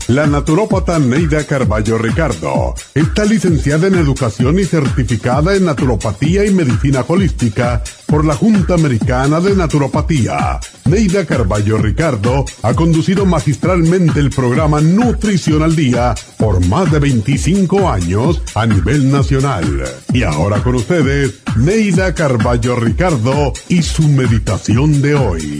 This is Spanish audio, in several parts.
La naturópata Neida Carballo Ricardo está licenciada en Educación y certificada en Naturopatía y Medicina Holística por la Junta Americana de Naturopatía. Neida Carballo Ricardo ha conducido magistralmente el programa Nutrición al Día por más de 25 años a nivel nacional. Y ahora con ustedes, Neida Carballo Ricardo y su meditación de hoy.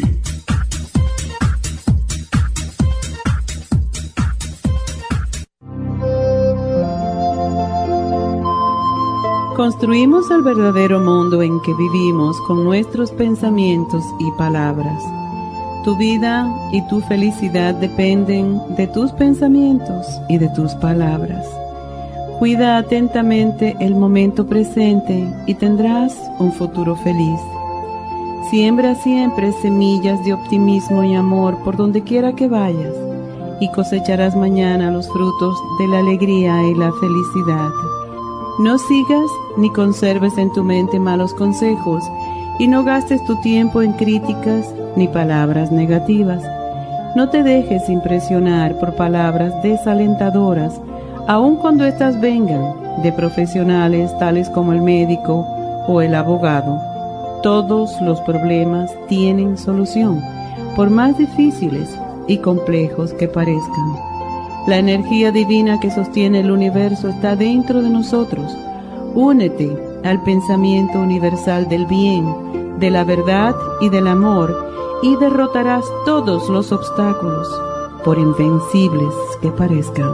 Construimos el verdadero mundo en que vivimos con nuestros pensamientos y palabras. Tu vida y tu felicidad dependen de tus pensamientos y de tus palabras. Cuida atentamente el momento presente y tendrás un futuro feliz. Siembra siempre semillas de optimismo y amor por donde quiera que vayas y cosecharás mañana los frutos de la alegría y la felicidad. No sigas ni conserves en tu mente malos consejos y no gastes tu tiempo en críticas ni palabras negativas. No te dejes impresionar por palabras desalentadoras, aun cuando éstas vengan de profesionales tales como el médico o el abogado. Todos los problemas tienen solución, por más difíciles y complejos que parezcan. La energía divina que sostiene el universo está dentro de nosotros. Únete al pensamiento universal del bien, de la verdad y del amor y derrotarás todos los obstáculos, por invencibles que parezcan.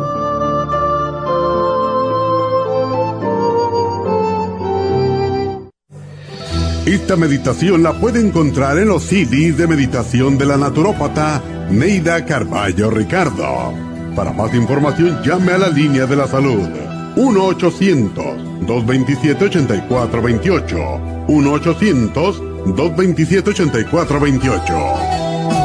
Esta meditación la puede encontrar en los CDs de meditación de la naturópata Neida Carballo Ricardo. Para más información, llame a la línea de la salud 1-800-227-8428. 1-800-227-8428.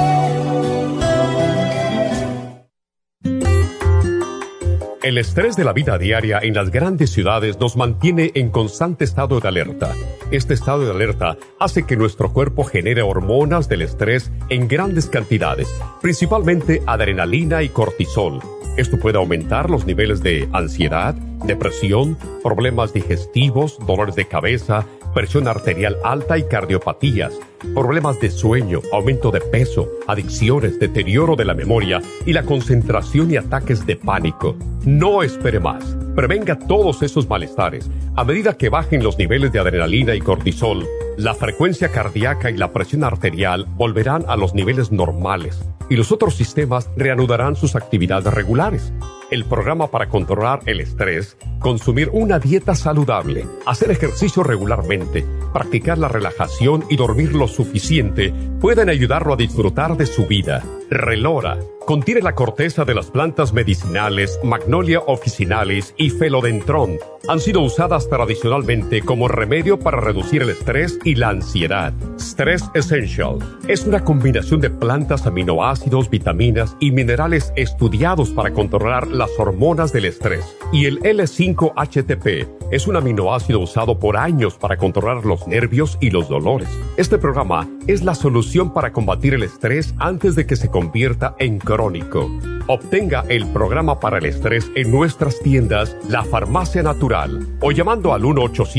El estrés de la vida diaria en las grandes ciudades nos mantiene en constante estado de alerta. Este estado de alerta hace que nuestro cuerpo genere hormonas del estrés en grandes cantidades, principalmente adrenalina y cortisol. Esto puede aumentar los niveles de ansiedad, depresión, problemas digestivos, dolores de cabeza, presión arterial alta y cardiopatías, problemas de sueño, aumento de peso, adicciones, deterioro de la memoria y la concentración y ataques de pánico. No espere más. Prevenga todos esos malestares. A medida que bajen los niveles de adrenalina y cortisol, la frecuencia cardíaca y la presión arterial volverán a los niveles normales y los otros sistemas reanudarán sus actividades regulares. El programa para controlar el estrés, consumir una dieta saludable, hacer ejercicio regularmente, practicar la relajación y dormir lo suficiente pueden ayudarlo a disfrutar de su vida. Relora contiene la corteza de las plantas medicinales Magnolia officinalis y Philodendron. Han sido usadas tradicionalmente como remedio para reducir el estrés y la ansiedad. Stress Essential es una combinación de plantas, aminoácidos, vitaminas y minerales estudiados para controlar las hormonas del estrés. Y el L5-HTP es un aminoácido usado por años para controlar los nervios y los dolores. Este programa es la solución para combatir el estrés antes de que se convierta en crónico. Obtenga el programa para el estrés en nuestras tiendas La Farmacia Natural o llamando al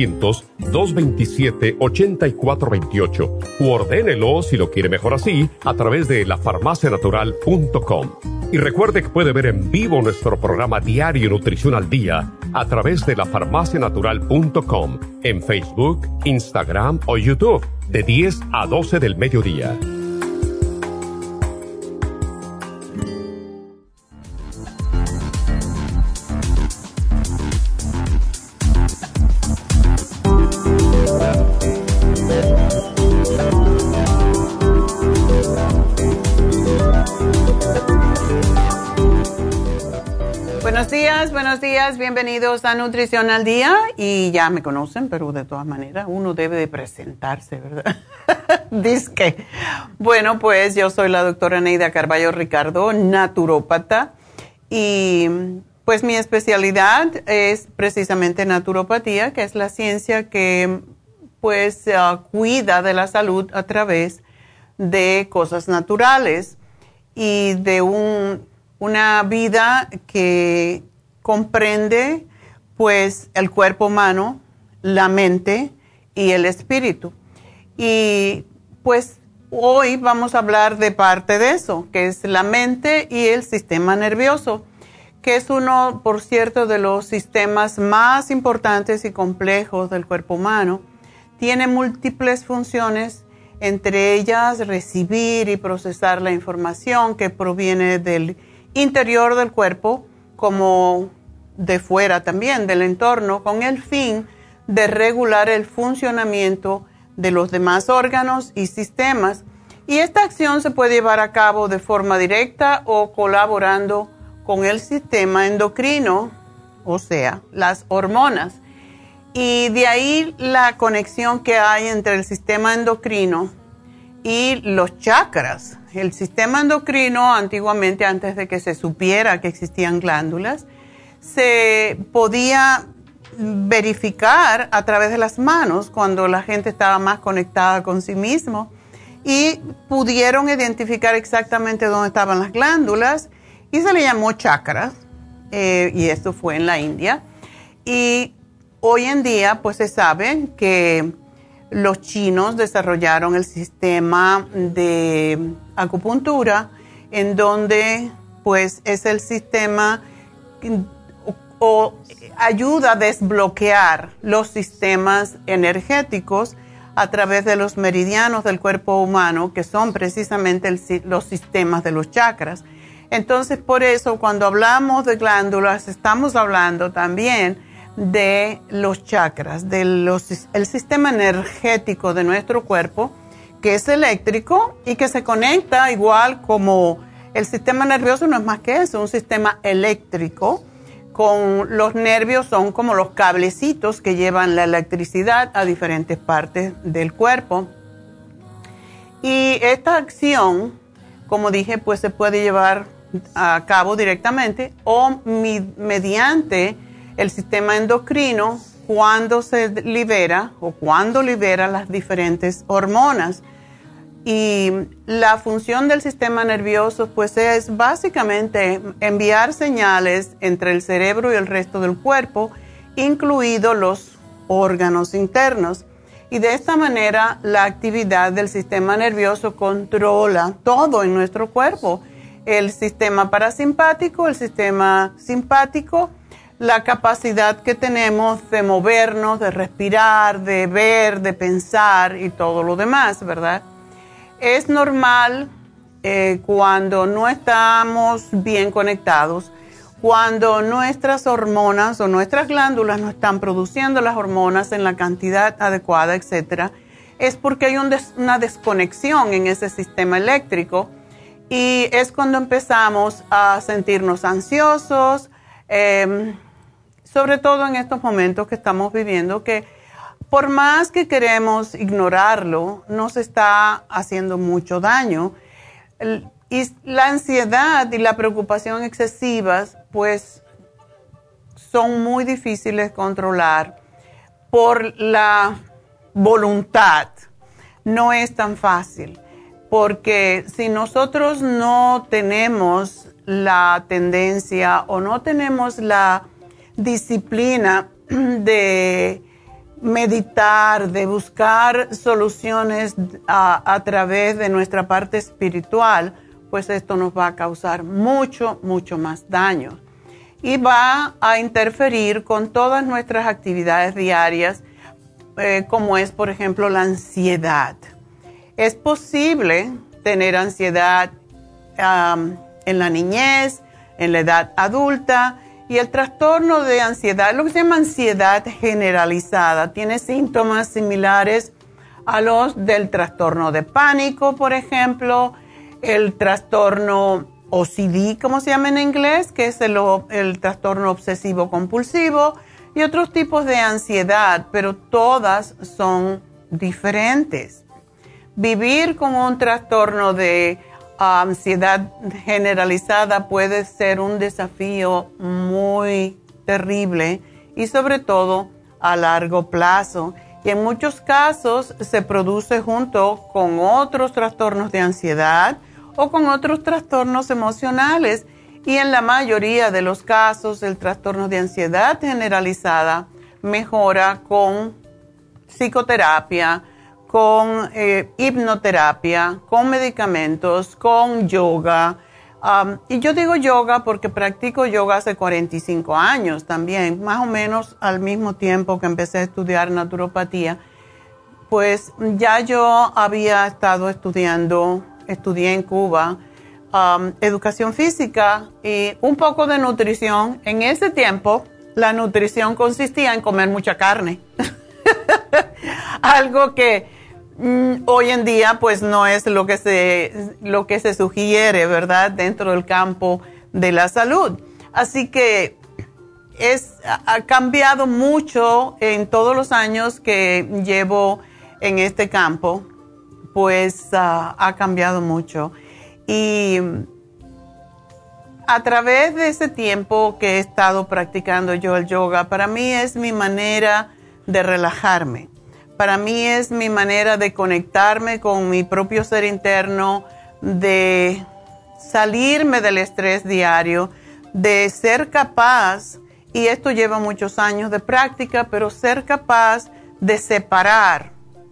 1-800-227-8428 u ordénelo, si lo quiere mejor así, a través de lafarmacianatural.com. Y recuerde que puede ver en vivo nuestro programa diario Nutrición al Día a través de lafarmacianatural.com en Facebook, Instagram o YouTube de 10 a 12 del mediodía. Buenos días, bienvenidos a Nutrición al Día. Y ya me conocen, pero de todas maneras uno debe de presentarse, ¿verdad? Dizque. Bueno, pues yo soy la doctora Neida Carballo Ricardo, naturópata. Y pues mi especialidad es precisamente naturopatía, que es la ciencia que pues cuida de la salud a través de cosas naturales y de una vida que comprende pues el cuerpo humano, la mente y el espíritu. Y pues hoy vamos a hablar de parte de eso, que es la mente y el sistema nervioso, que es uno, por cierto, de los sistemas más importantes y complejos del cuerpo humano. Tiene múltiples funciones, entre ellas recibir y procesar la información que proviene del interior del cuerpo, como de fuera también, del entorno, con el fin de regular el funcionamiento de los demás órganos y sistemas. Y esta acción se puede llevar a cabo de forma directa o colaborando con el sistema endocrino, o sea, las hormonas. Y de ahí la conexión que hay entre el sistema endocrino y los chakras. El sistema endocrino, antiguamente, antes de que se supiera que existían glándulas, se podía verificar a través de las manos cuando la gente estaba más conectada con sí mismo y pudieron identificar exactamente dónde estaban las glándulas y se le llamó chakras, y esto fue en la India. Y hoy en día pues se sabe que los chinos desarrollaron el sistema de acupuntura, en donde pues es el sistema o ayuda a desbloquear los sistemas energéticos a través de los meridianos del cuerpo humano, que son precisamente los sistemas de los chakras. Entonces, por eso, cuando hablamos de glándulas, estamos hablando también de los chakras, el sistema energético de nuestro cuerpo, que es eléctrico y que se conecta igual como el sistema nervioso, no es más que eso, un sistema eléctrico. Con los nervios son como los cablecitos que llevan la electricidad a diferentes partes del cuerpo. Y esta acción, como dije, pues se puede llevar a cabo directamente o mediante el sistema endocrino cuando se libera o cuando libera las diferentes hormonas. Y la función del sistema nervioso pues es básicamente enviar señales entre el cerebro y el resto del cuerpo, incluidos los órganos internos. Y de esta manera la actividad del sistema nervioso controla todo en nuestro cuerpo. El sistema parasimpático, el sistema simpático, la capacidad que tenemos de movernos, de respirar, de ver, de pensar y todo lo demás, ¿verdad? Es normal cuando no estamos bien conectados, cuando nuestras hormonas o nuestras glándulas no están produciendo las hormonas en la cantidad adecuada, etcétera, es porque hay una desconexión en ese sistema eléctrico y es cuando empezamos a sentirnos ansiosos, sobre todo en estos momentos que estamos viviendo, que por más que queremos ignorarlo, nos está haciendo mucho daño. Y la ansiedad y la preocupación excesivas, pues, son muy difíciles de controlar por la voluntad. No es tan fácil, porque si nosotros no tenemos la tendencia o no tenemos la disciplina de meditar, de buscar soluciones a través de nuestra parte espiritual, pues esto nos va a causar mucho, mucho más daño. Y va a interferir con todas nuestras actividades diarias, como es, por ejemplo, la ansiedad. Es posible tener ansiedad en la niñez, en la edad adulta. Y el trastorno de ansiedad, lo que se llama ansiedad generalizada, tiene síntomas similares a los del trastorno de pánico, por ejemplo, el trastorno OCD, como se llama en inglés, que es el trastorno obsesivo compulsivo, y otros tipos de ansiedad, pero todas son diferentes. Vivir con un trastorno de ansiedad generalizada puede ser un desafío muy terrible y sobre todo a largo plazo. Y en muchos casos se produce junto con otros trastornos de ansiedad o con otros trastornos emocionales. y en la mayoría de los casos el trastorno de ansiedad generalizada mejora con psicoterapia, con hipnoterapia, con medicamentos, con yoga. Y yo digo yoga porque practico yoga hace 45 años también, más o menos al mismo tiempo que empecé a estudiar naturopatía. Pues ya yo había estado estudié en Cuba educación física y un poco de nutrición. En ese tiempo la nutrición consistía en comer mucha carne. Algo que hoy en día pues no es lo que se sugiere, ¿verdad? Dentro del campo de la salud. Así que ha cambiado mucho en todos los años que llevo en este campo, pues ha cambiado mucho. Y a través de ese tiempo que he estado practicando yo el yoga, para mí es mi manera de relajarme. Para mí es mi manera de conectarme con mi propio ser interno, de salirme del estrés diario, de ser capaz, y esto lleva muchos años de práctica, pero ser capaz de separar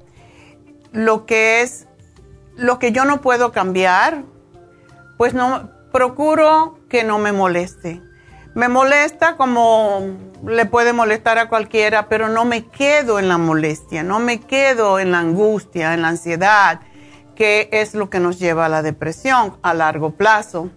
lo que yo no puedo cambiar, pues no procuro que no me moleste. Me molesta como le puede molestar a cualquiera, pero no me quedo en la molestia, no me quedo en la angustia, en la ansiedad, que es lo que nos lleva a la depresión a largo plazo.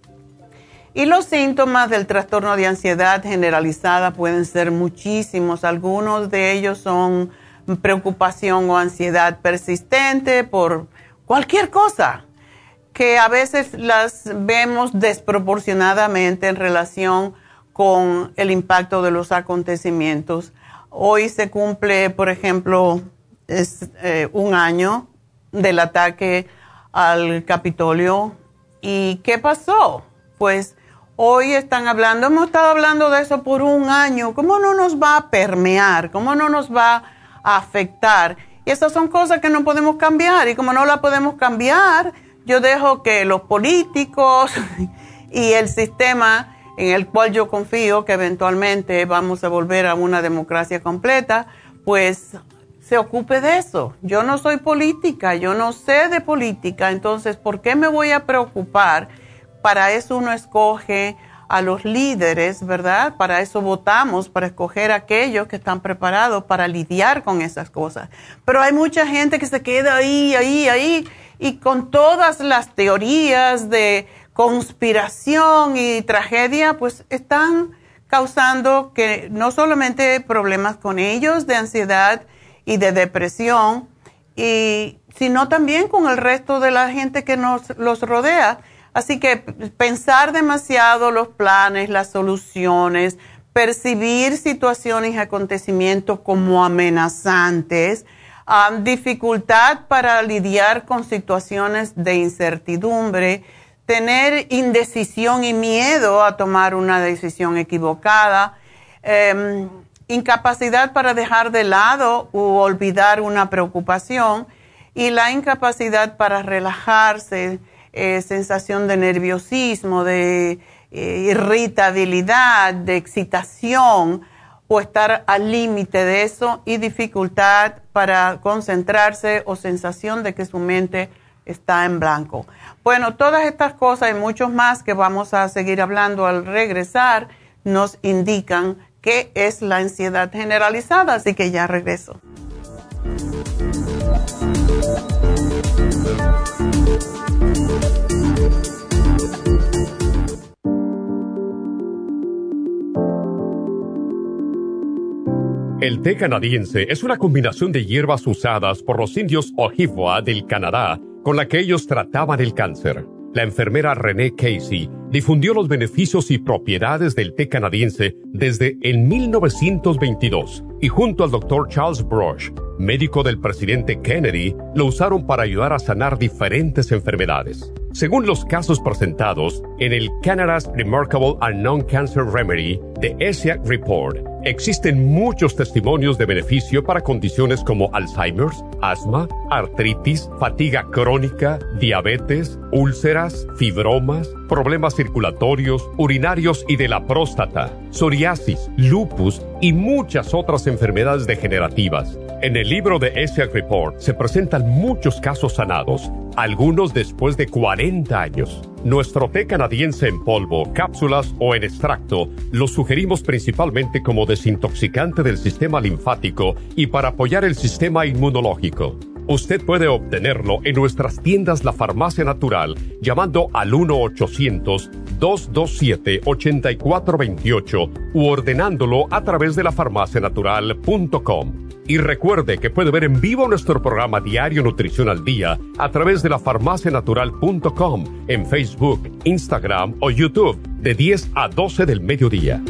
Y los síntomas del trastorno de ansiedad generalizada pueden ser muchísimos. Algunos de ellos son preocupación o ansiedad persistente por cualquier cosa, que a veces las vemos desproporcionadamente en relación con el impacto de los acontecimientos. Hoy se cumple, por ejemplo, un año del ataque al Capitolio. ¿Y qué pasó? Pues hoy hemos estado hablando de eso por un año. ¿Cómo no nos va a permear? ¿Cómo no nos va a afectar? Y esas son cosas que no podemos cambiar, y como no las podemos cambiar, yo dejo que los políticos y el sistema en el cual yo confío que eventualmente vamos a volver a una democracia completa, pues se ocupe de eso. Yo no soy política, yo no sé de política, entonces ¿por qué me voy a preocupar? Para eso uno escoge a los líderes, ¿verdad? Para eso votamos, para escoger a aquellos que están preparados para lidiar con esas cosas. Pero hay mucha gente que se queda ahí, y con todas las teorías de conspiración y tragedia, pues están causando que no solamente problemas con ellos de ansiedad y de depresión, sino también con el resto de la gente que los rodea. Así que pensar demasiado los planes, las soluciones, percibir situaciones y acontecimientos como amenazantes, dificultad para lidiar con situaciones de incertidumbre, tener indecisión y miedo a tomar una decisión equivocada, incapacidad para dejar de lado u olvidar una preocupación, y la incapacidad para relajarse, sensación de nerviosismo, de irritabilidad, de excitación, o estar al límite de eso, y dificultad para concentrarse o sensación de que su mente está en blanco. Bueno, todas estas cosas y muchos más que vamos a seguir hablando al regresar nos indican qué es la ansiedad generalizada, así que ya regreso. El té canadiense es una combinación de hierbas usadas por los indios Ojibwa del Canadá con la que ellos trataban el cáncer. La enfermera Renee Casey difundió los beneficios y propiedades del té canadiense desde el 1922 y junto al Dr. Charles Brush, médico del presidente Kennedy, lo usaron para ayudar a sanar diferentes enfermedades. Según los casos presentados en el Canada's Remarkable and Non-Cancer Remedy, The ESIAC Report, Existen muchos testimonios de beneficio para condiciones como Alzheimer's, asma, artritis, fatiga crónica, diabetes, úlceras, fibromas, problemas circulatorios, urinarios y de la próstata, psoriasis, lupus y muchas otras enfermedades degenerativas. En el libro de ESSEC Report se presentan muchos casos sanados, algunos después de 40 años. Nuestro té canadiense en polvo, cápsulas o en extracto lo sugerimos principalmente como desintoxicante del sistema linfático y para apoyar el sistema inmunológico. Usted puede obtenerlo en nuestras tiendas La Farmacia Natural llamando al 1-800-227-8428 u ordenándolo a través de lafarmacianatural.com. Y recuerde que puede ver en vivo nuestro programa Diario Nutrición al Día a través de lafarmacianatural.com en Facebook, Instagram o YouTube de 10 a 12 del mediodía.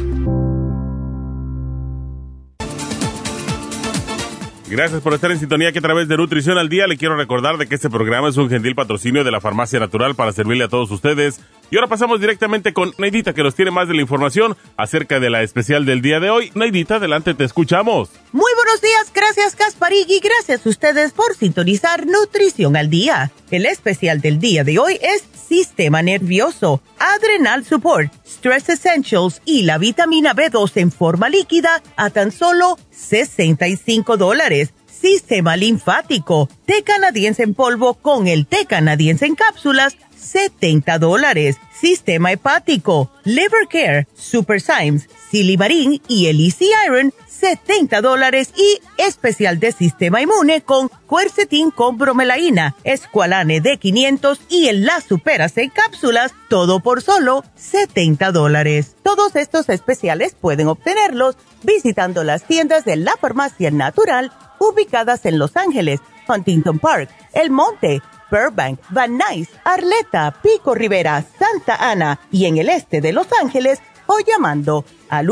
Gracias por estar en sintonía que a través de Nutrición al Día le quiero recordar de que este programa es un gentil patrocinio de la Farmacia Natural para servirle a todos ustedes. Y ahora pasamos directamente con Neidita, que nos tiene más de la información acerca de la especial del día de hoy. Neidita, adelante, te escuchamos. Muy buenos días, gracias Gasparín y gracias a ustedes por sintonizar Nutrición al Día. El especial del día de hoy es Sistema Nervioso, Adrenal Support, Stress Essentials y la vitamina B2 en forma líquida a tan solo $65. Sistema linfático, té canadiense en polvo con el té canadiense en cápsulas, $70. Sistema hepático, Liver Care, Super Symes, Silimarín y el Easy Iron, $70. Y especial de sistema inmune con Quercetin con bromelaína, Esqualane D500 y el La Superas en cápsulas, todo por solo $70. Todos estos especiales pueden obtenerlos visitando las tiendas de la Farmacia Natural ubicadas en Los Ángeles, Huntington Park, El Monte, Burbank, Van Nuys, Arleta, Pico Rivera, Santa Ana y en el este de Los Ángeles o llamando al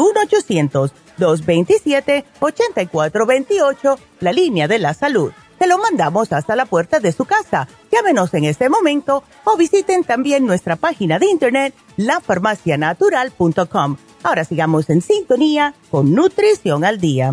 1-800-227-8428, la línea de la salud. Se lo mandamos hasta la puerta de su casa. Llámenos en este momento o visiten también nuestra página de internet, lafarmacianatural.com. Ahora sigamos en sintonía con Nutrición al Día.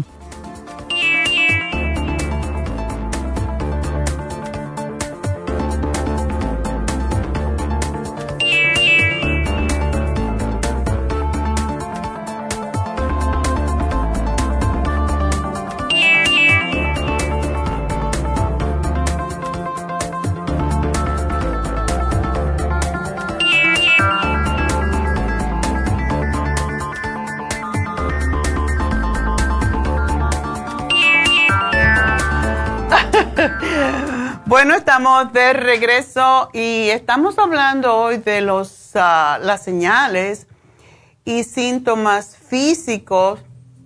Bueno, estamos de regreso y estamos hablando hoy de las señales y síntomas físicos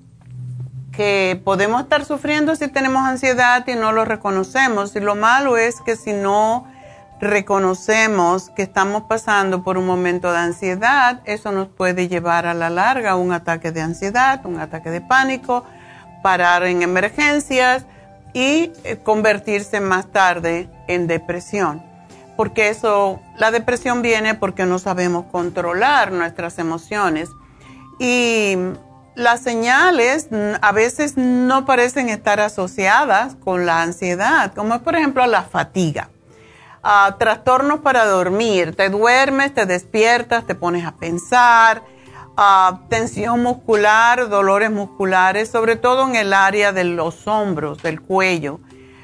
que podemos estar sufriendo si tenemos ansiedad y no lo reconocemos. Y lo malo es que si no reconocemos que estamos pasando por un momento de ansiedad, eso nos puede llevar a la larga a un ataque de ansiedad, un ataque de pánico, parar en emergencias y convertirse más tarde en depresión. Porque la depresión viene porque no sabemos controlar nuestras emociones. Y las señales a veces no parecen estar asociadas con la ansiedad, como por ejemplo la fatiga. Trastornos para dormir, te duermes, te despiertas, te pones a pensar, tensión muscular, dolores musculares, sobre todo en el área de los hombros, del cuello.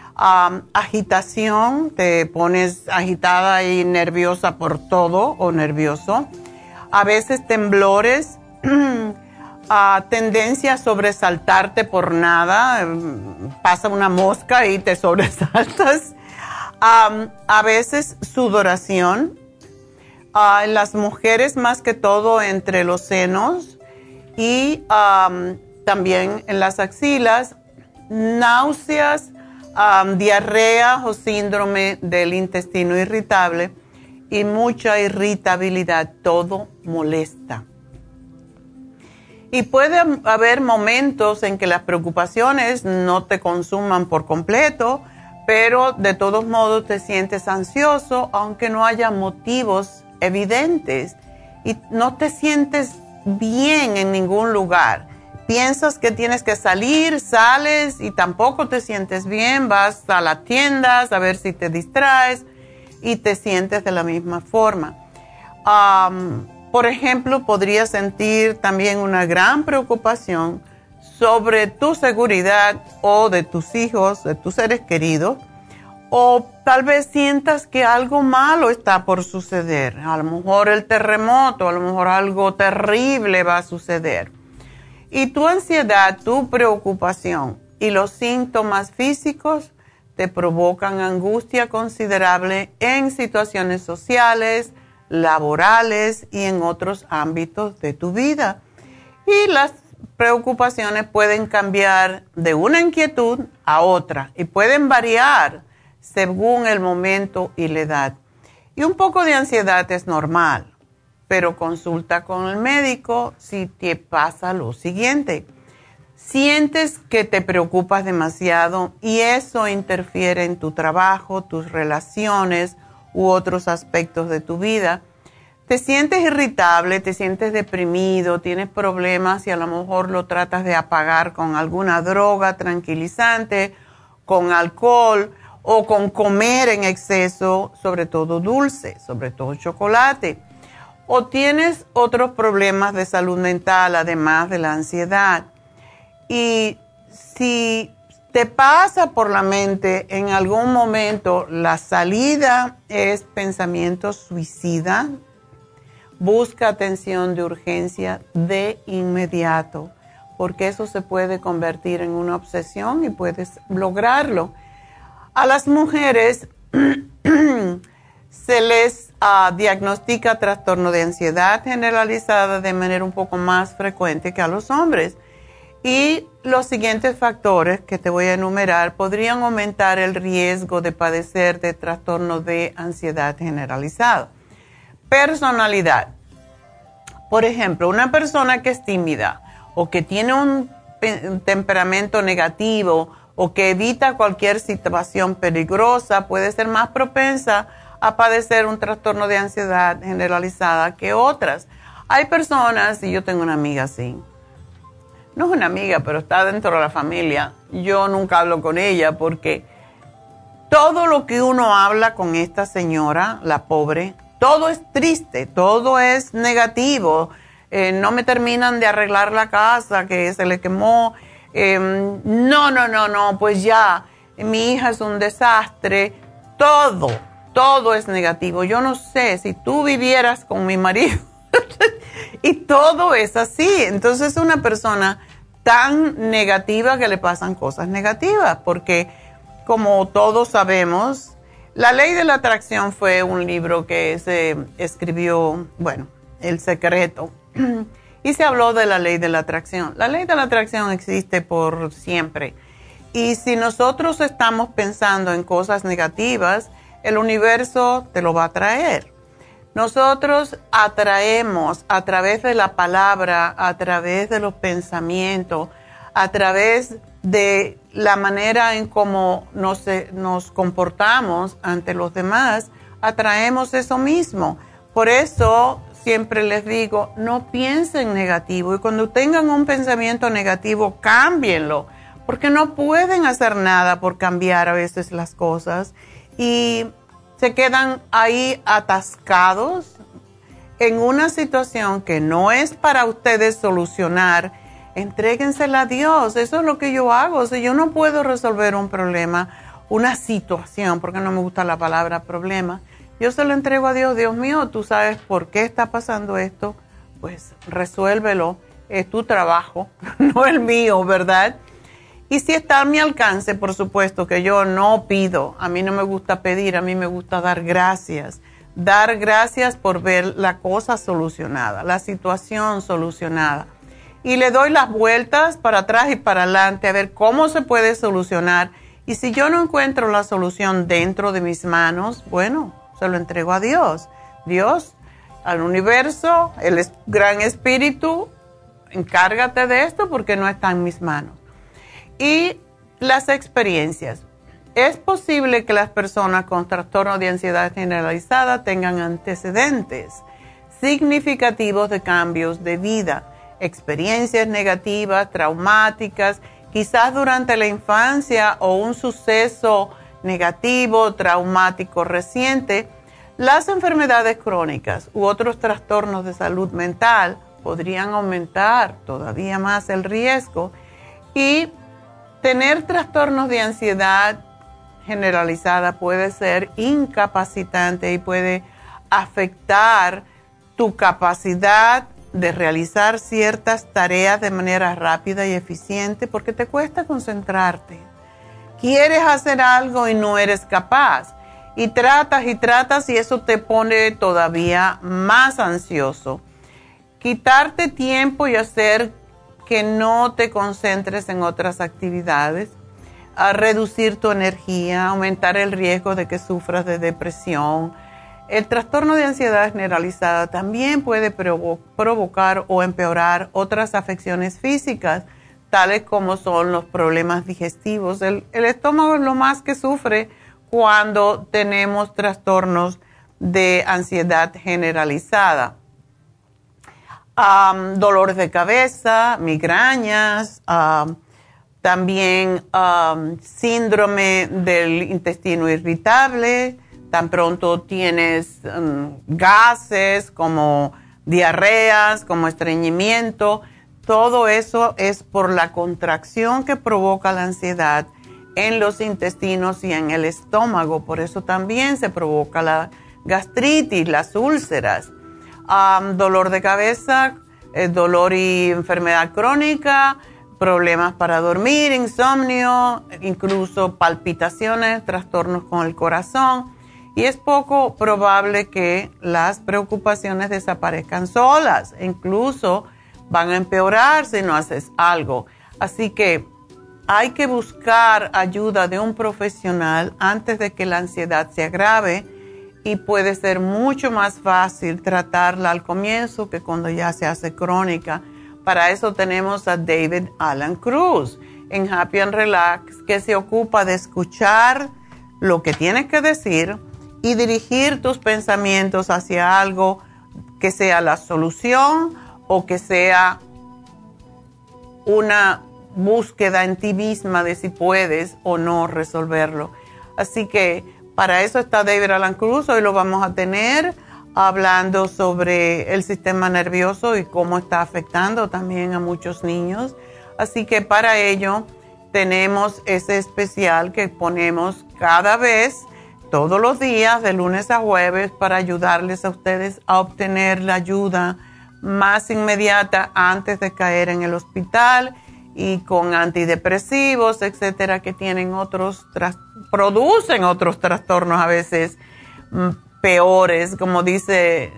Agitación, te pones agitada y nerviosa por todo o nervioso. A veces temblores, tendencia a sobresaltarte por nada, pasa una mosca y te sobresaltas. A veces sudoración. En las mujeres más que todo entre los senos y también en las axilas, náuseas, diarrea o síndrome del intestino irritable y mucha irritabilidad, todo molesta. Y puede haber momentos en que las preocupaciones no te consuman por completo, pero de todos modos te sientes ansioso aunque no haya motivos evidentes y no te sientes bien en ningún lugar. piensas que tienes que salir, sales y tampoco te sientes bien, vas a la tienda a ver si te distraes y te sientes de la misma forma. Por ejemplo, podrías sentir también una gran preocupación sobre tu seguridad o de tus hijos, de tus seres queridos, o tal vez sientas que algo malo está por suceder. A lo mejor el terremoto, a lo mejor algo terrible va a suceder. Y tu ansiedad, tu preocupación y los síntomas físicos te provocan angustia considerable en situaciones sociales, laborales y en otros ámbitos de tu vida. Y las preocupaciones pueden cambiar de una inquietud a otra y pueden variar según el momento y la edad. Y un poco de ansiedad es normal, pero consulta con el médico si te pasa lo siguiente. Sientes que te preocupas demasiado y eso interfiere en tu trabajo, tus relaciones u otros aspectos de tu vida. Te sientes irritable, te sientes deprimido, tienes problemas y a lo mejor lo tratas de apagar con alguna droga tranquilizante, con alcohol o con comer en exceso, sobre todo dulce, sobre todo chocolate. O tienes otros problemas de salud mental además de la ansiedad. Y si te pasa por la mente en algún momento la salida es pensamiento suicida, busca atención de urgencia de inmediato, porque eso se puede convertir en una obsesión y puedes lograrlo. A las mujeres se les diagnostica trastorno de ansiedad generalizada de manera un poco más frecuente que a los hombres. Y los siguientes factores que te voy a enumerar podrían aumentar el riesgo de padecer de trastorno de ansiedad generalizado. Personalidad. Por ejemplo, una persona que es tímida o que tiene un temperamento negativo o que evita cualquier situación peligrosa puede ser más propensa a padecer un trastorno de ansiedad generalizada que otras. Hay personas, y yo tengo una amiga así, no es una amiga, pero está dentro de la familia. Yo nunca hablo con ella porque todo lo que uno habla con esta señora, la pobre, todo es triste, todo es negativo. No me terminan de arreglar la casa, que se le quemó. No, pues ya, mi hija es un desastre. Todo es negativo. Yo no sé, si tú vivieras con mi marido y todo es así. Entonces es una persona tan negativa que le pasan cosas negativas, porque como todos sabemos, La Ley de la Atracción fue un libro que se escribió, El Secreto, y se habló de la Ley de la Atracción. La Ley de la Atracción existe por siempre, y si nosotros estamos pensando en cosas negativas, el universo te lo va a traer. Nosotros atraemos a través de la palabra, a través de los pensamientos, a través de la manera en cómo nos comportamos ante los demás, atraemos eso mismo. Por eso siempre les digo, no piensen negativo, y cuando tengan un pensamiento negativo, cámbienlo, porque no pueden hacer nada por cambiar a veces las cosas y se quedan ahí atascados en una situación que no es para ustedes solucionar. Entréguensela a Dios. Eso es lo que yo hago. Si yo no puedo resolver un problema, una situación, porque no me gusta la palabra problema, yo se lo entrego a Dios. Dios mío, tú sabes por qué está pasando esto, pues resuélvelo. Es tu trabajo, no el mío, ¿verdad? Y si está a mi alcance, por supuesto que yo no pido. A mí no me gusta pedir, a mí me gusta dar gracias. Dar gracias por ver la cosa solucionada, la situación solucionada. Y le doy las vueltas para atrás y para adelante a ver cómo se puede solucionar. Y si yo no encuentro la solución dentro de mis manos, se lo entrego a Dios. Dios, al universo, el gran espíritu, encárgate de esto porque no está en mis manos. Y las experiencias. Es posible que las personas con trastorno de ansiedad generalizada tengan antecedentes significativos de cambios de vida. experiencias negativas, traumáticas, quizás durante la infancia o un suceso negativo, traumático reciente, las enfermedades crónicas u otros trastornos de salud mental podrían aumentar todavía más el riesgo, y tener trastornos de ansiedad generalizada puede ser incapacitante y puede afectar tu capacidad de realizar ciertas tareas de manera rápida y eficiente porque te cuesta concentrarte. Quieres hacer algo y no eres capaz. Y tratas y eso te pone todavía más ansioso. Quitarte tiempo y hacer que no te concentres en otras actividades, a reducir tu energía, aumentar el riesgo de que sufras de depresión. El trastorno de ansiedad generalizada también puede provocar o empeorar otras afecciones físicas, tales como son los problemas digestivos. El estómago es lo más que sufre cuando tenemos trastornos de ansiedad generalizada. Dolores de cabeza, migrañas, también síndrome del intestino irritable. Tan pronto tienes gases como diarreas, como estreñimiento. Todo eso es por la contracción que provoca la ansiedad en los intestinos y en el estómago. Por eso también se provoca la gastritis, las úlceras, dolor de cabeza, dolor y enfermedad crónica, problemas para dormir, insomnio, incluso palpitaciones, trastornos con el corazón. Y es poco probable que las preocupaciones desaparezcan solas, incluso van a empeorar si no haces algo. Así que hay que buscar ayuda de un profesional antes de que la ansiedad se agrave, y puede ser mucho más fácil tratarla al comienzo que cuando ya se hace crónica. Para eso tenemos a David Alan Cruz en Happy and Relax, que se ocupa de escuchar lo que tienes que decir y dirigir tus pensamientos hacia algo que sea la solución o que sea una búsqueda en ti misma de si puedes o no resolverlo. Así que para eso está David Alan Cruz. Hoy lo vamos a tener hablando sobre el sistema nervioso y cómo está afectando también a muchos niños. Así que para ello tenemos ese especial que ponemos cada vez, todos los días, de lunes a jueves, para ayudarles a ustedes a obtener la ayuda más inmediata antes de caer en el hospital, y con antidepresivos, etcétera, que tienen producen otros trastornos a veces peores, como dice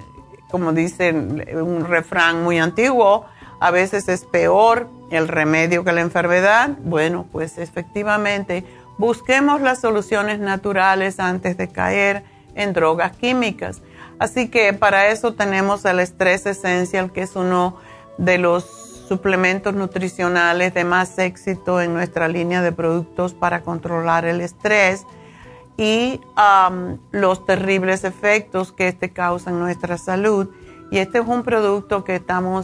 un refrán muy antiguo, a veces es peor el remedio que la enfermedad. Bueno, pues efectivamente busquemos las soluciones naturales antes de caer en drogas químicas. Así que para eso tenemos el Stress Essential, que es uno de los suplementos nutricionales de más éxito en nuestra línea de productos para controlar el estrés y los terribles efectos que este causa en nuestra salud. Y este es un producto que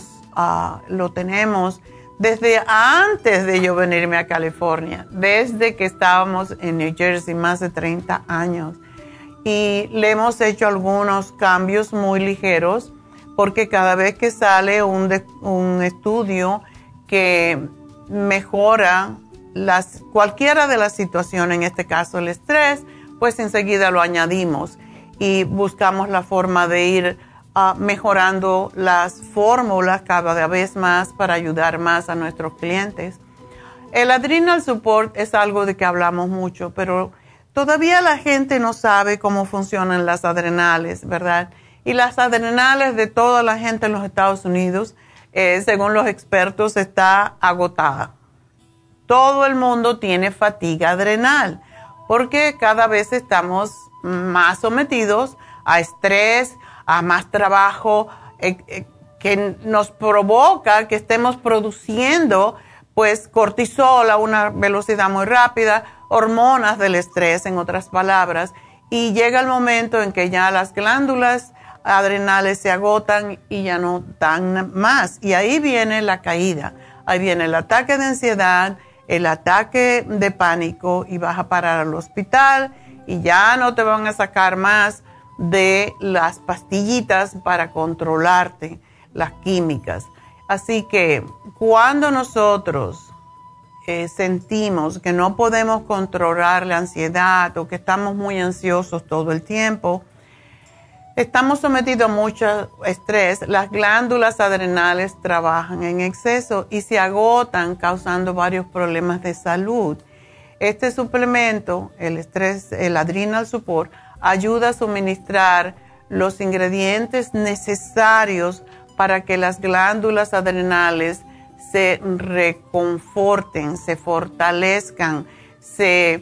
lo tenemos desde antes de yo venirme a California, desde que estábamos en New Jersey, más de 30 años. Y le hemos hecho algunos cambios muy ligeros, porque cada vez que sale un estudio que mejora cualquiera de las situaciones, en este caso el estrés, pues enseguida lo añadimos y buscamos la forma de ir mejorando las fórmulas cada vez más para ayudar más a nuestros clientes. El Adrenal Support es algo de que hablamos mucho, pero todavía la gente no sabe cómo funcionan las adrenales, ¿verdad? Y las adrenales de toda la gente en los Estados Unidos, según los expertos, está agotada. Todo el mundo tiene fatiga adrenal, porque cada vez estamos más sometidos a estrés, a más trabajo, que nos provoca que estemos produciendo pues cortisol a una velocidad muy rápida, hormonas del estrés, en otras palabras, y llega el momento en que ya las glándulas adrenales se agotan y ya no dan más. Y ahí viene la caída, ahí viene el ataque de ansiedad, el ataque de pánico y vas a parar al hospital y ya no te van a sacar más de las pastillitas para controlarte las químicas. Así que cuando nosotros sentimos que no podemos controlar la ansiedad o que estamos muy ansiosos todo el tiempo, estamos sometidos a mucho estrés, las glándulas adrenales trabajan en exceso y se agotan causando varios problemas de salud. Este suplemento, el Adrenal Support, ayuda a suministrar los ingredientes necesarios para que las glándulas adrenales se reconforten, se fortalezcan, se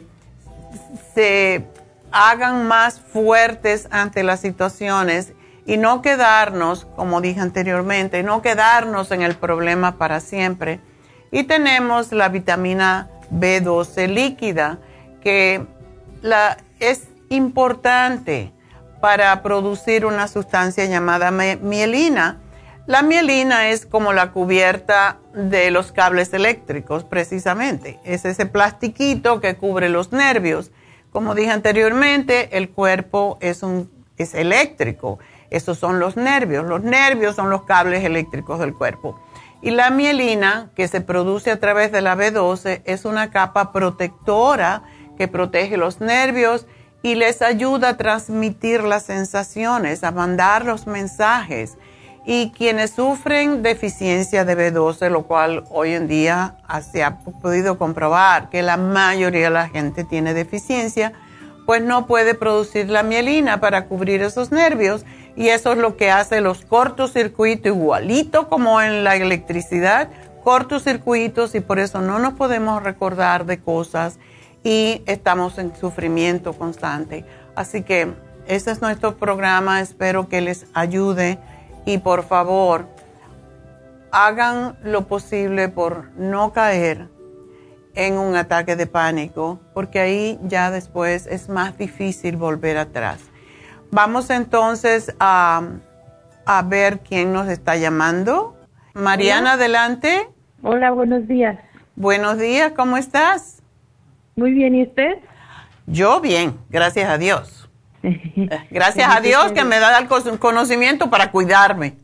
hagan más fuertes ante las situaciones y no quedarnos, como dije anteriormente, no quedarnos en el problema para siempre. Y tenemos la vitamina B12 líquida, que es importante para producir una sustancia llamada mielina. La mielina es como la cubierta de los cables eléctricos, precisamente. Es ese plastiquito que cubre los nervios. Como dije anteriormente, el cuerpo es eléctrico. Esos son los nervios. Los nervios son los cables eléctricos del cuerpo. Y la mielina, que se produce a través de la B12, es una capa protectora que protege los nervios y les ayuda a transmitir las sensaciones, a mandar los mensajes. Y quienes sufren deficiencia de B12, lo cual hoy en día se ha podido comprobar que la mayoría de la gente tiene deficiencia, pues no puede producir la mielina para cubrir esos nervios. Y eso es lo que hace los cortocircuitos, igualito como en la electricidad, cortocircuitos, y por eso no nos podemos recordar de cosas y estamos en sufrimiento constante. Así que ese es nuestro programa, espero que les ayude. Y por favor, hagan lo posible por no caer en un ataque de pánico, porque ahí ya después es más difícil volver atrás. Vamos entonces a ver quién nos está llamando. Mariana, Hola. adelante. Hola, buenos días. Buenos días, ¿cómo estás? Muy bien, ¿y usted? Yo bien, gracias a Dios. Gracias a Dios que me da el conocimiento para cuidarme.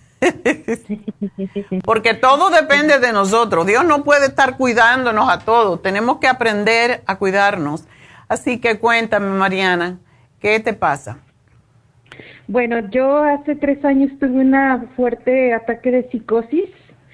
Porque todo depende de nosotros. Dios no puede estar cuidándonos a todos. Tenemos que aprender a cuidarnos. Así que cuéntame, Mariana, ¿qué te pasa? Bueno, yo hace 3 años tuve un fuerte ataque de psicosis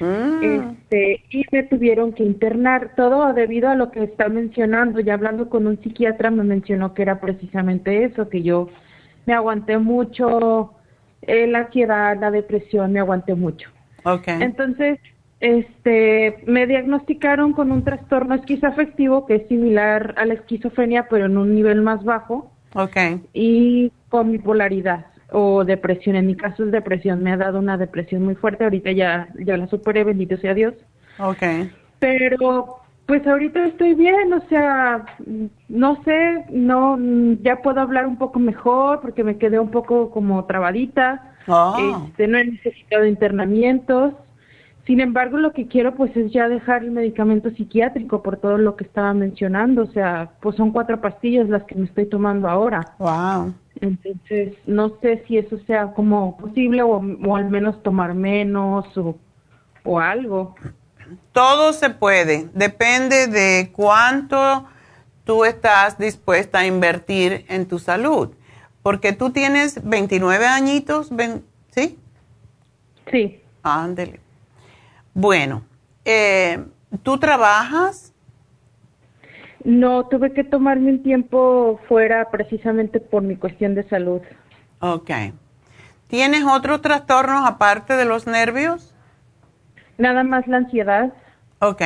y me tuvieron que internar, todo debido a lo que está mencionando. Ya hablando con un psiquiatra me mencionó que era precisamente eso, que yo me aguanté mucho, la ansiedad, la depresión, me aguanté mucho. Okay. Entonces, me diagnosticaron con un trastorno esquizoafectivo que es similar a la esquizofrenia, pero en un nivel más bajo. Okay. Y con bipolaridad o depresión. En mi caso es depresión. Me ha dado una depresión muy fuerte. Ahorita ya la superé, bendito sea Dios. Okay. Pero pues ahorita estoy bien, o sea, no sé, ya puedo hablar un poco mejor porque me quedé un poco como trabadita. Oh. No he necesitado internamientos. Sin embargo, lo que quiero pues es ya dejar el medicamento psiquiátrico por todo lo que estaba mencionando. O sea, pues son 4 pastillas las que me estoy tomando ahora. Wow. Entonces, no sé si eso sea como posible o al menos tomar menos o algo. Todo se puede. Depende de cuánto tú estás dispuesta a invertir en tu salud. Porque tú tienes 29 añitos, ¿sí? Sí. Ándele. Bueno, ¿tú trabajas? No, tuve que tomarme un tiempo fuera precisamente por mi cuestión de salud. Ok. ¿Tienes otros trastornos aparte de los nervios? Nada más la ansiedad. Ok.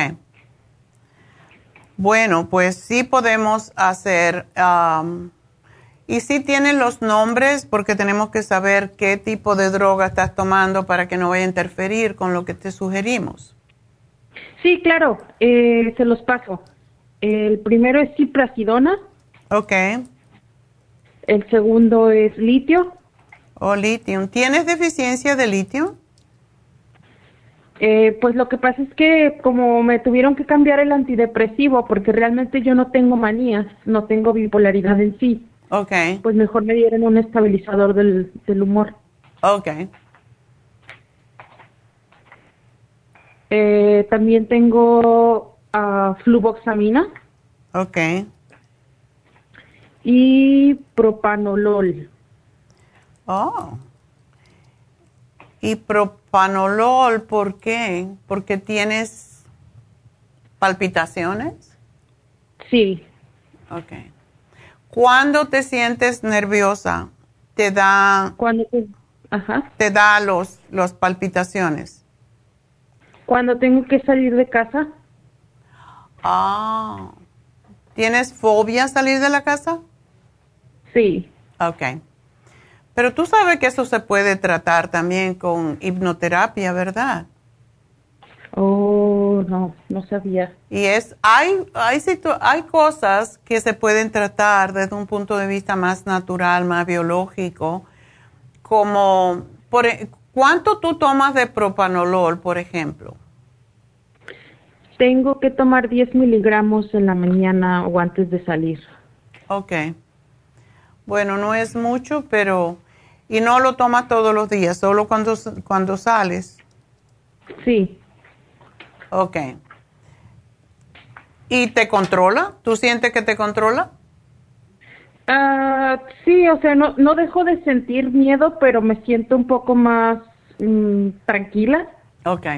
Bueno, pues sí podemos hacer, y sí tienen los nombres porque tenemos que saber qué tipo de droga estás tomando para que no vaya a interferir con lo que te sugerimos. Sí, claro, se los paso. El primero es ciprasidona. Ok. El segundo es litio. O litio. ¿Tienes deficiencia de litio? Pues lo que pasa es que como me tuvieron que cambiar el antidepresivo, porque realmente yo no tengo manías, no tengo bipolaridad en sí. Okay. Pues mejor me dieron un estabilizador del humor. Okay. También tengo fluvoxamina. Okay. Y propanolol. Oh. ¿Y propanolol por qué? ¿Porque tienes palpitaciones? Sí. Okay. ¿Cuándo te sientes nerviosa? ¿Te da los palpitaciones? Cuando tengo que salir de casa. Ah. ¿Tienes fobia a salir de la casa? Sí. Okay. Pero tú sabes que eso se puede tratar también con hipnoterapia, ¿verdad? Oh, no sabía. Y hay cosas que se pueden tratar desde un punto de vista más natural, más biológico, como, ¿cuánto tú tomas de propanolol, por ejemplo? Tengo que tomar 10 miligramos en la mañana o antes de salir. Ok. Bueno, no es mucho, pero... ¿Y no lo tomas todos los días, solo cuando sales? Sí. Ok. ¿Y te controla? ¿Tú sientes que te controla? Sí, o sea, no dejo de sentir miedo, pero me siento un poco más tranquila. Ok.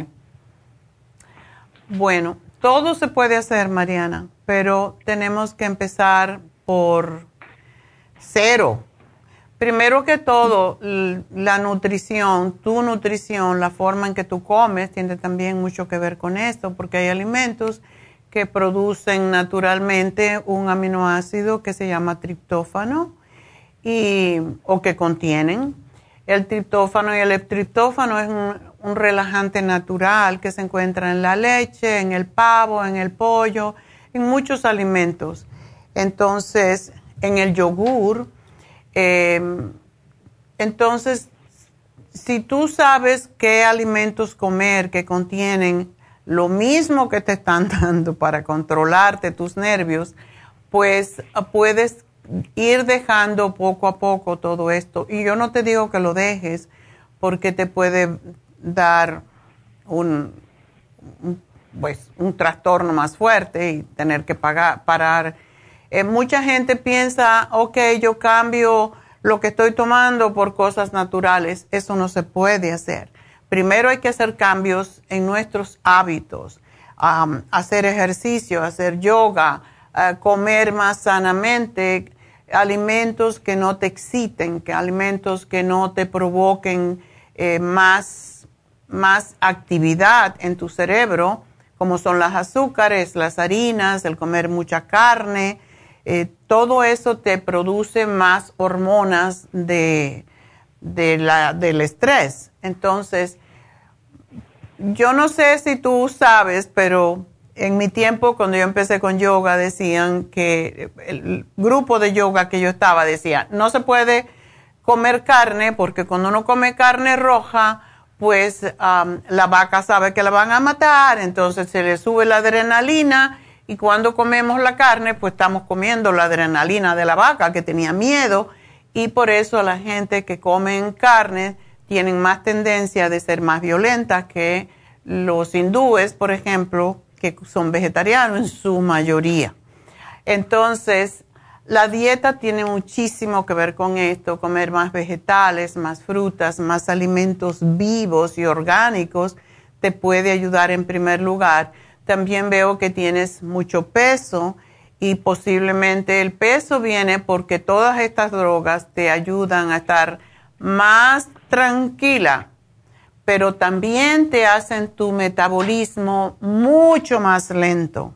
Bueno, todo se puede hacer, Mariana, pero tenemos que empezar por cero. Primero que todo, la nutrición, tu nutrición, la forma en que tú comes, tiene también mucho que ver con esto, porque hay alimentos que producen naturalmente un aminoácido que se llama triptófano o que contienen. El triptófano y el leptriptófano es un relajante natural que se encuentra en la leche, en el pavo, en el pollo, en muchos alimentos. Entonces, en el yogur. Entonces, si tú sabes qué alimentos comer que contienen lo mismo que te están dando para controlarte tus nervios, pues puedes ir dejando poco a poco todo esto. Y yo no te digo que lo dejes porque te puede dar un trastorno más fuerte y tener que parar. Mucha gente piensa, ok, yo cambio lo que estoy tomando por cosas naturales. Eso no se puede hacer. Primero hay que hacer cambios en nuestros hábitos, hacer ejercicio, hacer yoga, comer más sanamente, alimentos que no te exciten, alimentos que no te provoquen más actividad en tu cerebro, como son las azúcares, las harinas, el comer mucha carne. Todo eso te produce más hormonas del estrés. Entonces, yo no sé si tú sabes, pero en mi tiempo, cuando yo empecé con yoga, decían que el grupo de yoga que yo estaba decía, no se puede comer carne porque cuando uno come carne roja, pues la vaca sabe que la van a matar, entonces se le sube la adrenalina. Y cuando comemos la carne, pues estamos comiendo la adrenalina de la vaca que tenía miedo. Y por eso la gente que come carne tienen más tendencia de ser más violentas que los hindúes, por ejemplo, que son vegetarianos en su mayoría. Entonces, la dieta tiene muchísimo que ver con esto. Comer más vegetales, más frutas, más alimentos vivos y orgánicos te puede ayudar en primer lugar. También veo que tienes mucho peso y posiblemente el peso viene porque todas estas drogas te ayudan a estar más tranquila, pero también te hacen tu metabolismo mucho más lento.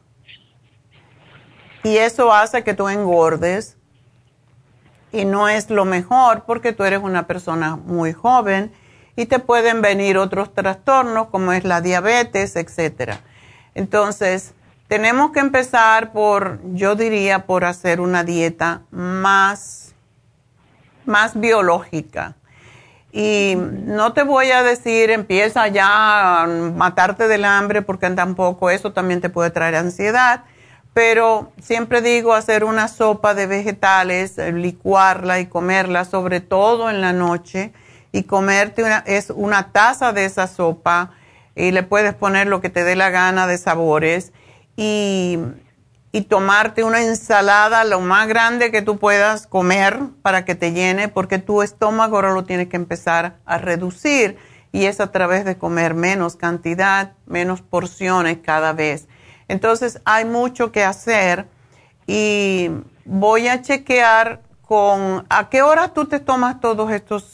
Y eso hace que tú engordes y no es lo mejor porque tú eres una persona muy joven y te pueden venir otros trastornos como es la diabetes, etcétera. Entonces, tenemos que empezar yo diría, por hacer una dieta más biológica. Y no te voy a decir empieza ya a matarte del hambre porque tampoco eso también te puede traer ansiedad, pero siempre digo hacer una sopa de vegetales, licuarla y comerla, sobre todo en la noche, y comerte una taza de esa sopa y le puedes poner lo que te dé la gana de sabores y tomarte una ensalada lo más grande que tú puedas comer para que te llene, porque tu estómago ahora lo tienes que empezar a reducir y es a través de comer menos cantidad, menos porciones cada vez. Entonces hay mucho que hacer y voy a chequear ¿a qué hora tú te tomas todas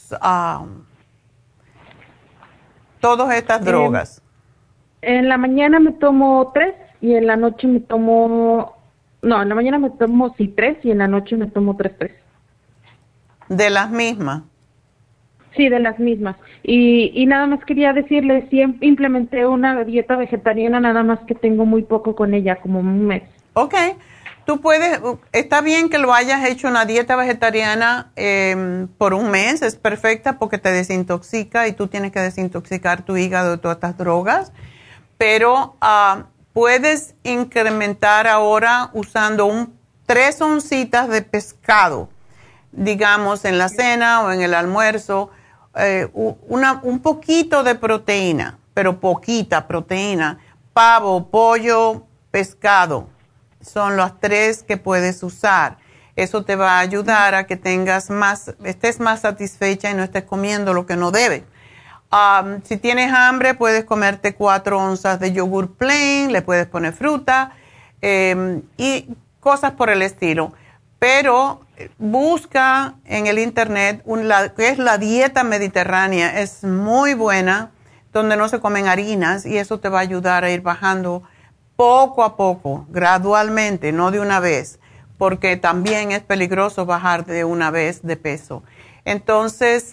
estas drogas? En la mañana me tomo 3 y en la noche me tomo... No, en la mañana me tomo 3 y en la noche me tomo 3. ¿De las mismas? Sí, de las mismas. Y nada más quería decirles, sí implementé una dieta vegetariana, nada más que tengo muy poco con ella, como un mes. Ok. Tú puedes, está bien que lo hayas hecho una dieta vegetariana por un mes, es perfecta porque te desintoxica y tú tienes que desintoxicar tu hígado de todas estas drogas, pero puedes incrementar ahora usando 3 oncitas de pescado, digamos en la cena o en el almuerzo, un poquito de proteína, pero poquita proteína, pavo, pollo, pescado. Son las 3 que puedes usar. Eso te va a ayudar a que estés más satisfecha y no estés comiendo lo que no debes. Si tienes hambre, puedes comerte 4 onzas de yogur plain, le puedes poner fruta y cosas por el estilo. Pero busca en el internet que es la dieta mediterránea. Es muy buena, donde no se comen harinas y eso te va a ayudar a ir bajando poco a poco, gradualmente, no de una vez, porque también es peligroso bajar de una vez de peso. Entonces,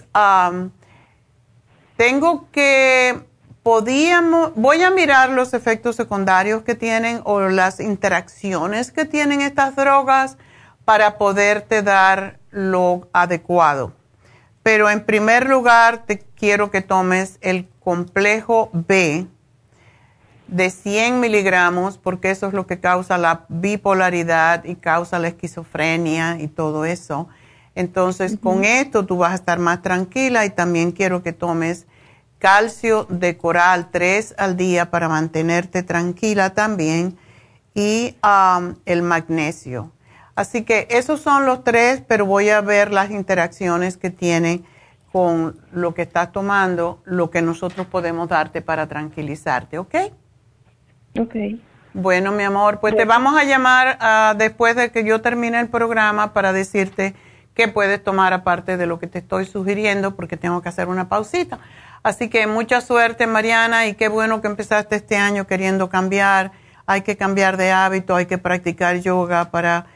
voy a mirar los efectos secundarios que tienen o las interacciones que tienen estas drogas para poderte dar lo adecuado. Pero en primer lugar, te quiero que tomes el complejo B de 100 miligramos, porque eso es lo que causa la bipolaridad y causa la esquizofrenia y todo eso. Entonces, con esto tú vas a estar más tranquila y también quiero que tomes calcio de coral 3 al día para mantenerte tranquila también y el magnesio. Así que esos son los 3, pero voy a ver las interacciones que tienen con lo que estás tomando, lo que nosotros podemos darte para tranquilizarte, ¿ok? Ok. Bueno, mi amor, pues te vamos a llamar después de que yo termine el programa para decirte qué puedes tomar aparte de lo que te estoy sugiriendo, porque tengo que hacer una pausita. Así que mucha suerte, Mariana, y qué bueno que empezaste este año queriendo cambiar. Hay que cambiar de hábito, hay que practicar yoga para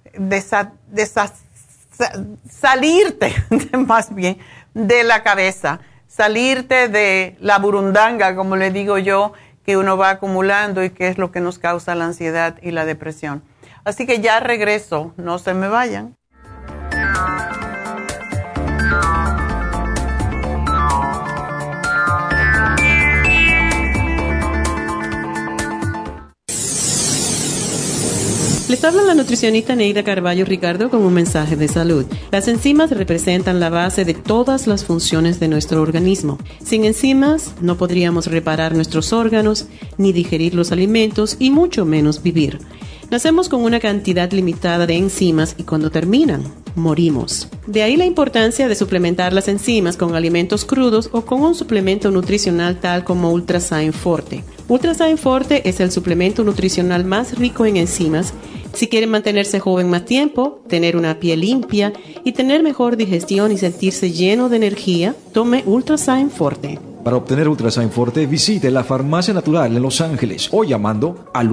salirte, más bien, de la cabeza, salirte de la burundanga, como le digo yo, que uno va acumulando y que es lo que nos causa la ansiedad y la depresión. Así que ya regreso, no se me vayan. Les habla la nutricionista Neida Carballo Ricardo con un mensaje de salud. Las enzimas representan la base de todas las funciones de nuestro organismo. Sin enzimas no podríamos reparar nuestros órganos, ni digerir los alimentos y mucho menos vivir. Nacemos con una cantidad limitada de enzimas y cuando terminan, morimos. De ahí la importancia de suplementar las enzimas con alimentos crudos o con un suplemento nutricional tal como Ultrasign Forte. Ultrasign Forte es el suplemento nutricional más rico en enzimas. Si quieren mantenerse joven más tiempo, tener una piel limpia y tener mejor digestión y sentirse lleno de energía, tome Ultrasign Forte. Para obtener Ultrasign Forte, visite la Farmacia Natural en Los Ángeles o llamando al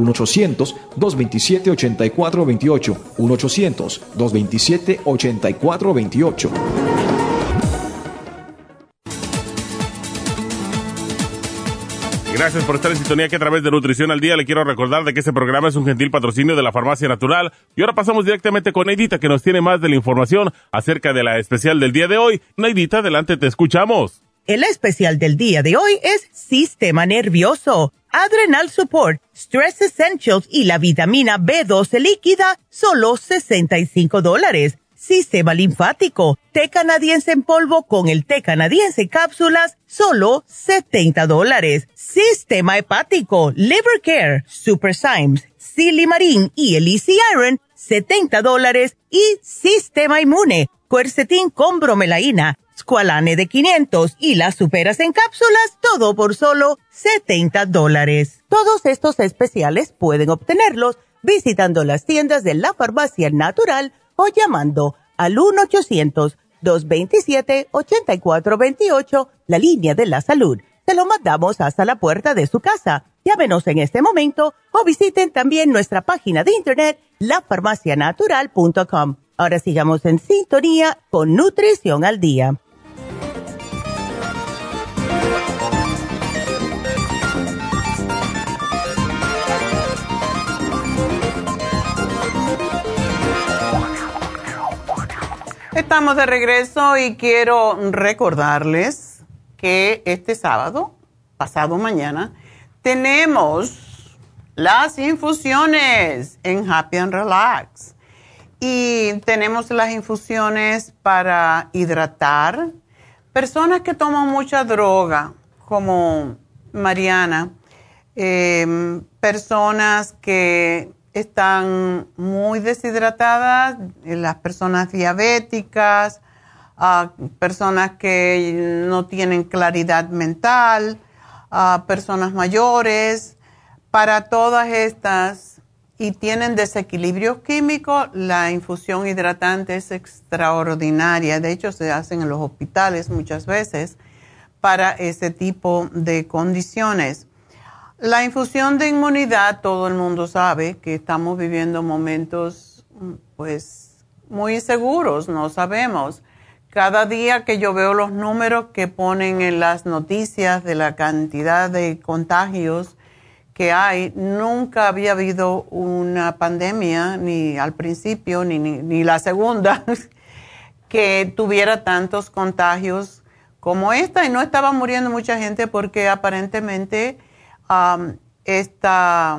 1-800-227-8428. 1-800-227-8428. Gracias por estar en sintonía que a través de Nutrición al Día le quiero recordar de que este programa es un gentil patrocinio de la Farmacia Natural. Y ahora pasamos directamente con Neidita, que nos tiene más de la información acerca de la especial del día de hoy. Neidita, adelante, te escuchamos. El especial del día de hoy es Sistema Nervioso, Adrenal Support, Stress Essentials y la vitamina B12 líquida, solo $65. Sistema linfático, té canadiense en polvo con el té canadiense cápsulas, solo $70. Sistema hepático, Liver Care, Super Symes, Silimarín y el Easy Iron, $70. Y Sistema inmune, Quercetin con bromelaína, Squalane de 500 y las superas en cápsulas, todo por solo $70. Todos estos especiales pueden obtenerlos visitando las tiendas de la Farmacia Natural o llamando al 1-800-227-8428, la línea de la salud. Se lo mandamos hasta la puerta de su casa. Llámenos en este momento o visiten también nuestra página de internet, lafarmacianatural.com. Ahora sigamos en sintonía con Nutrición al Día. Estamos de regreso y quiero recordarles que este sábado, pasado mañana, tenemos las infusiones en Happy and Relax. Y tenemos las infusiones para hidratar. Personas que toman mucha droga, como Mariana, personas que están muy deshidratadas, las personas diabéticas, personas que no tienen claridad mental, personas mayores, para todas estas y tienen desequilibrio químico, la infusión hidratante es extraordinaria. De hecho, se hacen en los hospitales muchas veces para ese tipo de condiciones. La infusión de inmunidad, todo el mundo sabe que estamos viviendo momentos pues muy inseguros, no sabemos. Cada día que yo veo los números que ponen en las noticias de la cantidad de contagios que hay, nunca había habido una pandemia, ni al principio, ni la segunda, que tuviera tantos contagios como esta, y no estaba muriendo mucha gente porque aparentemente esta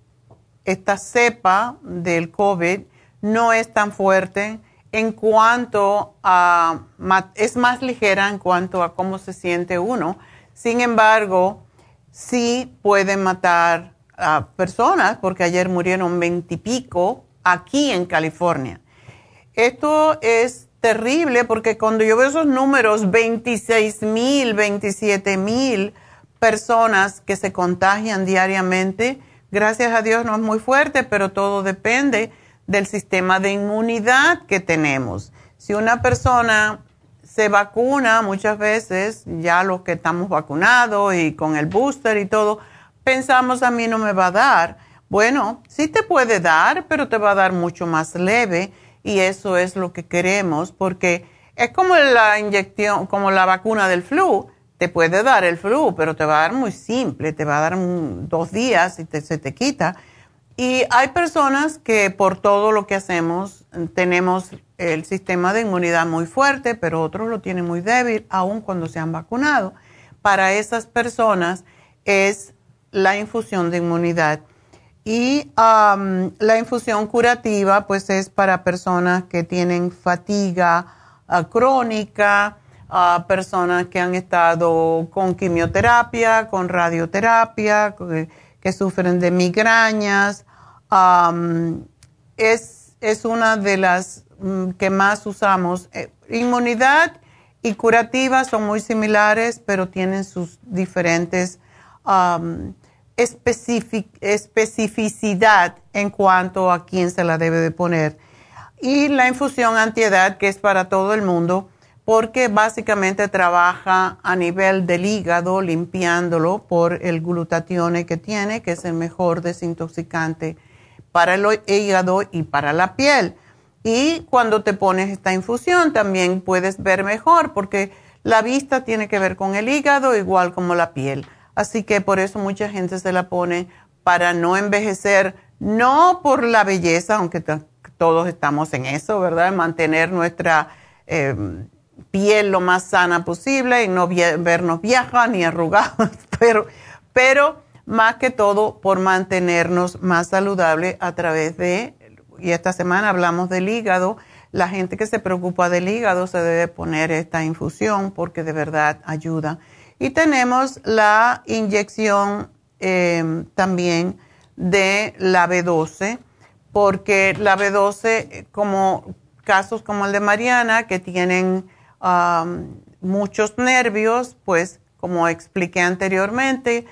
cepa del COVID no es tan fuerte en cuanto a, es más ligera en cuanto a cómo se siente uno. Sin embargo, sí puede matar a personas, porque ayer murieron 20 y pico aquí en California. Esto es terrible porque cuando yo veo esos números, 26,000, 27,000 personas que se contagian diariamente, gracias a Dios no es muy fuerte, pero todo depende del sistema de inmunidad que tenemos. Si una persona se vacuna, muchas veces, ya los que estamos vacunados y con el booster y todo, pensamos a mí no me va a dar. Bueno, sí te puede dar, pero te va a dar mucho más leve y eso es lo que queremos porque es como la inyección, como la vacuna del flu. Te puede dar el flu, pero te va a dar muy simple, te va a dar 2 días y se te quita. Y hay personas que por todo lo que hacemos tenemos el sistema de inmunidad muy fuerte, pero otros lo tienen muy débil, aun cuando se han vacunado. Para esas personas es la infusión de inmunidad. Y la infusión curativa, pues es para personas que tienen fatiga crónica, personas que han estado con quimioterapia, con radioterapia, que sufren de migrañas. Es una de las que más usamos. Inmunidad y curativa son muy similares, pero tienen sus diferentes especificidad en cuanto a quién se la debe de poner. Y la infusión antiedad, que es para todo el mundo, porque básicamente trabaja a nivel del hígado, limpiándolo por el glutatión que tiene, que es el mejor desintoxicante para el hígado y para la piel. Y cuando te pones esta infusión también puedes ver mejor, porque la vista tiene que ver con el hígado, igual como la piel. Así que por eso mucha gente se la pone para no envejecer, no por la belleza, aunque todos estamos en eso, ¿verdad? Mantener nuestra piel lo más sana posible y no vernos viejas ni arrugadas, pero más que todo por mantenernos más saludables a través de, y esta semana hablamos del hígado. La gente que se preocupa del hígado se debe poner esta infusión porque de verdad ayuda. Y tenemos la inyección también de la B12, porque la B12, como casos como el de Mariana, que tienen muchos nervios, pues como expliqué anteriormente,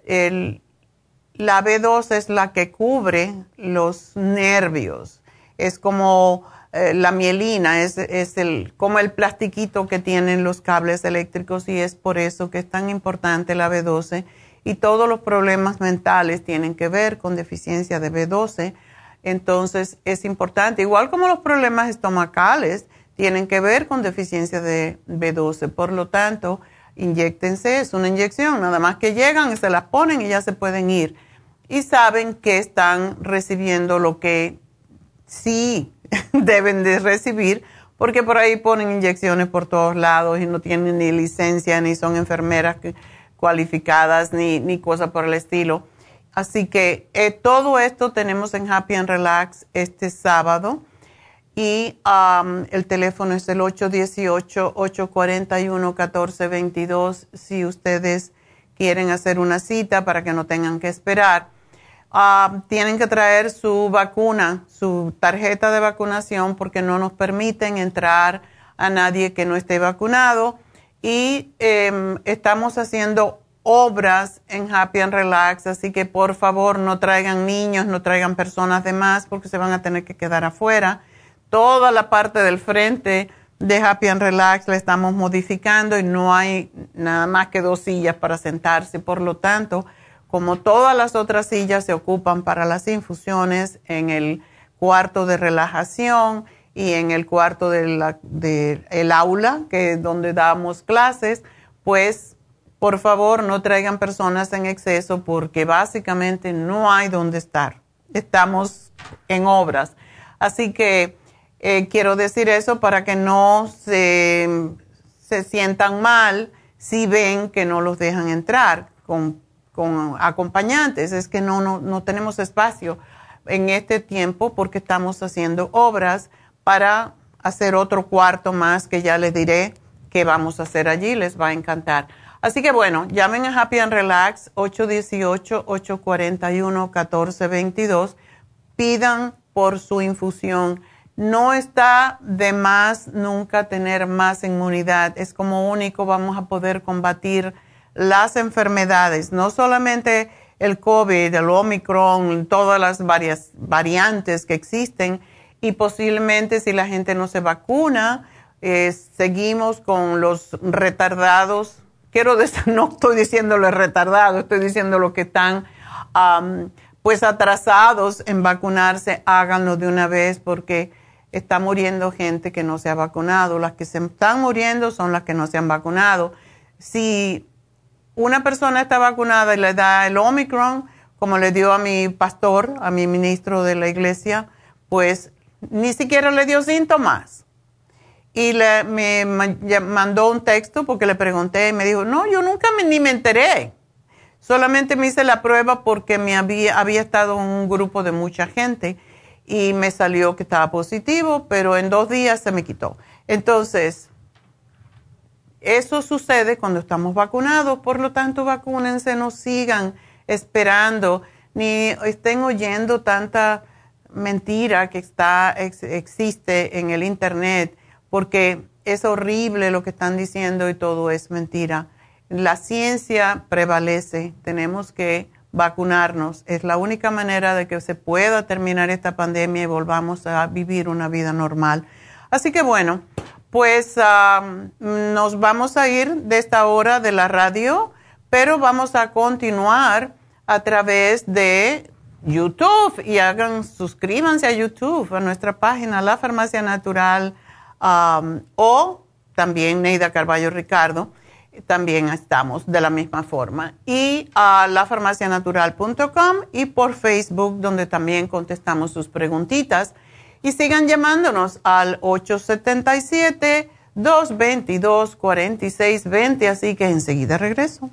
la B12 es la que cubre los nervios. Es como la mielina, es como el plastiquito que tienen los cables eléctricos, y es por eso que es tan importante la B12. Y todos los problemas mentales tienen que ver con deficiencia de B12. Entonces es importante, igual como los problemas estomacales tienen que ver con deficiencia de B12. Por lo tanto, inyéctense, es una inyección, nada más que llegan y se las ponen y ya se pueden ir. Y saben que están recibiendo lo que sí deben de recibir, porque por ahí ponen inyecciones por todos lados y no tienen ni licencia, ni son enfermeras cualificadas, ni cosa por el estilo. Así que todo esto tenemos en Happy and Relax este sábado. Y el teléfono es el 818-841-1422 si ustedes quieren hacer una cita para que no tengan que esperar. Tienen que traer su vacuna, su tarjeta de vacunación, porque no nos permiten entrar a nadie que no esté vacunado. Y estamos haciendo obras en Happy and Relax, así que por favor no traigan niños, no traigan personas de más, porque se van a tener que quedar afuera. Toda la parte del frente de Happy and Relax la estamos modificando y no hay nada más que 2 sillas para sentarse. Por lo tanto, como todas las otras sillas se ocupan para las infusiones en el cuarto de relajación y en el cuarto el aula, que es donde damos clases, pues por favor no traigan personas en exceso porque básicamente no hay donde estar. Estamos en obras. Así que quiero decir eso para que no se sientan mal si ven que no los dejan entrar con acompañantes. Es que no tenemos espacio en este tiempo porque estamos haciendo obras para hacer otro cuarto más que ya les diré que vamos a hacer allí. Les va a encantar. Así que bueno, llamen a Happy and Relax 818-841-1422. Pidan por su infusión. No está de más nunca tener más inmunidad. Es como único vamos a poder combatir las enfermedades, no solamente el COVID, el Omicron, todas las varias variantes que existen, y posiblemente si la gente no se vacuna, seguimos con los retardados. No estoy diciéndolo retardado, estoy diciendo lo que están pues atrasados en vacunarse. Háganlo de una vez porque está muriendo gente que no se ha vacunado. Las que se están muriendo son las que no se han vacunado. Si una persona está vacunada y le da el Omicron, como le dio a mi pastor, a mi ministro de la iglesia, pues ni siquiera le dio síntomas. Y me mandó un texto porque le pregunté y me dijo, no, yo nunca ni me enteré. Solamente me hice la prueba porque había estado en un grupo de mucha gente y me salió que estaba positivo, pero en 2 días se me quitó. Entonces, eso sucede cuando estamos vacunados. Por lo tanto, vacúnense, no sigan esperando, ni estén oyendo tanta mentira que existe en el Internet, porque es horrible lo que están diciendo y todo es mentira. La ciencia prevalece, tenemos que vacunarnos. Es la única manera de que se pueda terminar esta pandemia y volvamos a vivir una vida normal. Así que bueno, pues nos vamos a ir de esta hora de la radio, pero vamos a continuar a través de YouTube y suscríbanse a YouTube, a nuestra página La Farmacia Natural o también Neida Carballo Ricardo. también estamos de la misma forma. Y a lafarmacianatural.com y por Facebook, donde también contestamos sus preguntitas. Y sigan llamándonos al 877-222-4620, así que enseguida regreso.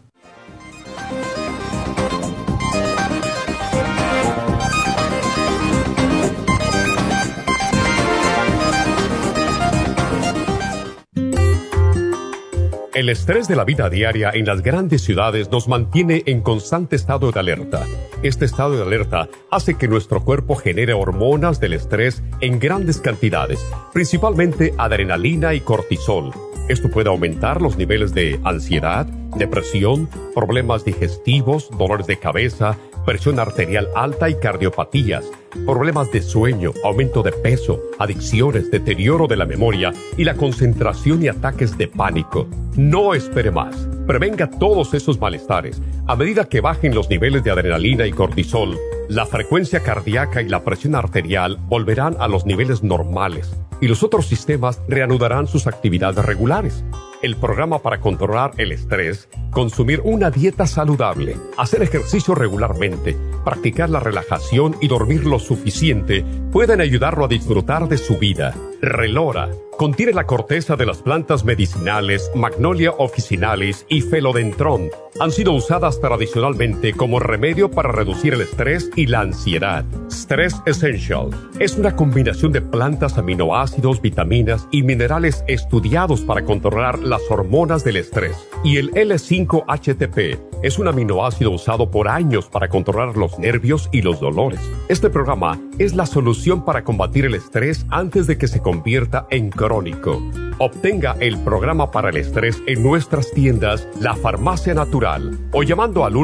El estrés de la vida diaria en las grandes ciudades nos mantiene en constante estado de alerta. Este estado de alerta hace que nuestro cuerpo genere hormonas del estrés en grandes cantidades, principalmente adrenalina y cortisol. Esto puede aumentar los niveles de ansiedad, depresión, problemas digestivos, dolores de cabeza, presión arterial alta y cardiopatías, problemas de sueño, aumento de peso, adicciones, deterioro de la memoria y la concentración y ataques de pánico. No espere más. Prevenga todos esos malestares. A medida que bajen los niveles de adrenalina y cortisol, la frecuencia cardíaca y la presión arterial volverán a los niveles normales y los otros sistemas reanudarán sus actividades regulares. El programa para controlar el estrés, consumir una dieta saludable, hacer ejercicio regularmente, practicar la relajación y dormir lo suficiente pueden ayudarlo a disfrutar de su vida. Relora contiene la corteza de las plantas medicinales Magnolia officinalis y Philodendron. Han sido usadas tradicionalmente como remedio para reducir el estrés y la ansiedad. Stress Essential es una combinación de plantas, aminoácidos, vitaminas y minerales estudiados para controlar las hormonas del estrés. Y el L5-HTP es un aminoácido usado por años para controlar los nervios y los dolores. Este programa es la solución para combatir el estrés antes de que se convierta en crónico. Obtenga el programa para el estrés en nuestras tiendas La Farmacia Natural o llamando al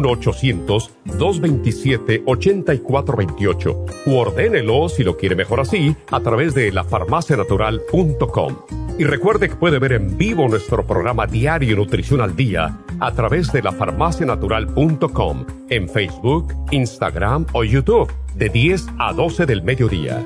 1-800-227-8428 u ordénelo, si lo quiere mejor así, a través de lafarmacianatural.com. Y recuerde que puede ver en vivo nuestro programa diario Nutrición al Día a través de lafarmacianatural.com en Facebook, Instagram o YouTube de 10 a 12 del mediodía.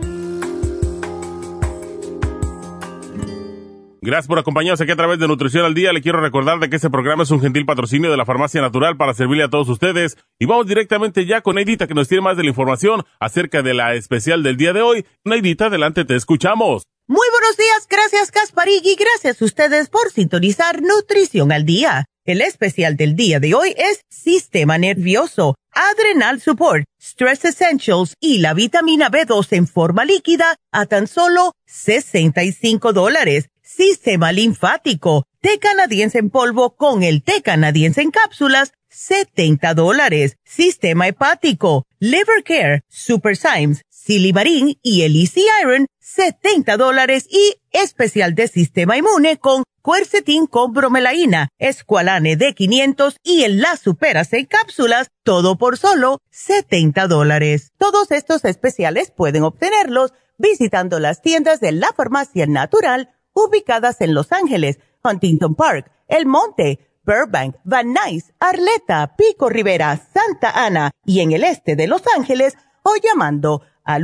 Gracias por acompañarnos aquí a través de Nutrición al Día. Le quiero recordar de que este programa es un gentil patrocinio de la Farmacia Natural para servirle a todos ustedes. Y vamos directamente ya con Neidita, que nos tiene más de la información acerca de la especial del día de hoy. Neidita, adelante, te escuchamos. Muy buenos días, gracias Gasparín y gracias a ustedes por sintonizar Nutrición al Día. El especial del día de hoy es Sistema Nervioso, Adrenal Support, Stress Essentials y la vitamina B2 en forma líquida a tan solo $65. Sistema Linfático, té canadiense en polvo con el té canadiense en cápsulas, $70. Sistema Hepático, Liver Care, Super Symes, Silimarín y el Easy Iron, $70. Y especial de Sistema Inmune con Quercetin con bromelaína, Esqualane D500 y el La Superase en cápsulas, todo por solo $70. Todos estos especiales pueden obtenerlos visitando las tiendas de la Farmacia Natural ubicadas en Los Ángeles, Huntington Park, El Monte, Burbank, Van Nuys, Arleta, Pico Rivera, Santa Ana y en el este de Los Ángeles o llamando al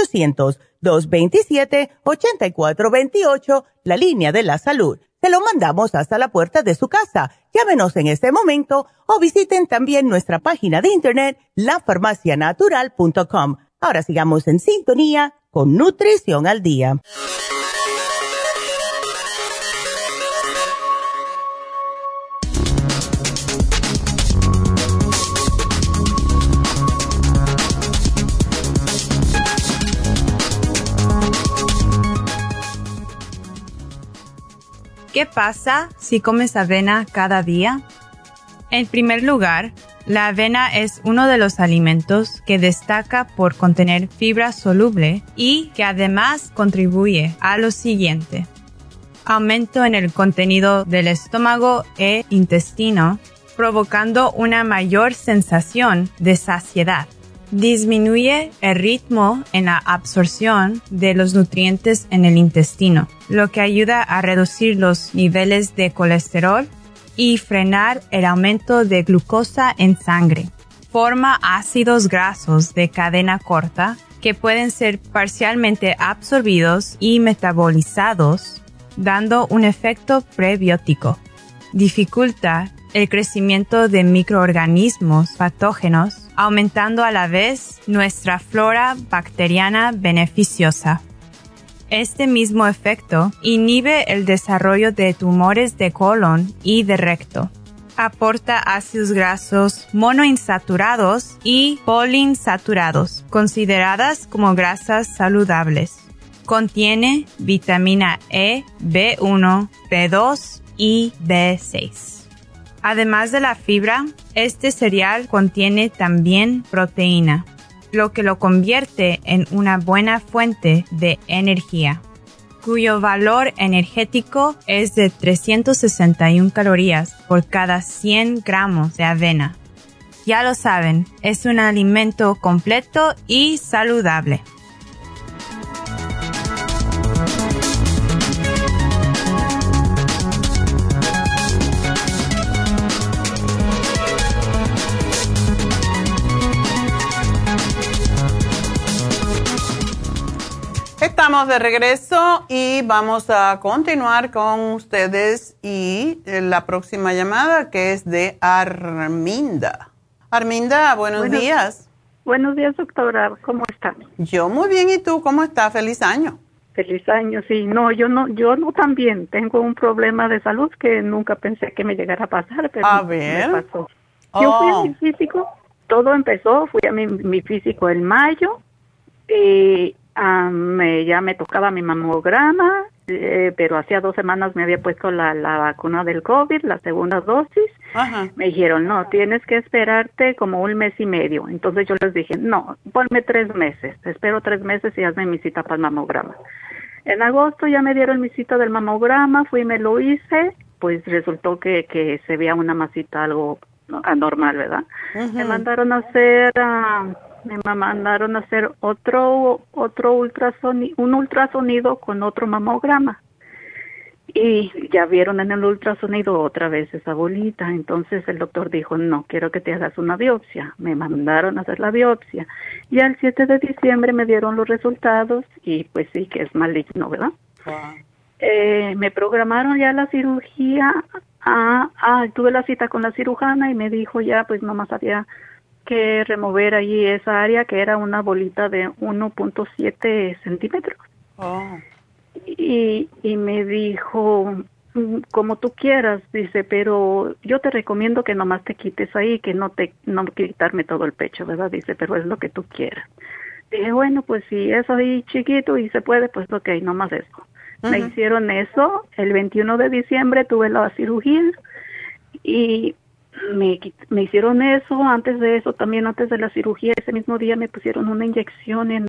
1-800-227-8428, la línea de la salud. Se lo mandamos hasta la puerta de su casa. Llámenos en este momento o visiten también nuestra página de internet, lafarmacianatural.com. Ahora sigamos en sintonía con Nutrición al Día. ¿Qué pasa si comes avena cada día? En primer lugar, la avena es uno de los alimentos que destaca por contener fibra soluble y que además contribuye a lo siguiente: aumento en el contenido del estómago e intestino, provocando una mayor sensación de saciedad. Disminuye el ritmo en la absorción de los nutrientes en el intestino, lo que ayuda a reducir los niveles de colesterol y frenar el aumento de glucosa en sangre. Forma ácidos grasos de cadena corta que pueden ser parcialmente absorbidos y metabolizados, dando un efecto prebiótico. dificulta el crecimiento de microorganismos patógenos, aumentando a la vez nuestra flora bacteriana beneficiosa. Este mismo efecto inhibe el desarrollo de tumores de colon y de recto. Aporta ácidos grasos monoinsaturados y poliinsaturados, consideradas como grasas saludables. Contiene vitamina E, B1, B2 y B6. Además de la fibra, este cereal contiene también proteína, lo que lo convierte en una buena fuente de energía, cuyo valor energético es de 361 calorías por cada 100 gramos de avena. Ya lo saben, es un alimento completo y saludable. Estamos de regreso y vamos a continuar con ustedes y la próxima llamada que es de Arminda. Arminda, buenos días. Buenos días, doctora. ¿Cómo está? Yo muy bien, ¿y tú cómo estás? Feliz año. Feliz año, sí. No, yo no también. Tengo un problema de salud que nunca pensé que me llegara a pasar, pero a ver. me pasó. Yo fui a mi físico, todo empezó, fui a mi físico en mayo y ya me tocaba mi mamograma, pero hacía 2 semanas me había puesto la vacuna del COVID, la segunda dosis. Ajá. Me dijeron, no, tienes que esperarte como 1 mes y medio. Entonces yo les dije, no, ponme 3 meses, espero 3 meses y hazme mi cita para el mamograma. En agosto ya me dieron mi cita del mamograma, fui y me lo hice, pues resultó que se veía una masita algo anormal, ¿verdad? Uh-huh. Me mandaron a hacer un ultrasonido con otro mamograma. Y ya vieron en el ultrasonido otra vez esa bolita. Entonces el doctor dijo, no, quiero que te hagas una biopsia. Me mandaron a hacer la biopsia. Y el 7 de diciembre me dieron los resultados y pues sí que es maligno, ¿verdad? Wow. Me programaron ya la cirugía. Tuve la cita con la cirujana y me dijo ya pues nomás había que remover allí esa área que era una bolita de 1.7 centímetros. Oh. Y me dijo, como tú quieras, dice, pero yo te recomiendo que nomás te quites ahí, que no quitarme todo el pecho, ¿verdad? Dice, pero es lo que tú quieras. Dije, bueno, pues si es ahí chiquito y se puede, pues ok, nomás eso. Uh-huh. Me hicieron eso, el 21 de diciembre tuve la cirugía y me hicieron eso. Antes de eso, también antes de la cirugía, ese mismo día me pusieron una inyección en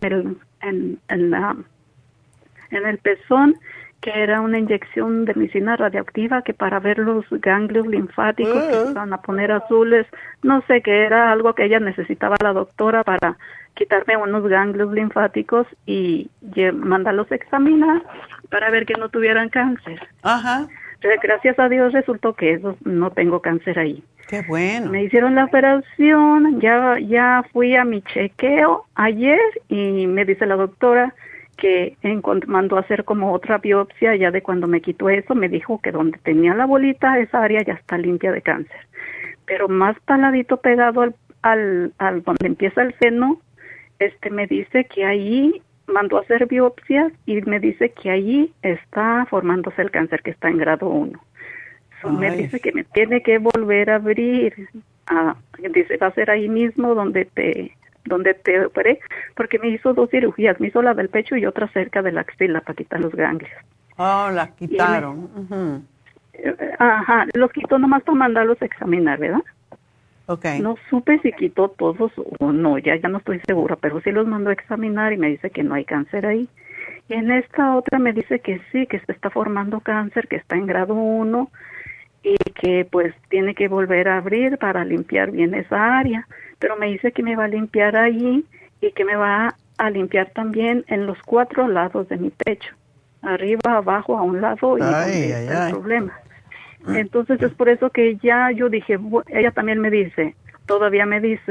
el pezón, que era una inyección de medicina radioactiva que para ver los ganglios linfáticos que se van a poner azules, no sé, que era algo que ella necesitaba la doctora para quitarme unos ganglios linfáticos y mandarlos a examinar para ver que no tuvieran cáncer. Ajá. Gracias a Dios resultó que no tengo cáncer ahí. Qué bueno. Me hicieron la operación, ya fui a mi chequeo ayer y me dice la doctora que mandó a hacer como otra biopsia ya de cuando me quitó eso. Me dijo que donde tenía la bolita, esa área ya está limpia de cáncer. Pero más paladito pegado al donde empieza el seno, me dice que ahí mandó a hacer biopsias y me dice que allí está formándose el cáncer que está en grado 1. Me dice que me tiene que volver a abrir. Dice, va a ser ahí mismo donde te operé, porque me hizo 2 cirugías. Me hizo la del pecho y otra cerca de la axila para quitar los ganglios. Oh, las quitaron. Uh-huh. Ajá, los quitó nomás para mandarlos a examinar, ¿verdad? Okay. No supe si quitó todos o no, ya no estoy segura, pero sí los mandó a examinar y me dice que no hay cáncer ahí. Y en esta otra me dice que sí, que se está formando cáncer, que está en grado 1 y que pues tiene que volver a abrir para limpiar bien esa área. Pero me dice que me va a limpiar allí y que me va a limpiar también en los 4 lados de mi pecho, arriba, abajo, a un lado y donde está el problema. Entonces es por eso que ya yo dije, ella también me dice, todavía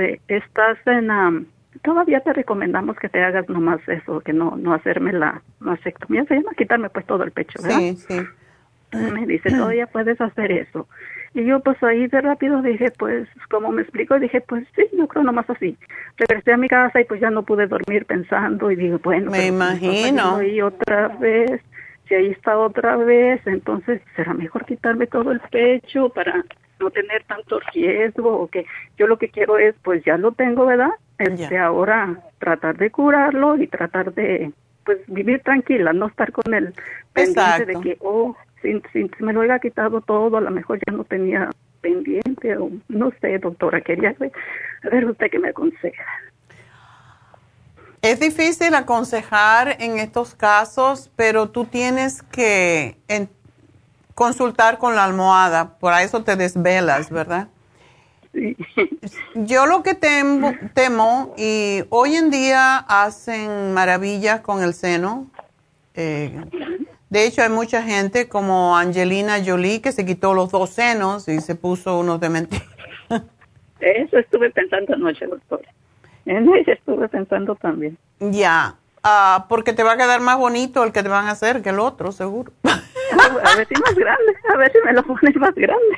te recomendamos que te hagas nomás eso, que no hacerme la mastectomía, se llama quitarme pues todo el pecho, ¿verdad? Sí, sí. Me dice, todavía puedes hacer eso. Y yo pues ahí de rápido dije, pues, como me explico, dije, pues sí, yo creo nomás así. Regresé a mi casa y pues ya no pude dormir pensando y dije, bueno, me imagino. Ahí otra vez, si ahí está otra vez, entonces será mejor quitarme todo el pecho para no tener tanto riesgo, o que yo lo que quiero es, pues ya lo tengo, ¿verdad? Ahora tratar de curarlo y tratar de, pues, vivir tranquila, no estar con el pendiente de que, si me lo hubiera quitado todo, a lo mejor ya no tenía pendiente, o no sé, doctora, quería ver usted qué me aconseja. Es difícil aconsejar en estos casos, pero tú tienes que consultar con la almohada, por eso te desvelas, ¿verdad? Sí. Yo lo que temo, y hoy en día hacen maravillas con el seno. De hecho, hay mucha gente como Angelina Jolie que se quitó los 2 senos y se puso unos de mentira. Eso estuve pensando anoche, doctora. Eso estuve pensando también. Ya, porque te va a quedar más bonito el que te van a hacer que el otro, seguro. A ver si más grande, a ver si me lo pones más grande.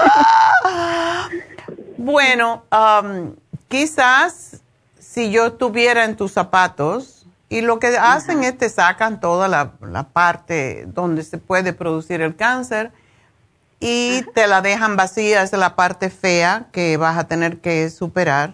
Bueno, quizás si yo estuviera en tus zapatos, y lo que hacen es te sacan toda la parte donde se puede producir el cáncer y te la dejan vacía, esa es la parte fea que vas a tener que superar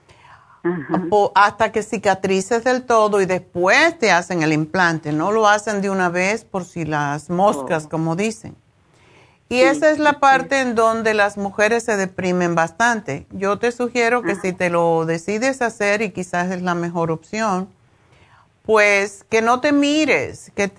hasta que cicatrices del todo y después te hacen el implante. No lo hacen de una vez por si las moscas, como dicen. Y esa es la parte en donde las mujeres se deprimen bastante. Yo te sugiero que si te lo decides hacer, y quizás es la mejor opción, pues que no te mires, que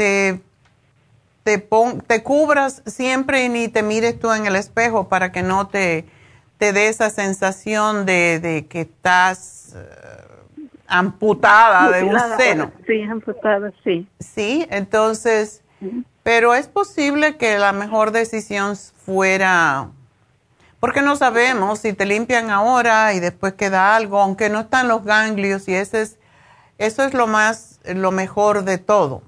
te cubras siempre y ni te mires tú en el espejo para que no te dé esa sensación de que estás amputada de un seno. Sí, amputada, sí. Sí, entonces, pero es posible que la mejor decisión fuera, porque no sabemos si te limpian ahora y después queda algo, aunque no están los ganglios, y eso es lo mejor de todo.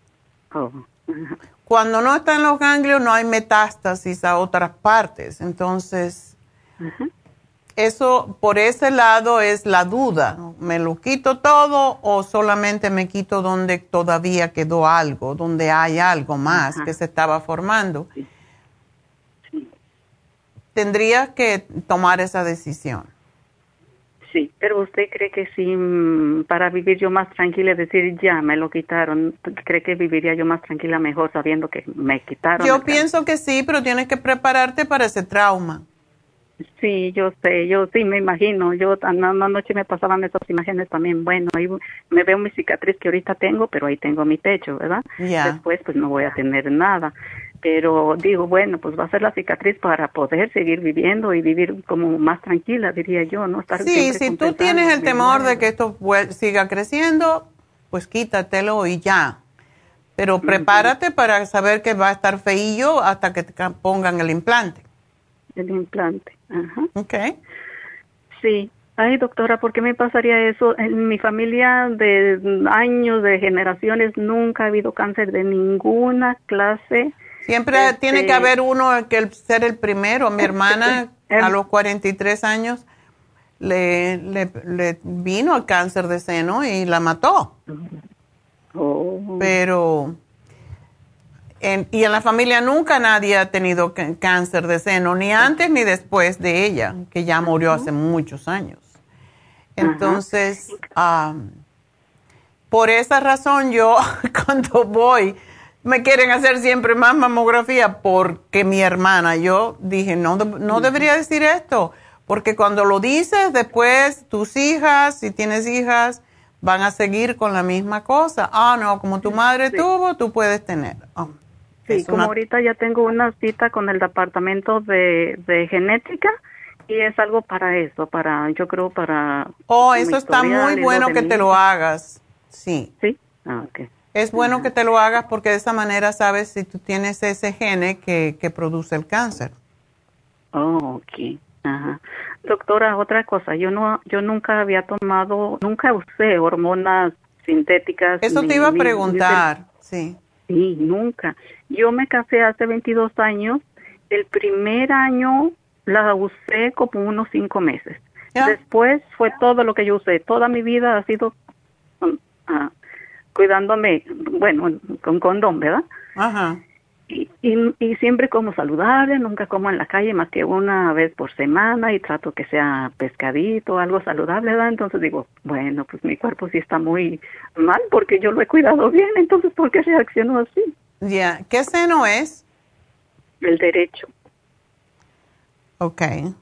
Cuando no están los ganglios no hay metástasis a otras partes, entonces eso por ese lado es la duda. ¿Me lo quito todo o solamente me quito donde todavía quedó algo, donde hay algo más que se estaba formando? Tendrías que tomar esa decisión. Sí, pero ¿usted cree que sí, para vivir yo más tranquila, es decir, ya me lo quitaron, cree que viviría yo más tranquila mejor sabiendo que me quitaron? Yo pienso que sí, pero tienes que prepararte para ese trauma. Sí, yo sé, yo sí me imagino, yo anoche me pasaban esas imágenes también, bueno, ahí me veo mi cicatriz que ahorita tengo, pero ahí tengo mi pecho, ¿verdad? Después pues no voy a tener nada, pero digo, bueno, pues va a ser la cicatriz para poder seguir viviendo y vivir como más tranquila, diría yo, ¿no? Estar sí, si tú tienes el temor de que esto siga creciendo, pues quítatelo y ya. Pero prepárate para saber que va a estar feillo hasta que te pongan el implante. El implante, Okay. Sí. Ay, doctora, ¿por qué me pasaría eso? En mi familia de años, de generaciones, nunca ha habido cáncer de ninguna clase. Siempre tiene que haber uno que ser el primero. Mi hermana a los 43 años le vino el cáncer de seno y la mató. Pero y en la familia nunca nadie ha tenido cáncer de seno, ni antes ni después de ella, que ya murió hace muchos años. Entonces, por esa razón yo cuando voy, me quieren hacer siempre más mamografía porque mi hermana, yo dije, no debería decir esto, porque cuando lo dices, después tus hijas, si tienes hijas, van a seguir con la misma cosa. No, como tu madre tuvo, tú puedes tener. Sí, como ahorita ya tengo una cita con el departamento de genética y es algo para eso, yo creo para... eso está muy bueno que te lo hagas, sí. ¿Sí? Okay. Es bueno que te lo hagas porque de esa manera sabes si tú tienes ese gene que produce el cáncer. Ok. Doctora, otra cosa, yo nunca había nunca usé hormonas sintéticas. Eso te iba a preguntar, sí. Sí, nunca. Yo me casé hace 22 años. El primer año la usé como unos 5 meses. ¿Ya? Después fue todo lo que yo usé. Toda mi vida ha sido cuidándome, bueno, con condón, ¿verdad? Ajá. Y siempre como saludable, nunca como en la calle más que una vez por semana y trato que sea pescadito, algo saludable, ¿verdad? Entonces digo, bueno, pues mi cuerpo sí está muy mal porque yo lo he cuidado bien, entonces ¿por qué reaccionó así? Ya, ¿qué seno es? El derecho. Okay.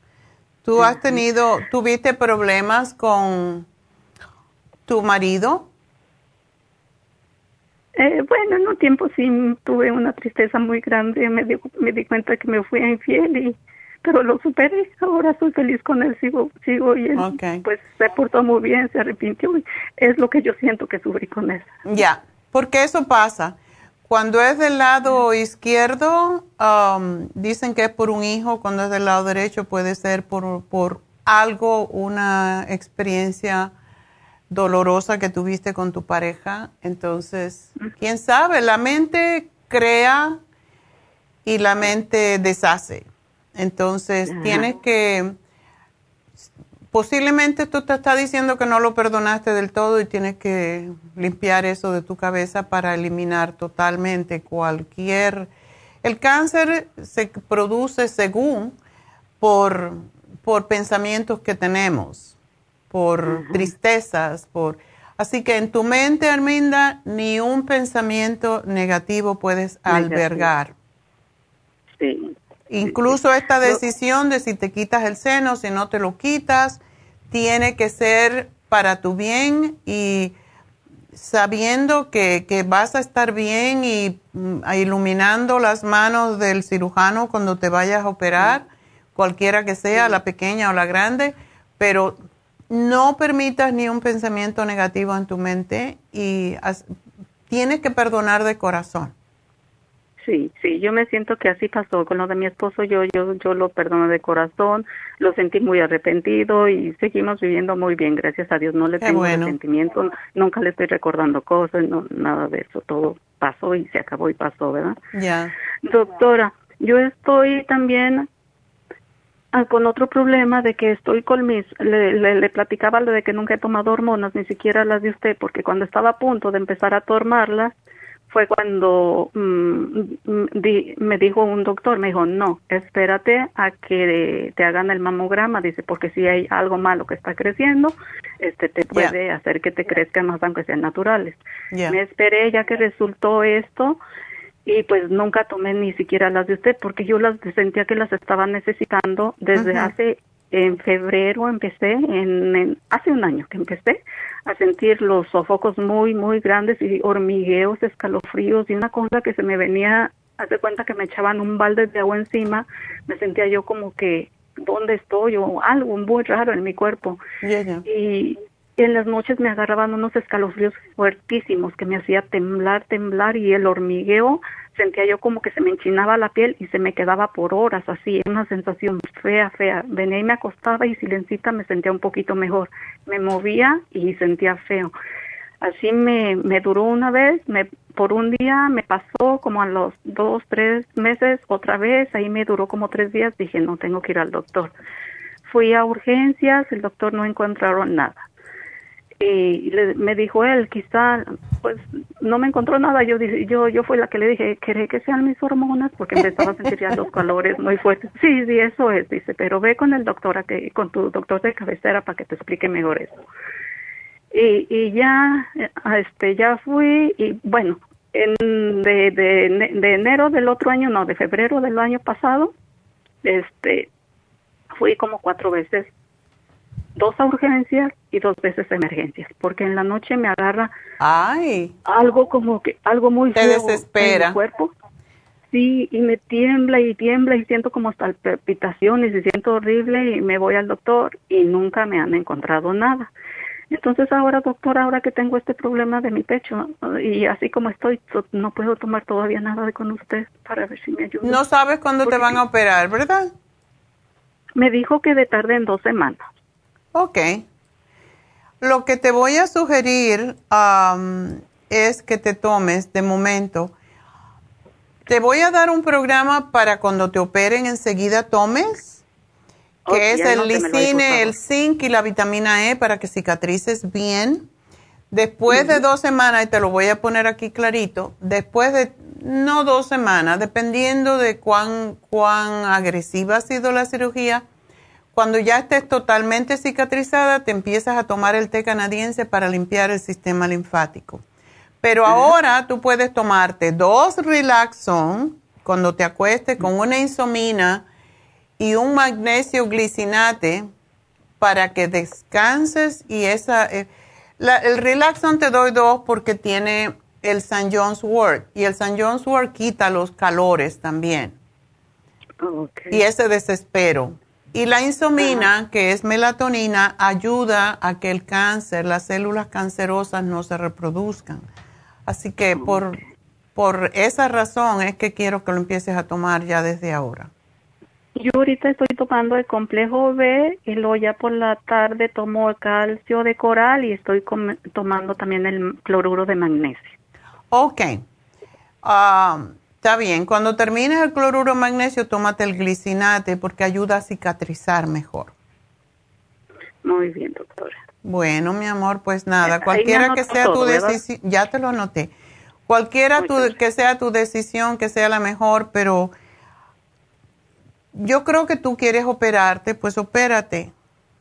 ¿Tuviste problemas con tu marido? Bueno, en un tiempo sí tuve una tristeza muy grande, me di cuenta que me fui infiel, pero lo superé, ahora soy feliz con él, sigo y él pues se portó muy bien, se arrepintió, y es lo que yo siento que sufrí con él. Ya, porque eso pasa. Cuando es del lado izquierdo, dicen que es por un hijo, cuando es del lado derecho puede ser por algo, una experiencia dolorosa que tuviste con tu pareja. Entonces, quién sabe, la mente crea y la mente deshace. Entonces, tienes que, posiblemente tú te estás diciendo que no lo perdonaste del todo y tienes que limpiar eso de tu cabeza para eliminar totalmente el cáncer se produce según por pensamientos que tenemos, por tristezas, así que en tu mente, Arminda, ni un pensamiento negativo puedes albergar. Sí. Incluso esta decisión de si te quitas el seno, si no te lo quitas, tiene que ser para tu bien y sabiendo que vas a estar bien y iluminando las manos del cirujano cuando te vayas a operar, cualquiera que sea, la pequeña o la grande, pero no permitas ni un pensamiento negativo en tu mente y tienes que perdonar de corazón. Sí, yo me siento que así pasó con lo de mi esposo, yo lo perdono de corazón, lo sentí muy arrepentido y seguimos viviendo muy bien, gracias a Dios, no le tengo resentimiento, nunca le estoy recordando cosas, no, nada de eso, todo pasó y se acabó y pasó, ¿verdad? Ya. Doctora, yo estoy también con otro problema de que estoy con le platicaba lo de que nunca he tomado hormonas, ni siquiera las de usted, porque cuando estaba a punto de empezar a tomarlas, fue cuando me dijo un doctor, me dijo, no, espérate a que te hagan el mamograma, dice, porque si hay algo malo que está creciendo, te puede hacer que te crezcan más aunque sean naturales. Me esperé ya que resultó esto, y pues nunca tomé ni siquiera las de usted, porque yo las sentía que las estaba necesitando desde en febrero empecé, hace un año que empecé a sentir los sofocos muy, muy grandes y hormigueos, escalofríos y una cosa que se me venía, hace cuenta que me echaban un balde de agua encima, me sentía yo como que, ¿dónde estoy? O algo muy raro en mi cuerpo. Y en las noches me agarraban unos escalofríos fuertísimos que me hacía temblar y el hormigueo, sentía yo como que se me enchinaba la piel y se me quedaba por horas así, una sensación fea. Venía y me acostaba y silencita me sentía un poquito mejor. Me movía y sentía feo. Así me duró una vez, por un día me pasó como a los 2, 3 meses otra vez, ahí me duró como 3 días, dije no, tengo que ir al doctor. Fui a urgencias, el doctor no encontraron nada. Y me dijo él, quizá, pues no me encontró nada. Yo fui la que le dije, ¿cree que sean mis hormonas? Porque empezaba a sentir ya los calores muy fuertes. Sí, eso es, dice, pero ve con el doctor, con tu doctor de cabecera para que te explique mejor eso. Y ya fui, y bueno, de enero del otro año, no, de febrero del año pasado, fui como 4 veces. 2 a urgencias y 2 veces a emergencias, porque en la noche me agarra algo muy feo. Te desespera. En mi cuerpo. Sí, y me tiembla y siento como hasta palpitaciones y siento horrible y me voy al doctor y nunca me han encontrado nada. Entonces ahora, doctor, ahora que tengo este problema de mi pecho y así como estoy, no puedo tomar todavía nada con usted para ver si me ayuda. No sabes cuándo te van a operar, ¿verdad? Me dijo que de tarde en 2 semanas. Ok. Lo que te voy a sugerir es que te tomes de momento. Te voy a dar un programa para cuando te operen enseguida tomes, que es el lisine, el zinc y la vitamina E para que cicatrices bien. Después de 2 semanas, y te lo voy a poner aquí clarito, después de, no 2 semanas, dependiendo de cuán agresiva ha sido la cirugía, cuando ya estés totalmente cicatrizada, te empiezas a tomar el té canadiense para limpiar el sistema linfático. Pero ahora tú puedes tomarte 2 Relaxon cuando te acuestes con una insomina y un magnesio glicinate para que descanses y el Relaxon te doy 2 porque tiene el St. John's Wort y el St. John's Wort quita los calores también. Y ese desespero. Y la insomina, que es melatonina, ayuda a que el cáncer, las células cancerosas no se reproduzcan. Así que por esa razón es que quiero que lo empieces a tomar ya desde ahora. Yo ahorita estoy tomando el complejo B y luego ya por la tarde tomo el calcio de coral y estoy tomando también el cloruro de magnesio. Ok. Está bien. Cuando termines el cloruro de magnesio, tómate el glicinate porque ayuda a cicatrizar mejor. Muy bien, doctora. Bueno, mi amor, pues nada, cualquiera que sea tu decisión, ya te lo anoté. Cualquiera que sea tu decisión, que sea la mejor, pero yo creo que tú quieres operarte, pues opérate.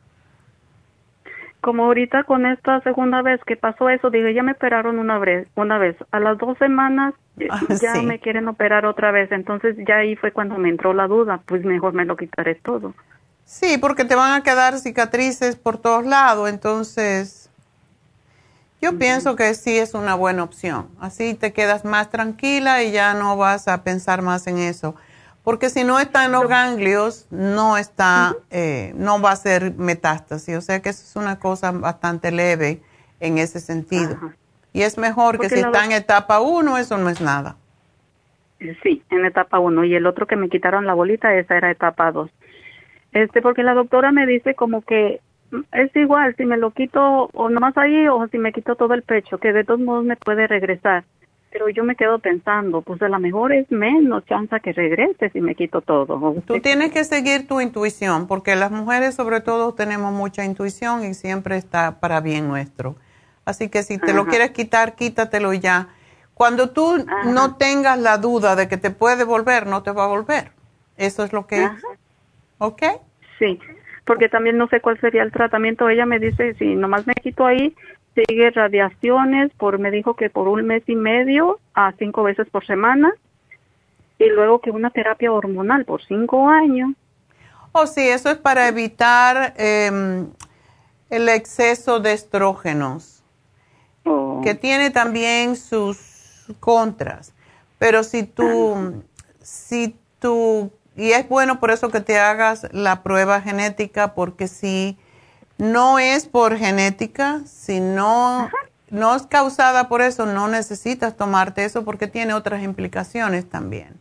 Como ahorita con esta segunda vez que pasó eso, dije, ya me operaron una vez. A las 2 semanas ya sí. Me quieren operar otra vez. Entonces ya ahí fue cuando me entró la duda, pues mejor me lo quitaré todo. Sí, porque te van a quedar cicatrices por todos lados, entonces yo pienso que sí es una buena opción. Así te quedas más tranquila y ya no vas a pensar más en eso. Porque si no está en los ganglios, no está, no va a ser metástasis. O sea que eso es una cosa bastante leve en ese sentido. Y es mejor porque si está en etapa 1, eso no es nada. Sí, en etapa 1. Y el otro que me quitaron la bolita, esa era etapa 2. Porque la doctora me dice como que es igual si me lo quito o nomás ahí o si me quito todo el pecho, que de todos modos me puede regresar. Pero yo me quedo pensando, pues a lo mejor es menos chance que regrese si me quito todo. Tú tienes que seguir tu intuición, porque las mujeres sobre todo tenemos mucha intuición y siempre está para bien nuestro. Así que si te lo quieres quitar, quítatelo ya. Cuando tú no tengas la duda de que te puede volver, no te va a volver. Eso es lo que es. ¿Ok? Sí, porque también no sé cuál sería el tratamiento. Ella me dice, si nomás me quito ahí, sigue radiaciones, me dijo que por 1 mes y medio a 5 veces por semana, y luego que una terapia hormonal por 5 años. Sí, eso es para evitar el exceso de estrógenos, que tiene también sus contras. Pero si tú, y es bueno por eso que te hagas la prueba genética, porque si no es por genética, si no es causada por eso, no necesitas tomarte eso porque tiene otras implicaciones también.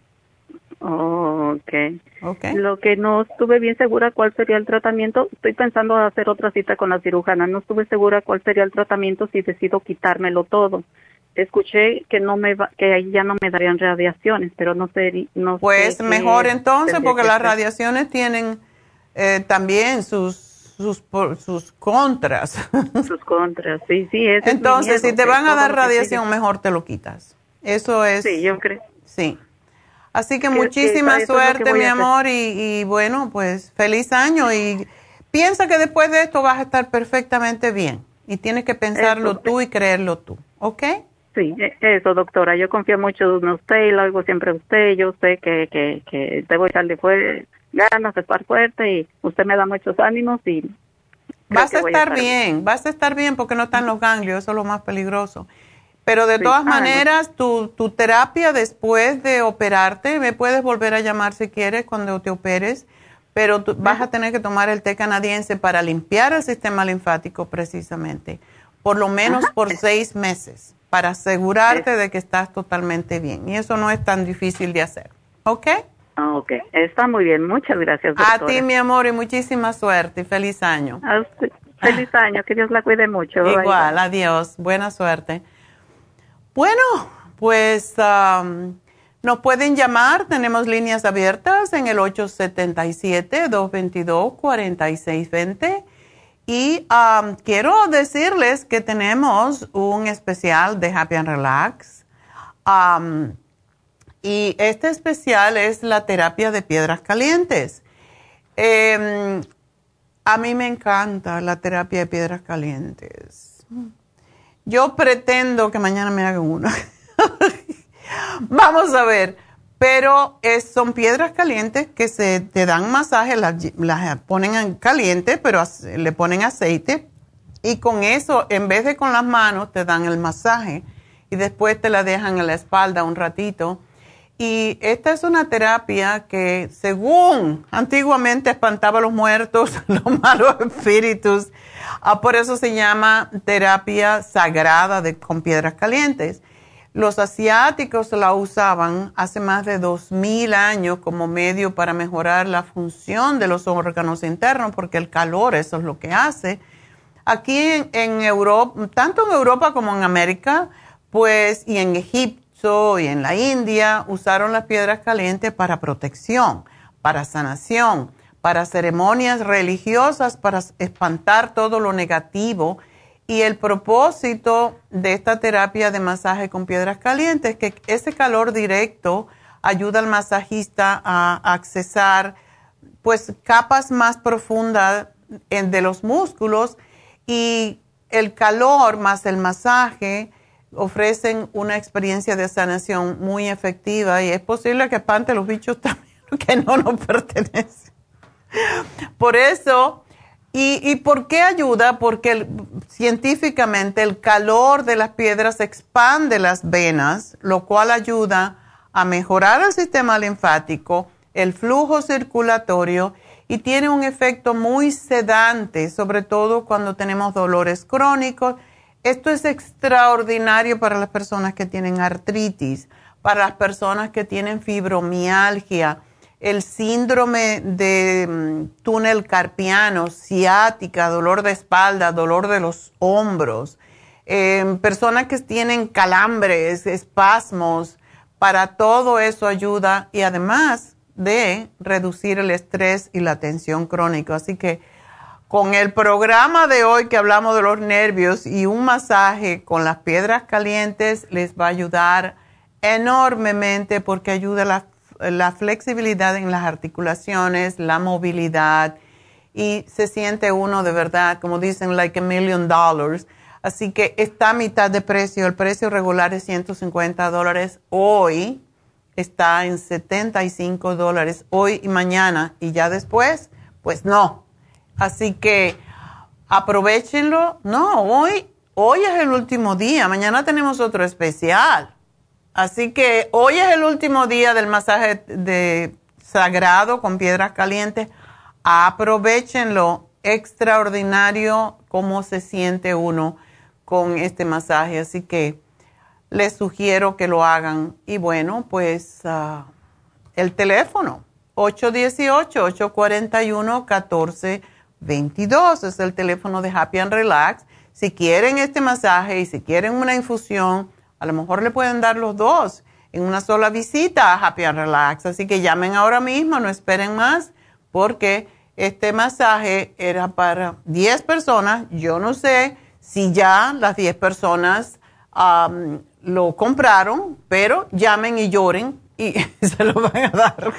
Okay. Lo que no estuve bien segura cuál sería el tratamiento, estoy pensando hacer otra cita con la cirujana, no estuve segura cuál sería el tratamiento si decido quitármelo todo. Escuché que que ahí ya no me darían radiaciones, pero no sé. Pues mejor entonces, porque las radiaciones tienen también sus contras. Sus contras, sí. Entonces, si te van a dar radiación, mejor te lo quitas. Eso es. Sí, yo creo. Sí. Así que muchísima suerte, mi amor, y bueno, pues feliz año. Y piensa que después de esto vas a estar perfectamente bien. Y tienes que pensarlo tú y creerlo tú, ¿ok? Sí, eso, doctora. Yo confío mucho en usted y lo hago siempre a usted. Yo sé que debo echarle ganas, estar fuerte y usted me da muchos ánimos y vas a estar bien porque no están los ganglios, eso es lo más peligroso. Pero de todas maneras, tu terapia después de operarte, me puedes volver a llamar si quieres cuando te operes, pero vas a tener que tomar el té canadiense para limpiar el sistema linfático precisamente, por lo menos por 6 meses, para asegurarte de que estás totalmente bien. Y eso no es tan difícil de hacer, ¿ok? Ok, está muy bien. Muchas gracias, doctora. A ti, mi amor, y muchísima suerte y feliz año. A usted. Feliz año, que Dios la cuide mucho. Igual, adiós. Buena suerte. Bueno, pues nos pueden llamar, tenemos líneas abiertas en el 877-222-4620 y quiero decirles que tenemos un especial de Happy and Relax y este especial es la terapia de piedras calientes. A mí me encanta la terapia de piedras calientes. Yo pretendo que mañana me hagan una. Vamos a ver. Pero son piedras calientes que te dan masaje, las ponen en caliente, pero le ponen aceite. Y con eso, en vez de con las manos, te dan el masaje. Y después te la dejan en la espalda un ratito. Y esta es una terapia que, según antiguamente espantaba a los muertos, los malos espíritus. Por eso se llama terapia sagrada con piedras calientes. Los asiáticos la usaban hace más de 2000 años como medio para mejorar la función de los órganos internos, porque el calor, eso es lo que hace. Aquí en Europa, tanto en Europa como en América, pues, y en Egipto, y en la India usaron las piedras calientes para protección, para sanación, para ceremonias religiosas, para espantar todo lo negativo. Y el propósito de esta terapia de masaje con piedras calientes es que ese calor directo ayuda al masajista a accesar pues capas más profundas de los músculos, y el calor más el masaje ofrecen una experiencia de sanación muy efectiva, y es posible que espante los bichos también que no nos pertenecen. Por eso, ¿y por qué ayuda? Porque científicamente el calor de las piedras expande las venas, lo cual ayuda a mejorar el sistema linfático, el flujo circulatorio, y tiene un efecto muy sedante, sobre todo cuando tenemos dolores crónicos. Esto es extraordinario para las personas que tienen artritis, para las personas que tienen fibromialgia, el síndrome de túnel carpiano, ciática, dolor de espalda, dolor de los hombros, personas que tienen calambres, espasmos. Para todo eso ayuda, y además de reducir el estrés y la tensión crónica. Así que con el programa de hoy que hablamos de los nervios y un masaje con las piedras calientes les va a ayudar enormemente, porque ayuda la flexibilidad en las articulaciones, la movilidad, y se siente uno de verdad, como dicen, like $1 million. Así que está a mitad de precio. El precio regular es $150. Hoy está en $75, hoy y mañana, y ya después, pues no. Así que aprovechenlo. No, hoy es el último día. Mañana tenemos otro especial. Así que hoy es el último día del masaje sagrado con piedras calientes. Aprovechenlo. Extraordinario cómo se siente uno con este masaje. Así que les sugiero que lo hagan. Y bueno, pues el teléfono 818-841-1422 es el teléfono de Happy and Relax. Si quieren este masaje y si quieren una infusión, a lo mejor le pueden dar los dos en una sola visita a Happy and Relax. Así que llamen ahora mismo, no esperen más, porque este masaje era para 10 personas. Yo no sé si ya las 10 personas lo compraron, pero llamen y lloren y se lo van a dar.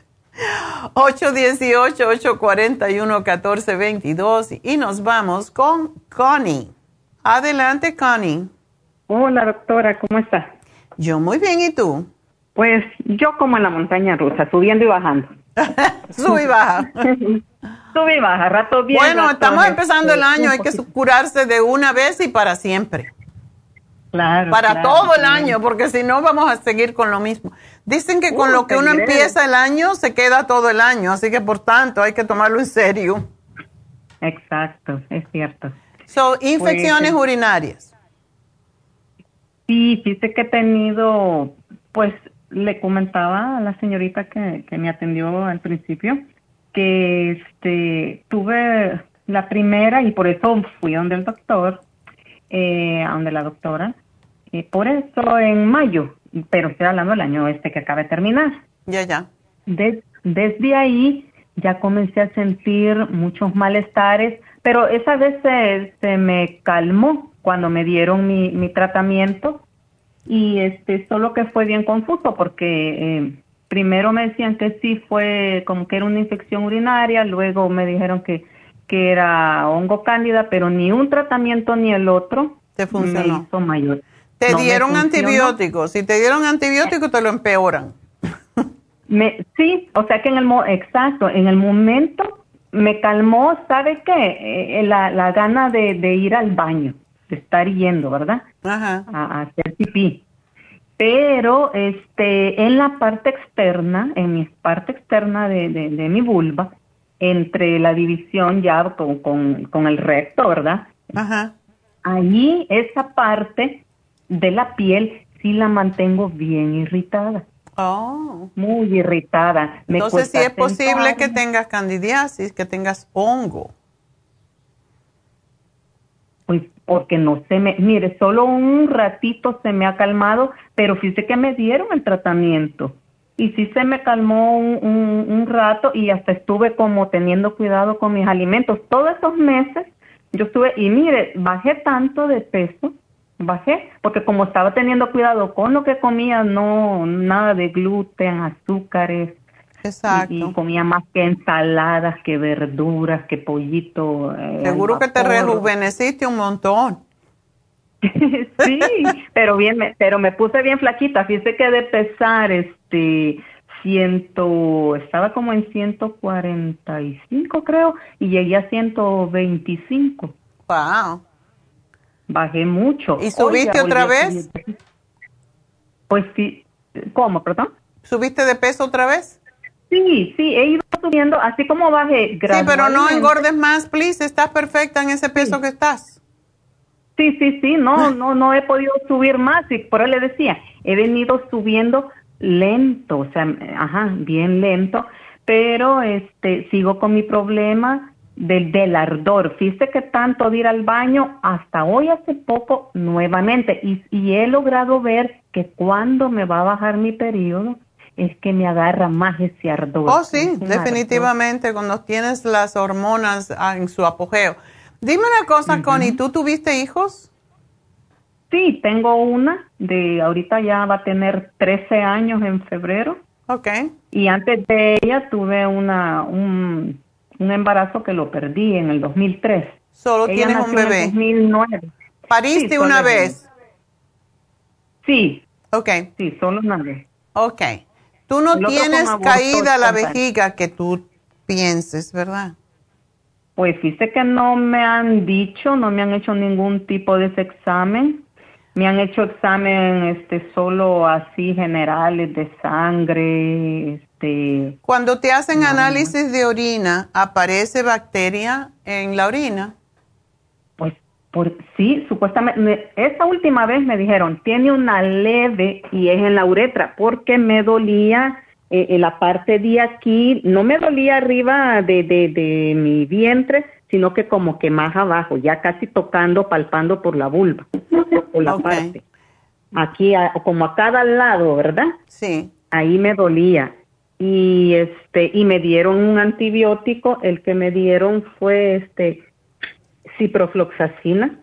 818-841-1422 y nos vamos con Connie. Adelante, Connie. Hola, doctora, ¿cómo está? Yo muy bien, ¿y tú? Pues yo como en la montaña rusa, subiendo y bajando. Sube y baja. Sube y baja, rato bien. Bueno, estamos empezando el año, hay que curarse de una vez y para siempre. Claro. Para todo el año, porque si no vamos a seguir con lo mismo. Dicen que con lo que uno empieza el año se queda todo el año, así que por tanto hay que tomarlo en serio. Exacto, es cierto. Infecciones urinarias. Sí, fíjese que he tenido, pues le comentaba a la señorita que me atendió al principio que tuve la primera y por eso fui donde el doctor, donde la doctora, por eso en mayo, pero estoy hablando del año que acaba de terminar. Ya. Desde ahí ya comencé a sentir muchos malestares, pero esa vez se me calmó cuando me dieron mi tratamiento y solo que fue bien confuso porque primero me decían que sí fue como que era una infección urinaria, luego me dijeron que era hongo cándida, pero ni un tratamiento ni el otro te funcionó. Me hizo mayor. Te dieron antibióticos, si te dieron antibióticos te lo empeoran. Sí, o sea que en el momento me calmó, ¿sabe qué? La gana de ir al baño, de estar yendo, ¿verdad? Ajá. A hacer pipí. Pero en la parte externa, en mi parte externa de mi vulva, entre la división ya con el recto, ¿verdad? Ajá. Allí esa parte de la piel sí la mantengo bien irritada. Oh. Muy irritada. Entonces sí es posible que tengas candidiasis, que tengas hongo. Pues porque no mire, solo un ratito se me ha calmado, pero fíjese que me dieron el tratamiento. Y sí se me calmó un rato y hasta estuve como teniendo cuidado con mis alimentos. Todos esos meses yo estuve, y mire, bajé tanto de peso, porque como estaba teniendo cuidado con lo que comía, nada de gluten, azúcares. Exacto. Y comía más que ensaladas, que verduras, que pollito. Seguro que te rejuveneciste un montón. Sí, pero me puse bien flaquita. Fíjese que de pesar, estaba como en 145 creo, y llegué a 125. Wow. Bajé mucho. ¿Y subiste otra vez? Pues sí. ¿Cómo, perdón? ¿Subiste de peso otra vez? Sí, he ido subiendo, así como bajé gradualmente. Sí, pero no engordes más, please. Estás perfecta en ese peso que estás. Sí, no he podido subir más. Y por eso le decía, he venido subiendo lento, o sea, bien lento, pero sigo con mi problema del ardor. Fíjese que tanto de ir al baño, hasta hoy hace poco nuevamente, y he logrado ver que cuando me va a bajar mi periodo, es que me agarra más ese ardor. Oh, sí, definitivamente, cuando tienes las hormonas en su apogeo. Dime una cosa, Connie, ¿tú tuviste hijos? Sí, tengo una, ahorita ya va a tener 13 años en febrero. Ok. Y antes de ella tuve un embarazo que lo perdí en el 2003. ¿Solo tienes un bebé? En el 2009. ¿Pariste una vez? Sí. Ok. Sí, solo una vez. Ok. Tú no tienes caída la vejiga que tú pienses, ¿verdad? Pues fíjate que no me han hecho ningún tipo de ese examen. Me han hecho examen solo así generales de sangre. Cuando te hacen análisis de orina, ¿aparece bacteria en la orina? Pues sí, supuestamente. Esa última vez me dijeron, tiene una leve y es en la uretra, porque me dolía en la parte de aquí, no me dolía arriba de mi vientre, sino que como que más abajo, ya casi tocando, palpando por la vulva, por la parte. Aquí, como a cada lado, ¿verdad? Sí. Ahí me dolía. Y me dieron un antibiótico, el que me dieron fue ciprofloxacina.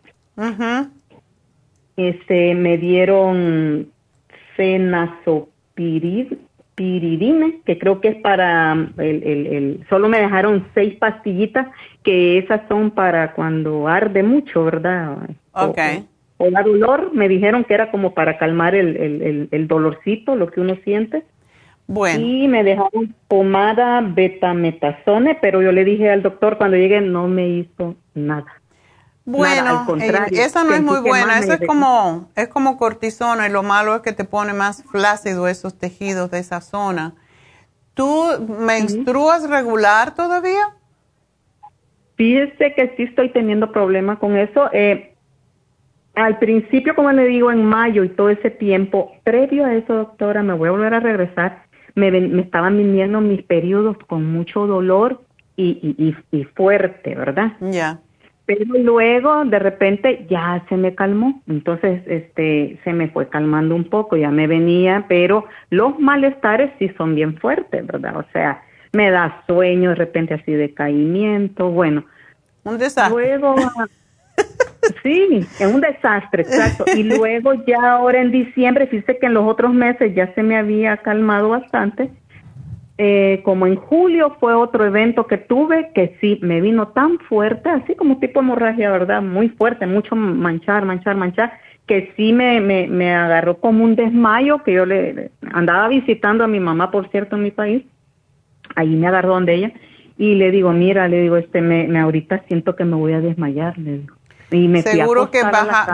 Me dieron fenazopiridina, que creo que es para solo me dejaron 6 pastillitas, que esas son para cuando arde mucho, ¿verdad? Okay. O da dolor, me dijeron que era como para calmar el dolorcito, lo que uno siente. Bueno. Y me dejaron pomada betametasone, pero yo le dije al doctor cuando llegué, no me hizo nada. Bueno, nada, al contrario, esa no es muy buena, eso es como cortisona, y lo malo es que te pone más flácido esos tejidos de esa zona. ¿Tú menstruas regular todavía? Fíjese que sí estoy teniendo problemas con eso. Al principio, como le digo, en mayo y todo ese tiempo, previo a eso, doctora, me voy a volver a regresar, me estaban viniendo mis periodos con mucho dolor y fuerte, ¿verdad? Ya. pero luego de repente ya se me calmó, entonces se me fue calmando un poco, ya me venía, pero los malestares sí son bien fuertes, ¿verdad? O sea, me da sueño, de repente así decaimiento, bueno. Un desastre. Luego, sí, es un desastre, exacto. Y luego ya ahora en diciembre, fíjese que en los otros meses ya se me había calmado bastante. Como en julio fue otro evento que tuve que sí me vino tan fuerte, así como tipo hemorragia, ¿verdad? Muy fuerte, mucho manchar, que sí me agarró como un desmayo, que yo le andaba visitando a mi mamá, por cierto, en mi país. Ahí me agarró donde ella y le digo, mira, le digo, me ahorita siento que me voy a desmayar, le digo. Y me seguro que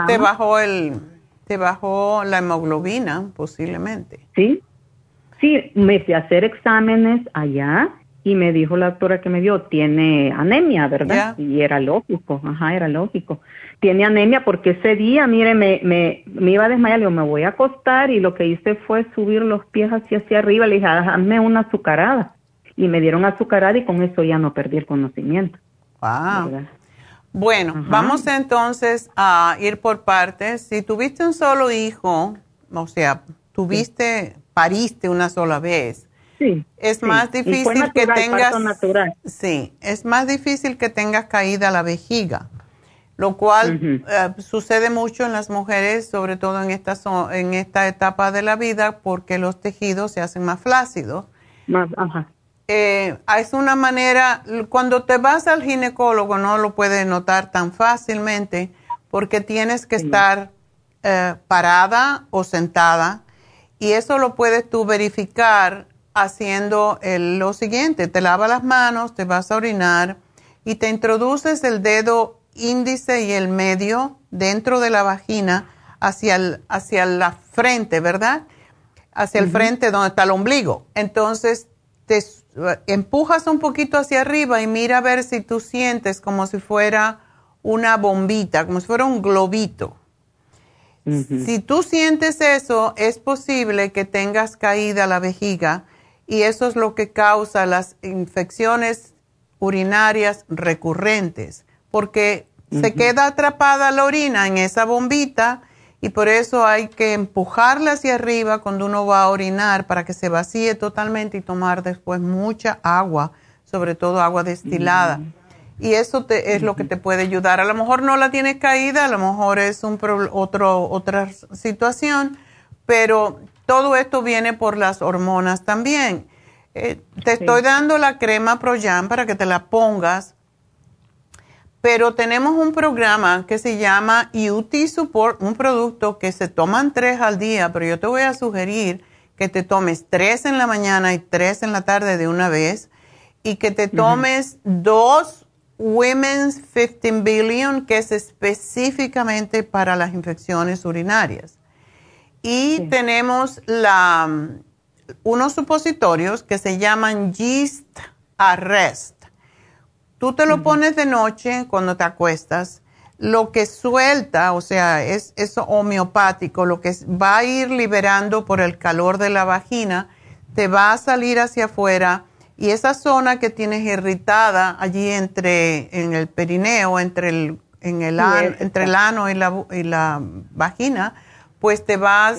te bajó la hemoglobina, posiblemente. Sí, me fui a hacer exámenes allá y me dijo la doctora que me dio, tiene anemia, ¿verdad? Yeah. Y era lógico, era lógico. Tiene anemia porque ese día, mire, me iba a desmayar, le digo, me voy a acostar y lo que hice fue subir los pies hacia arriba, le dije, hazme una azucarada. Y me dieron azucarada y con eso ya no perdí el conocimiento. Wow. ¿Verdad? Bueno, vamos entonces a ir por partes. Si tuviste un solo hijo, o sea, pariste una sola vez, es más difícil que tengas, es más difícil que tengas caída a la vejiga, lo cual sucede mucho en las mujeres, sobre todo en esta etapa de la vida, porque los tejidos se hacen más flácidos. Es una manera, cuando te vas al ginecólogo no lo puedes notar tan fácilmente porque tienes que estar parada o sentada, y eso lo puedes tú verificar haciendo lo siguiente: te lavas las manos, te vas a orinar y te introduces el dedo índice y el medio dentro de la vagina hacia la frente, ¿verdad? Hacia el frente donde está el ombligo. Entonces te empujas un poquito hacia arriba y mira a ver si tú sientes como si fuera una bombita, como si fuera un globito. Si tú sientes eso, es posible que tengas caída la vejiga, y eso es lo que causa las infecciones urinarias recurrentes, porque se queda atrapada la orina en esa bombita, y por eso hay que empujarla hacia arriba cuando uno va a orinar para que se vacíe totalmente y tomar después mucha agua, sobre todo agua destilada. Y eso es lo que te puede ayudar. A lo mejor no la tienes caída, a lo mejor es otra situación, pero todo esto viene por las hormonas también. Te estoy dando la crema ProYam para que te la pongas, pero tenemos un programa que se llama UT Support, un producto que se toman 3 al día, pero yo te voy a sugerir que te tomes 3 en la mañana y 3 en la tarde de una vez, y que te tomes 2 Women's 15 Billion, que es específicamente para las infecciones urinarias. Y tenemos unos supositorios que se llaman Yeast Arrest. Tú te lo pones de noche cuando te acuestas. Lo que suelta, o sea, es homeopático, lo que va a ir liberando por el calor de la vagina, te va a salir hacia afuera. Y esa zona que tienes irritada allí en el perineo, entre el ano y la vagina, pues te va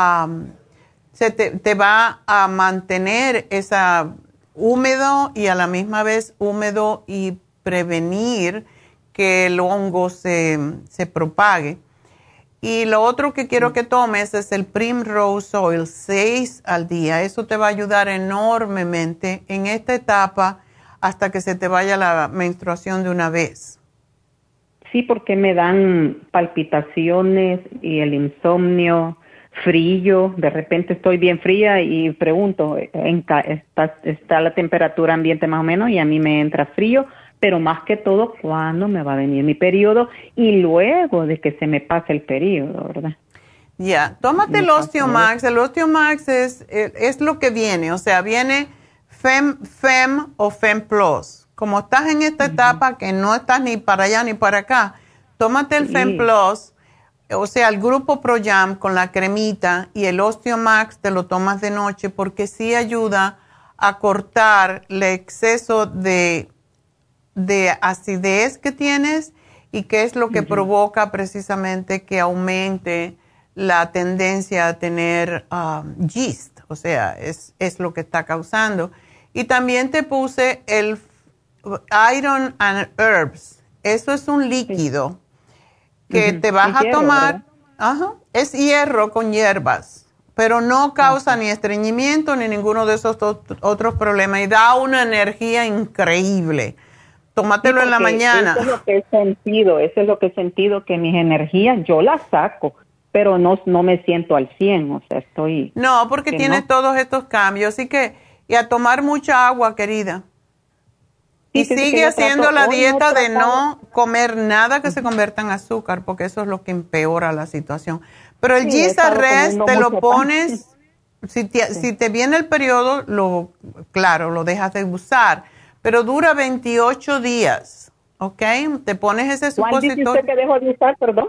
a mantener esa húmedo, y a la misma vez húmedo, y prevenir que el hongo se propague. Y lo otro que quiero que tomes es el Primrose Oil, 6 al día. Eso te va a ayudar enormemente en esta etapa hasta que se te vaya la menstruación de una vez. Sí, porque me dan palpitaciones y el insomnio, frío. De repente estoy bien fría y pregunto, ¿está la temperatura ambiente más o menos? Y a mí me entra frío. Pero más que todo, ¿cuándo me va a venir mi periodo? Y luego de que se me pase el periodo, ¿verdad? Tómate el Osteomax. El Osteomax es lo que viene. O sea, viene Fem o Fem Plus. Como estás en esta etapa que no estás ni para allá ni para acá, tómate el Fem Plus, o sea, el grupo ProYam con la cremita, y el Osteomax te lo tomas de noche, porque sí ayuda a cortar el exceso de acidez que tienes, y qué es lo que provoca precisamente que aumente la tendencia a tener yeast, o sea, es lo que está causando. Y también te puse el Iron and Herbs. Eso es un líquido que te vas a tomar. Es hierro con hierbas, pero no causa ni estreñimiento ni ninguno de esos otros problemas y da una energía increíble. Tómatelo en la mañana. Eso es lo que he sentido, que mis energías yo las saco, pero no me siento al 100, o sea, estoy... No, porque tienes todos estos cambios, así que, y a tomar mucha agua, querida. Y sigue haciendo la dieta de no comer nada que se convierta en azúcar, porque eso es lo que empeora la situación. Pero el Gisarres te lo pones, si te viene el periodo, lo dejas de usar, pero dura 28 días, ¿ok? Te pones ese supositorio. ¿Cuál dice usted que dejo de usar, perdón?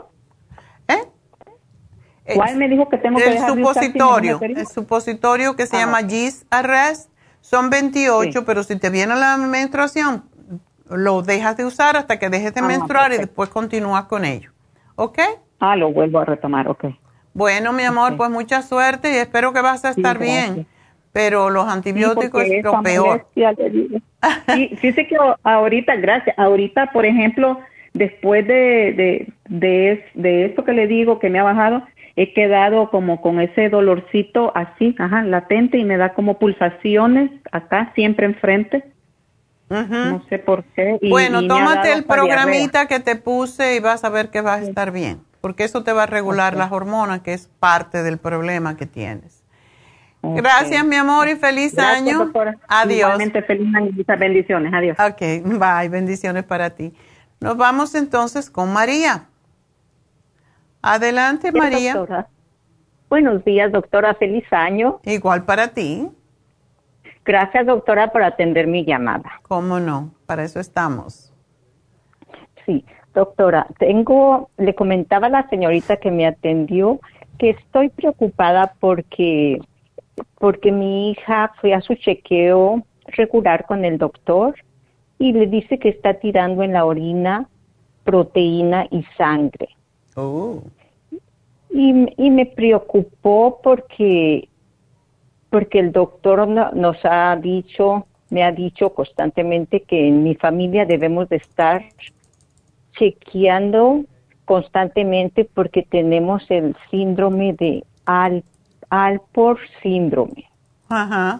¿Cuál me dijo que tengo que dejar de usar? El supositorio que se llama Gisarres. Son 28, pero si te viene la menstruación, lo dejas de usar hasta que dejes de menstruar y después continúas con ello. ¿Ok? Lo vuelvo a retomar, ok. Bueno, mi amor, pues mucha suerte y espero que vas a estar bien. Pero los antibióticos es lo peor. Sí, fíjese que ahorita, por ejemplo, después de esto que le digo que me ha bajado, he quedado como con ese dolorcito así, latente, y me da como pulsaciones acá, siempre enfrente. No sé por qué. Bueno, tómate el programita que te puse y vas a ver que vas a estar bien, porque eso te va a regular las hormonas, que es parte del problema que tienes. Gracias, mi amor, y feliz año. Doctora. Adiós. Igualmente, feliz año, muchas bendiciones. Adiós. Ok, bye, bendiciones para ti. Nos vamos entonces con María. Adelante, María. Doctora. Buenos días, doctora. Feliz año. Igual para ti. Gracias, doctora, por atender mi llamada. ¿Cómo no? Para eso estamos. Sí, doctora. Le comentaba a la señorita que me atendió que estoy preocupada porque mi hija fue a su chequeo regular con el doctor y le dice que está tirando en la orina proteína y sangre. Oh. Y me preocupó porque el doctor me ha dicho constantemente que en mi familia debemos de estar chequeando constantemente porque tenemos el síndrome de Alport síndrome. Ajá.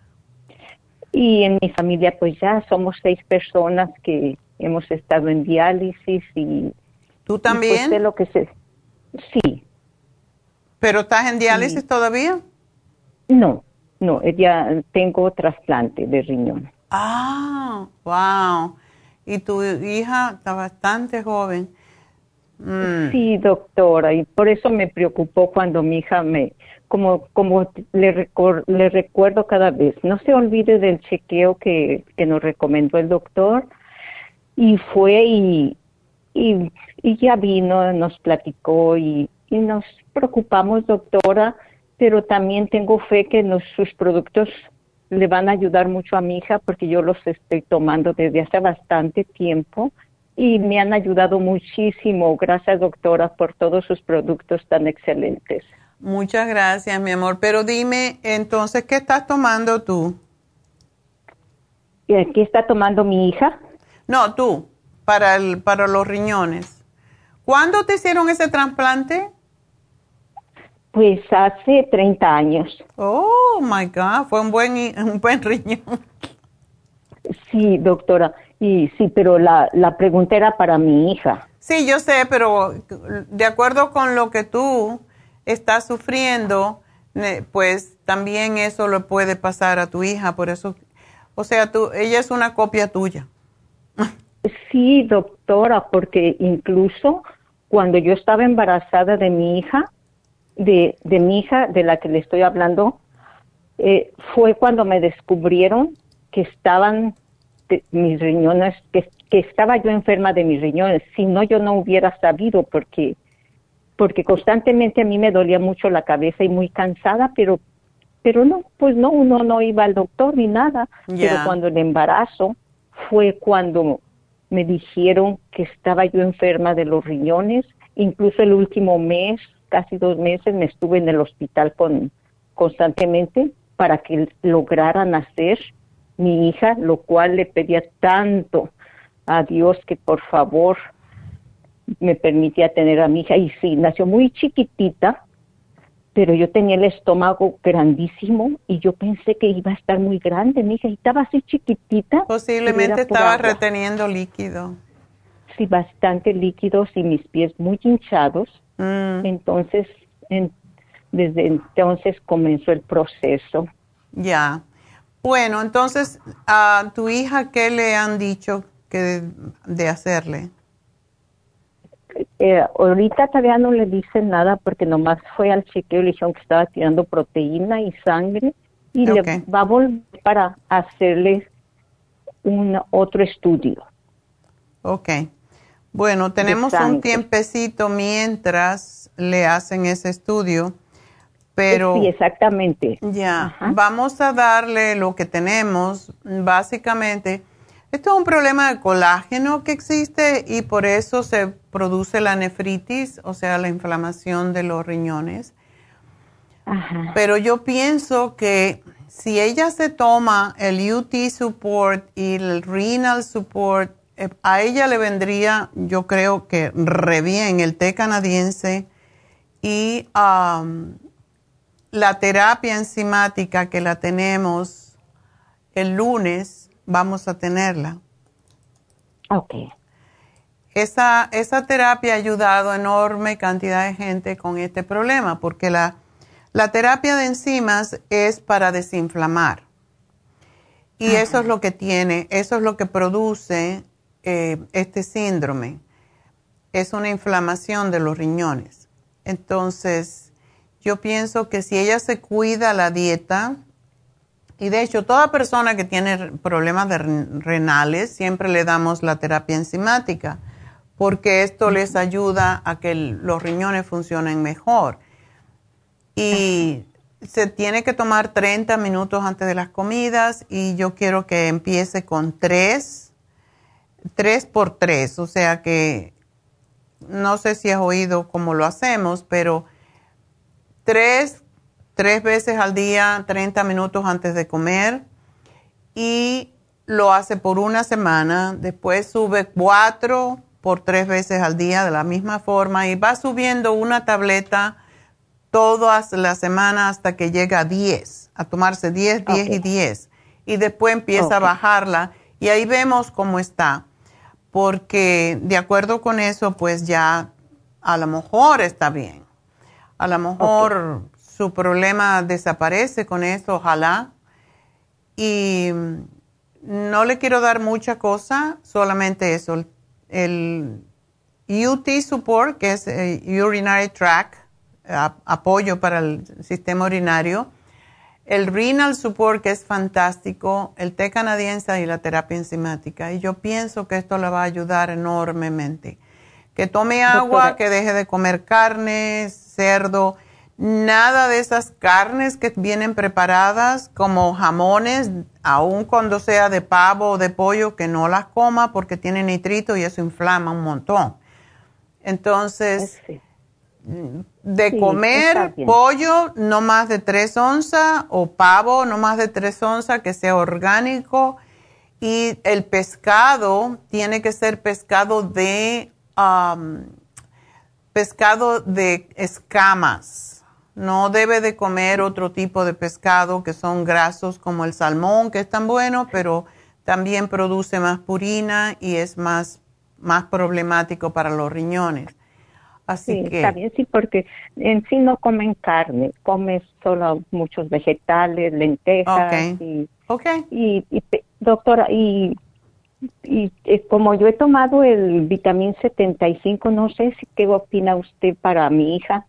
Y en mi familia pues ya somos 6 personas que hemos estado en diálisis y... ¿Tú también? Y pues lo que sí. ¿Pero estás en diálisis todavía? No, ya tengo trasplante de riñón. Ah, wow. Y tu hija está bastante joven. Sí, doctora, y por eso me preocupó cuando mi hija como le recuerdo cada vez, no se olvide del chequeo que nos recomendó el doctor, y fue y ya vino, nos platicó y nos preocupamos, doctora, pero también tengo fe que sus productos le van a ayudar mucho a mi hija porque yo los estoy tomando desde hace bastante tiempo y me han ayudado muchísimo. Gracias, doctora, por todos sus productos tan excelentes. Muchas gracias, mi amor. Pero dime, entonces, ¿qué estás tomando tú? ¿Qué está tomando mi hija? No, tú, para los riñones. ¿Cuándo te hicieron ese trasplante? Pues hace 30 años. Oh, my God, fue un buen riñón. Sí, doctora. Y sí, pero la pregunta era para mi hija. Sí, yo sé, pero de acuerdo con lo que tú estás sufriendo, pues también eso le puede pasar a tu hija. Por eso, o sea, ella es una copia tuya. Sí, doctora, porque incluso cuando yo estaba embarazada de mi hija, de mi hija, de la que le estoy hablando, fue cuando me descubrieron que estaban mis riñones, que estaba yo enferma de mis riñones. Si no, yo no hubiera sabido porque constantemente a mí me dolía mucho la cabeza y muy cansada, pero no, pues no, uno no iba al doctor ni nada. Yeah. Pero cuando el embarazo fue cuando me dijeron que estaba yo enferma de los riñones. Incluso el último mes, casi 2 meses, me estuve en el hospital constantemente para que lograra nacer mi hija, lo cual le pedía tanto a Dios que por favor me permitía tener a mi hija. Y sí, nació muy chiquitita, pero yo tenía el estómago grandísimo y yo pensé que iba a estar muy grande mi hija, y estaba así chiquitita. Posiblemente estaba reteniendo líquido. Sí, bastante líquidos y mis pies muy hinchados. Entonces, desde entonces comenzó el proceso. Ya. Bueno, entonces, ¿a tu hija qué le han dicho que de hacerle? Ahorita todavía no le dicen nada porque nomás fue al chequeo y le dijeron que estaba tirando proteína y sangre y le va a volver para hacerle otro estudio. Ok. Bueno, tenemos un tiempecito mientras le hacen ese estudio, pero... Sí, exactamente. Ya, vamos a darle lo que tenemos, básicamente. Esto es un problema de colágeno que existe y por eso se produce la nefritis, o sea, la inflamación de los riñones. Ajá. Pero yo pienso que si ella se toma el UT Support y el Renal Support, a ella le vendría, yo creo que re bien el té canadiense y la terapia enzimática que la tenemos el lunes, vamos a tenerla. Ok. Esa terapia ha ayudado a enorme cantidad de gente con este problema, porque la terapia de enzimas es para desinflamar. Y eso es lo que tiene, eso es lo que produce este síndrome. Es una inflamación de los riñones. Entonces, yo pienso que si ella se cuida la dieta, y de hecho, toda persona que tiene problemas renales, siempre le damos la terapia enzimática, porque esto les ayuda a que los riñones funcionen mejor. Y se tiene que tomar 30 minutos antes de las comidas, y yo quiero que empiece con 3 por 3, o sea que no sé si has oído cómo lo hacemos, pero 3 veces al día, 30 minutos antes de comer, y lo hace por una semana. Después sube 4 por 3 veces al día de la misma forma y va subiendo una tableta toda la semana hasta que llega a 10, a tomarse 10, 10 y 10. Y después empieza a bajarla y ahí vemos cómo está. Porque de acuerdo con eso, pues ya a lo mejor está bien. A lo mejor su problema desaparece con eso, ojalá. Y no le quiero dar mucha cosa, solamente eso. El UT Support, que es Urinary Tract, apoyo para el sistema urinario. El Renal Support, que es fantástico, el té canadiense y la terapia enzimática. Y yo pienso que esto la va a ayudar enormemente. Que tome agua, que deje de comer carne, cerdo, nada de esas carnes que vienen preparadas como jamones, aun cuando sea de pavo o de pollo, que no las coma porque tiene nitrito y eso inflama un montón. Entonces... de comer pollo no más de 3 onzas o pavo no más de 3 onzas que sea orgánico, y el pescado tiene que ser pescado de escamas. No debe de comer otro tipo de pescado que son grasos como el salmón, que es tan bueno, pero también produce más purina y es más problemático para los riñones. Así que está bien, sí, porque en sí no comen carne, comen solo muchos vegetales, lentejas. Y doctora, y como yo he tomado el vitamín 75, no sé si qué opina usted para mi hija.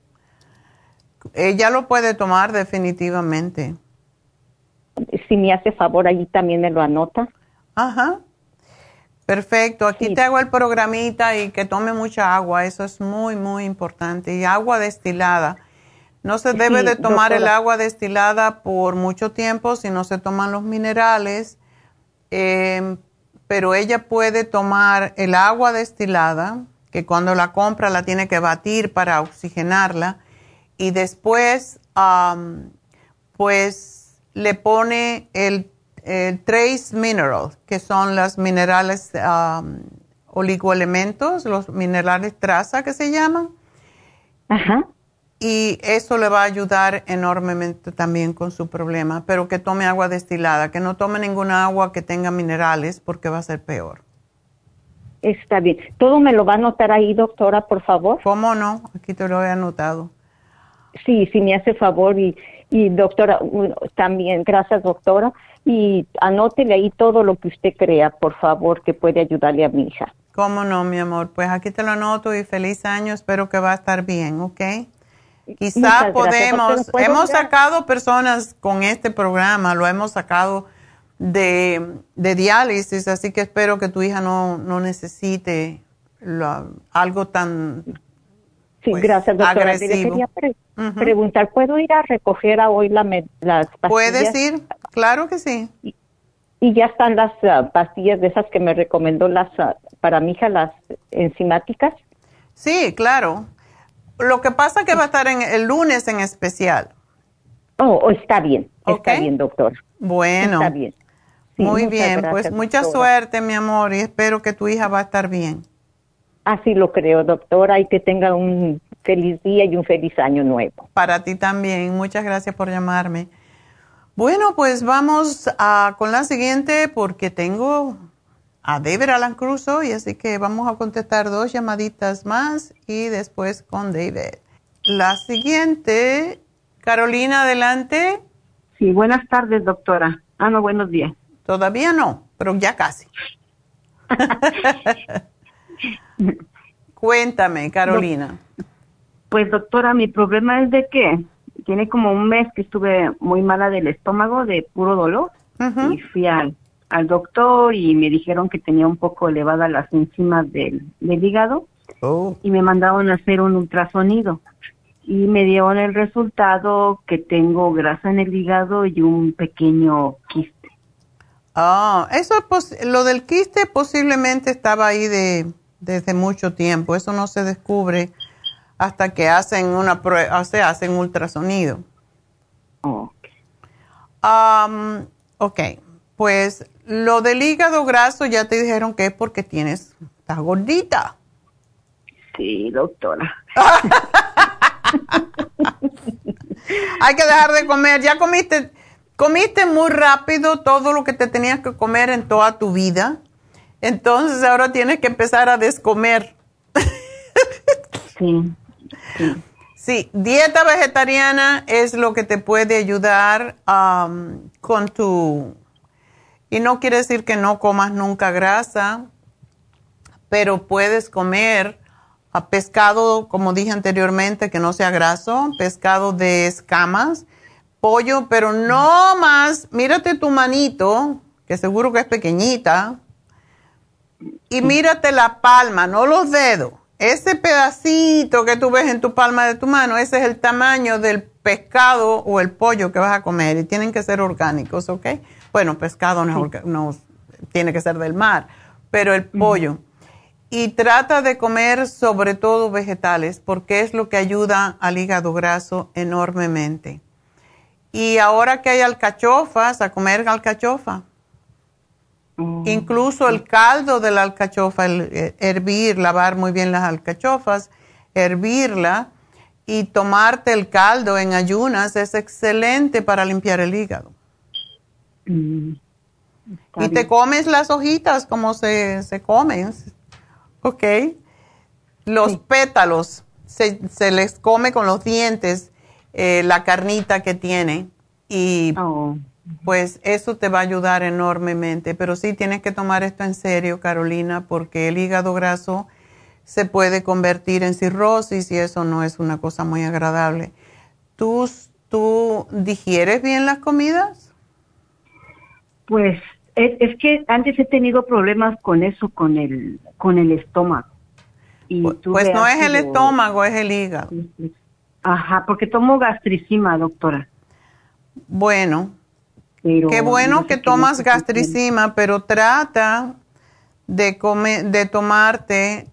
Ella lo puede tomar definitivamente. Si me hace favor, allí también me lo anota. Ajá. Perfecto, aquí te hago el programita y que tome mucha agua, eso es muy, muy importante. Y agua destilada. No se debe de tomar el agua destilada por mucho tiempo si no se toman los minerales, pero ella puede tomar el agua destilada, que cuando la compra la tiene que batir para oxigenarla, y después pues le pone el trace mineral, que son los minerales oligoelementos, los minerales traza que se llaman. Ajá. Y eso le va a ayudar enormemente también con su problema, pero que tome agua destilada, que no tome ninguna agua que tenga minerales porque va a ser peor. Está bien. ¿Todo me lo va a anotar ahí, doctora, por favor? ¿Cómo no? Aquí te lo he anotado. Sí, me hace favor y doctora, también, gracias doctora, y anótele ahí todo lo que usted crea, por favor, que puede ayudarle a mi hija. ¿Cómo no, mi amor? Pues aquí te lo anoto y feliz año, espero que va a estar bien, ¿ok? Quizá podemos, hemos sacado personas con este programa, lo hemos sacado de diálisis, así que espero que tu hija no necesite algo tan gracias, doctora. agresivo. Le quería preguntar, ¿puedo ir a recoger hoy las pastillas? ¿Puedes ir? Claro que sí. Y ya están las pastillas de esas que me recomendó para mi hija, las enzimáticas. Sí, claro. Lo que pasa es que va a estar el lunes en especial. Está bien. Está bien, doctor. Bueno. Está bien. Sí, muy bien, gracias, pues mucha doctora. suerte, mi amor, y espero que tu hija va a estar bien. Así lo creo, doctora, y que tenga un feliz día y un feliz año nuevo. Para ti también. Muchas gracias por llamarme. Bueno, pues vamos con la siguiente porque tengo a David Alan Cruz hoy, así que vamos a contestar 2 llamaditas más y después con David. La siguiente, Carolina, adelante. Sí, buenas tardes, doctora. No, buenos días. Todavía no, pero ya casi. Cuéntame, Carolina. Pues, doctora, mi problema es de que tiene como un mes que estuve muy mala del estómago, de puro dolor, y fui al doctor y me dijeron que tenía un poco elevadas las enzimas del hígado y me mandaron a hacer un ultrasonido y me dieron el resultado que tengo grasa en el hígado y un pequeño quiste. Eso lo del quiste posiblemente estaba ahí desde mucho tiempo. Eso no se descubre hasta que hacen una prueba, hacen ultrasonido. Ok, pues lo del hígado graso ya te dijeron que es porque estás gordita. Sí, doctora. Hay que dejar de comer. Ya comiste muy rápido todo lo que te tenías que comer en toda tu vida. Entonces ahora tienes que empezar a descomer. Sí, dieta vegetariana es lo que te puede ayudar con tu... Y no quiere decir que no comas nunca grasa, pero puedes comer pescado, como dije anteriormente, que no sea graso, pescado de escamas, pollo, pero no más. Mírate tu manito, que seguro que es pequeñita, y mírate la palma, no los dedos. Ese pedacito que tú ves en tu palma de tu mano, ese es el tamaño del pescado o el pollo que vas a comer y tienen que ser orgánicos, ¿ok? Bueno, pescado no tiene que ser del mar, pero el pollo. Y trata de comer sobre todo vegetales porque es lo que ayuda al hígado graso enormemente. Y ahora que hay alcachofas, a comer alcachofa. Incluso el caldo de la alcachofa, lavar muy bien las alcachofas, hervirla y tomarte el caldo en ayunas es excelente para limpiar el hígado. Y te comes las hojitas como se comen, ¿ok? Los pétalos, se les come con los dientes la carnita que tiene y... Pues eso te va a ayudar enormemente, pero sí tienes que tomar esto en serio, Carolina, porque el hígado graso se puede convertir en cirrosis y eso no es una cosa muy agradable. ¿Tú digieres bien las comidas? Pues es que antes he tenido problemas con eso, con el estómago. Y pues no es el estómago, es el hígado. Ajá, porque tomo gastricima, doctora. Bueno. Pero qué bueno que tomas gastricima, pero trata de tomarte,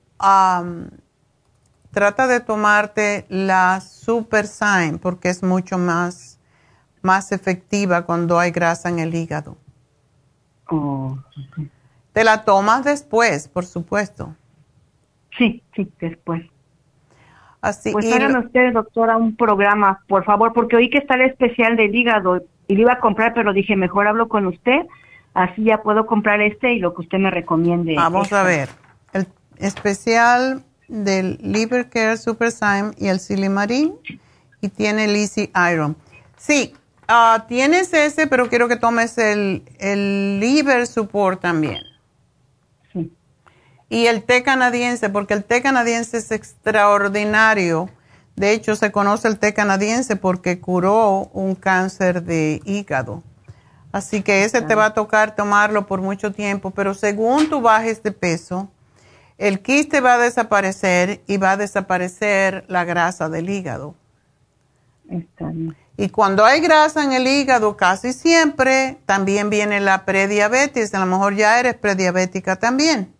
trata de tomarte la Super Syme porque es mucho más efectiva cuando hay grasa en el hígado. Oh, okay. Te la tomas después, por supuesto. Sí, después. Así, pues háganme ustedes, doctora, un programa, por favor, porque oí que está el especial del hígado y lo iba a comprar, pero dije, mejor hablo con usted, así ya puedo comprar y lo que usted me recomiende. Vamos a ver, el especial del Liver Care Super Syme y el Silimarín, y tiene el Easy Iron. Sí, tienes ese, pero quiero que tomes el Liver Support también. Sí. Y el té canadiense, porque el té canadiense es extraordinario. De hecho, se conoce el té canadiense porque curó un cáncer de hígado. Así que ese te va a tocar tomarlo por mucho tiempo, pero según tú bajes de peso, el quiste va a desaparecer y va a desaparecer la grasa del hígado. Está bien. Y cuando hay grasa en el hígado, casi siempre, también viene la prediabetes. A lo mejor ya eres prediabética también.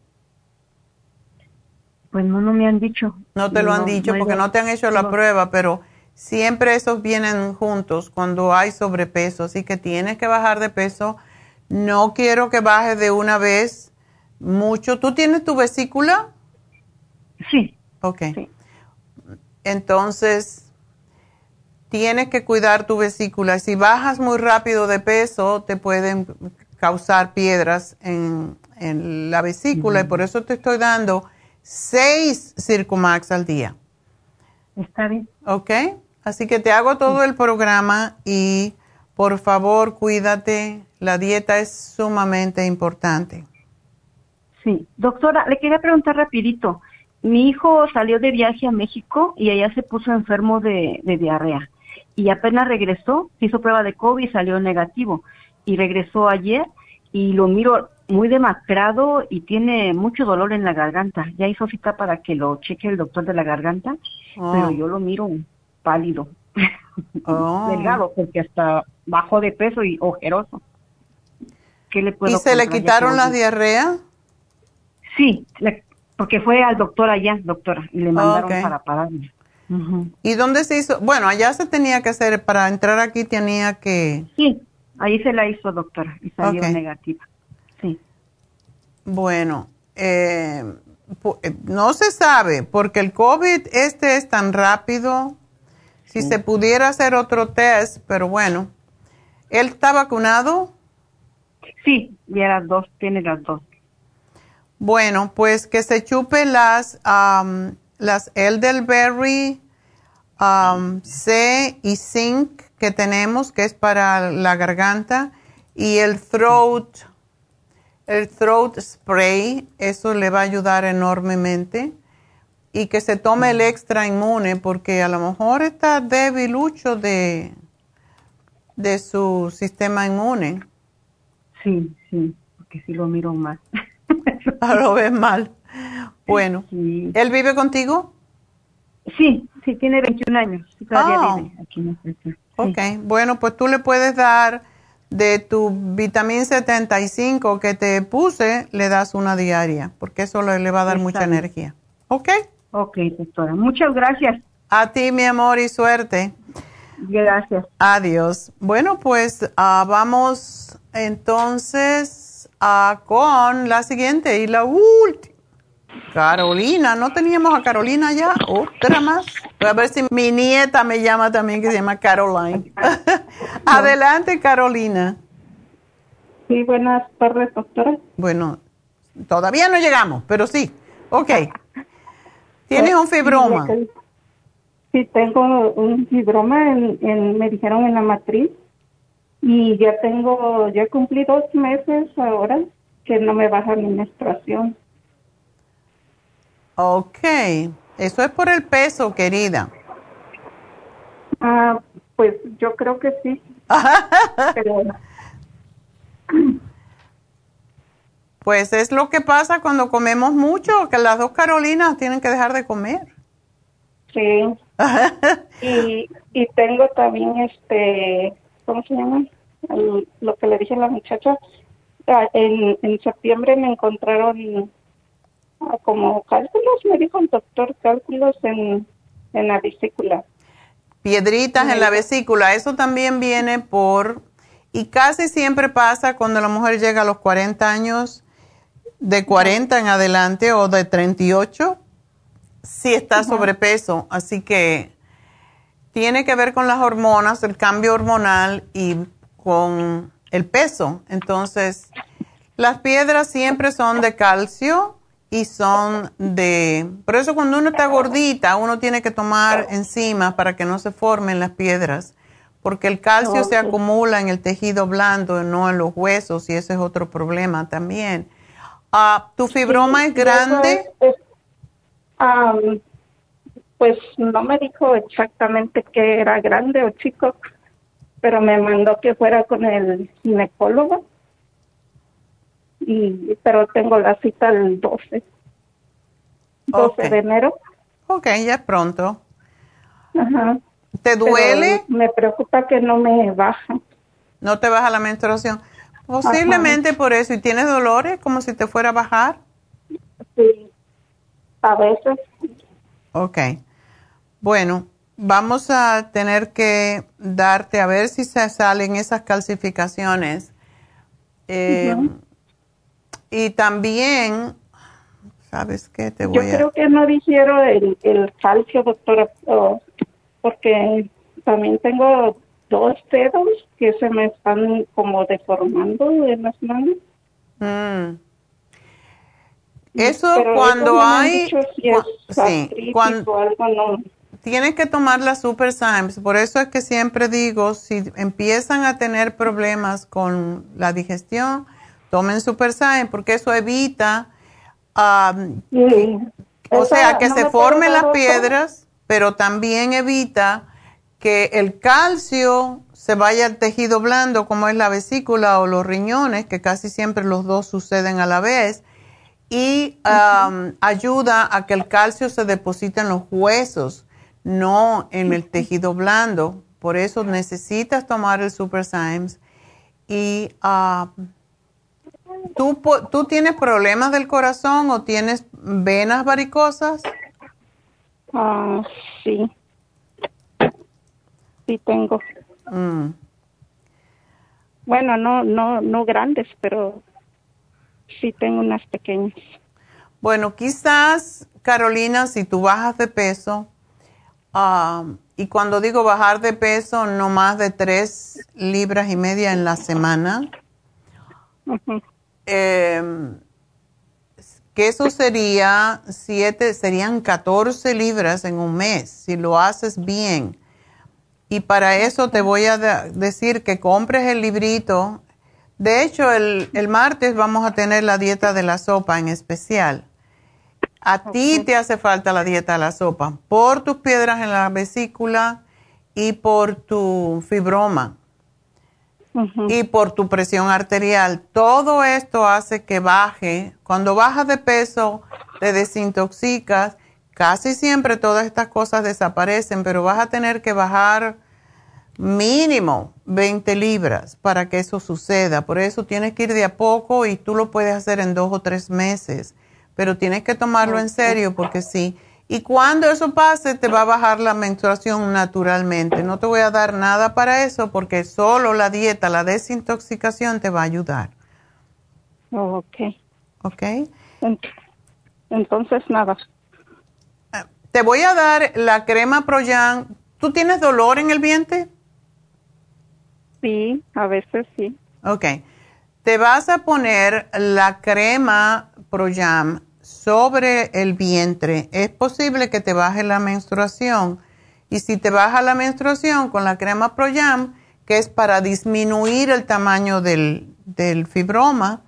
Pues no me han dicho. No te lo han dicho porque no te han hecho la prueba, pero siempre esos vienen juntos cuando hay sobrepeso. Así que tienes que bajar de peso. No quiero que bajes de una vez mucho. ¿Tú tienes tu vesícula? Sí. Ok. Sí. Entonces, tienes que cuidar tu vesícula. Si bajas muy rápido de peso, te pueden causar piedras en la vesícula y por eso te estoy dando 6 Circumax al día. Está bien. ¿Ok? Así que te hago todo el programa y por favor cuídate. La dieta es sumamente importante. Sí. Doctora, le quería preguntar rapidito. Mi hijo salió de viaje a México y allá se puso enfermo de diarrea. Y apenas regresó, hizo prueba de COVID y salió negativo. Y regresó ayer y lo miro muy demacrado y tiene mucho dolor en la garganta. Ya hizo cita para que lo cheque el doctor de la garganta, pero yo lo miro pálido, delgado, porque hasta bajó de peso y ojeroso. ¿Qué le puedo ¿Y se le quitaron las diarreas? Sí, porque fue al doctor allá, doctora, y le mandaron para pararme. ¿Y dónde se hizo? Bueno, allá se tenía que hacer, para entrar aquí tenía que... Sí, ahí se la hizo, doctora, y salió negativa. Sí. Bueno, no se sabe, porque el COVID es tan rápido. Si se pudiera hacer otro test, pero bueno. ¿Él está vacunado? Sí, ya tiene las dos. Bueno, pues que se chupe las Elderberry C y Zinc que tenemos, que es para la garganta, y el throat spray, eso le va a ayudar enormemente. Y que se tome el extra inmune, porque a lo mejor está debilucho de su sistema inmune. Sí, porque sí lo miro mal. Lo ves mal. Bueno, sí. ¿Él vive contigo? Sí, tiene 21 años. Sí, todavía vive aquí en México. Sí. Ok, bueno, pues tú le puedes dar de tu vitamina 75 que te puse, le das una diaria, porque eso le va a dar mucha energía. ¿Ok? Ok, doctora. Muchas gracias. A ti, mi amor, y suerte. Gracias. Adiós. Bueno, pues vamos entonces con la siguiente y la última. Carolina, ¿no teníamos a Carolina ya? Otra más. A ver si mi nieta me llama también, que se llama Caroline. Adelante, Carolina. Sí, buenas tardes, doctora. Bueno, todavía no llegamos, pero sí. Ok. ¿Tienes un fibroma? Sí, tengo un fibroma, me dijeron en la matriz, y ya cumplí 2 meses ahora que no me baja mi menstruación. Ok, eso es por el peso, querida. Pues yo creo que sí. Pero... Pues es lo que pasa cuando comemos mucho, que las dos Carolinas tienen que dejar de comer. Sí. y tengo también ¿cómo se llama? Lo que le dije a la muchacha, en septiembre me encontraron como cálculos, me dijo el doctor, cálculos en la vesícula. Piedritas en la vesícula, eso también viene y casi siempre pasa cuando la mujer llega a los 40 años, de 40 en adelante o de 38, si está sobrepeso. Así que tiene que ver con las hormonas, el cambio hormonal y con el peso. Entonces, las piedras siempre son de calcio y por eso cuando uno está gordita, uno tiene que tomar enzimas para que no se formen las piedras, porque el calcio se acumula en el tejido blando, no en los huesos, y ese es otro problema también. ¿Tu fibroma es grande? Pues no me dijo exactamente que era grande o chico, pero me mandó que fuera con el ginecólogo. Pero tengo la cita el 12 de enero. Ok, ya es pronto. Ajá. ¿Te duele? Pero me preocupa que no me baja. ¿No te baja la menstruación? Posiblemente por eso. ¿Y tienes dolores como si te fuera a bajar? Sí, a veces. Ok. Bueno, vamos a tener que darte a ver si se salen esas calcificaciones. Y también, ¿sabes qué? Yo creo que no dijeron el calcio, doctora, porque también tengo 2 dedos que se me están como deformando en las manos. Eso pero cuando eso hay... cuando algo no. Tienes que tomar la Super Symes. Por eso es que siempre digo, si empiezan a tener problemas con la digestión, tomen Super Symes, porque eso evita, que se formen las piedras, pero también evita que el calcio se vaya al tejido blando, como es la vesícula o los riñones, que casi siempre los dos suceden a la vez, y ayuda a que el calcio se deposite en los huesos, no en el tejido blando. Por eso necesitas tomar el Super Symes. Y ¿tú tienes problemas del corazón o tienes venas varicosas? Sí. Sí tengo. Bueno, no grandes, pero sí tengo unas pequeñas. Bueno, quizás, Carolina, si tú bajas de peso, y cuando digo bajar de peso, no más de 3 libras y media en la semana, que eso serían 14 libras en un mes, si lo haces bien. Y para eso te voy a decir que compres el librito. De hecho, el martes vamos a tener la dieta de la sopa en especial. A ti te hace falta la dieta de la sopa por tus piedras en la vesícula y por tu fibroma y por tu presión arterial. Todo esto hace que baje. Cuando bajas de peso, te desintoxicas. Casi siempre todas estas cosas desaparecen, pero vas a tener que bajar mínimo 20 libras para que eso suceda. Por eso tienes que ir de a poco y tú lo puedes hacer en 2 o 3 meses. Pero tienes que tomarlo en serio porque sí. Y cuando eso pase, te va a bajar la menstruación naturalmente. No te voy a dar nada para eso porque solo la dieta, la desintoxicación te va a ayudar. Ok. Ok. Entonces, nada. Te voy a dar la crema Proyan. ¿Tú tienes dolor en el vientre? Sí, a veces sí. Ok. Te vas a poner la crema Proyam sobre el vientre. Es posible que te baje la menstruación. Y si te baja la menstruación con la crema Proyam, que es para disminuir el tamaño del fibroma,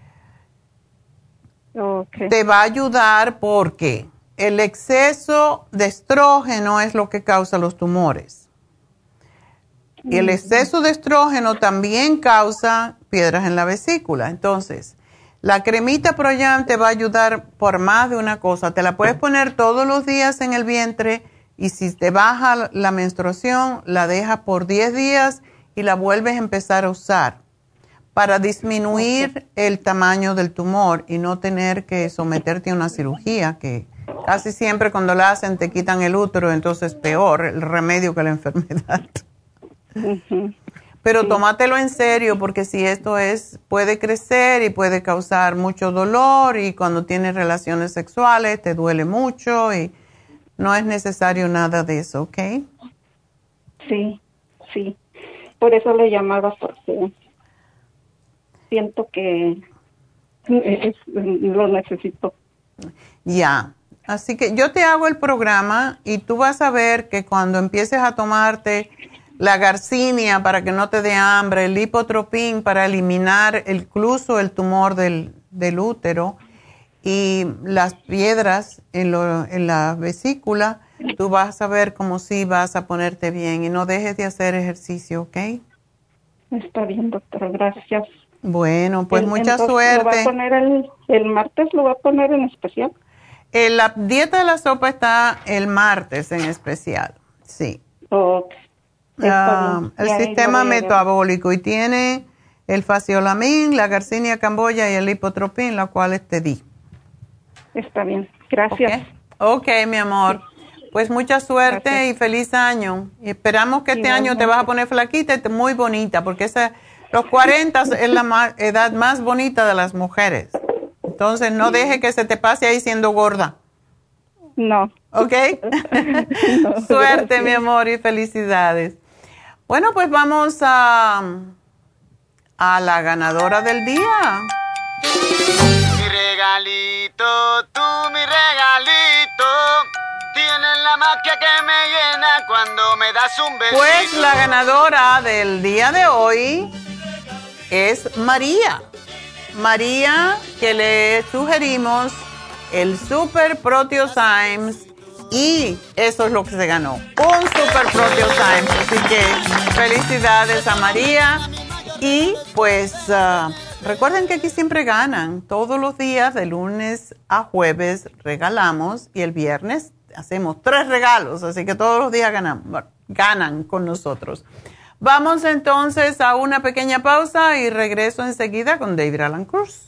te va a ayudar porque el exceso de estrógeno es lo que causa los tumores. Y el exceso de estrógeno también causa piedras en la vesícula. Entonces, la cremita Proyam te va a ayudar por más de una cosa. Te la puedes poner todos los días en el vientre y si te baja la menstruación, la dejas por 10 días y la vuelves a empezar a usar para disminuir el tamaño del tumor y no tener que someterte a una cirugía, que casi siempre cuando la hacen te quitan el útero, entonces peor el remedio que la enfermedad. Pero tómatelo en serio, porque si esto puede crecer y puede causar mucho dolor, y cuando tienes relaciones sexuales te duele mucho y no es necesario nada de eso, ¿ok? Sí. Por eso le llamaba, porque siento que lo necesito. Ya. Así que yo te hago el programa y tú vas a ver que cuando empieces a tomarte la Garcinia para que no te dé hambre, el Lipotropin para eliminar incluso el tumor del útero y las piedras en la vesícula, tú vas a ver como si vas a ponerte bien y no dejes de hacer ejercicio, ¿ok? Está bien, doctora, gracias. Bueno, pues mucha entonces, suerte. ¿lo va a poner el martes? ¿Lo va a poner en especial? La dieta de la sopa está el martes en especial, sí. El sistema metabólico, y tiene el Faciolamin, la Garcinia Camboya y el Lipotropin, la cual te di. Está bien, gracias. Ok, mi amor. Pues mucha suerte y feliz año. Y esperamos que este año te vas a poner flaquita y muy bonita, porque los 40 es la edad más bonita de las mujeres. Entonces no deje que se te pase ahí siendo gorda. No. ¿Ok? No, suerte, gracias, mi amor, y felicidades. Bueno, pues vamos a la ganadora del día. Mi regalito, tú mi regalito, tienes la magia que me llena cuando me das un besito. Pues la ganadora del día de hoy es María. María, que le sugerimos el Super Proteosymes, y eso es lo que se ganó, un Super Proteosymes. Así que felicidades a María. Y pues recuerden que aquí siempre ganan. Todos los días, de lunes a jueves, regalamos, y el viernes hacemos 3 regalos. Así que todos los días ganan con nosotros. Vamos entonces a una pequeña pausa y regreso enseguida con David Alan Cruz.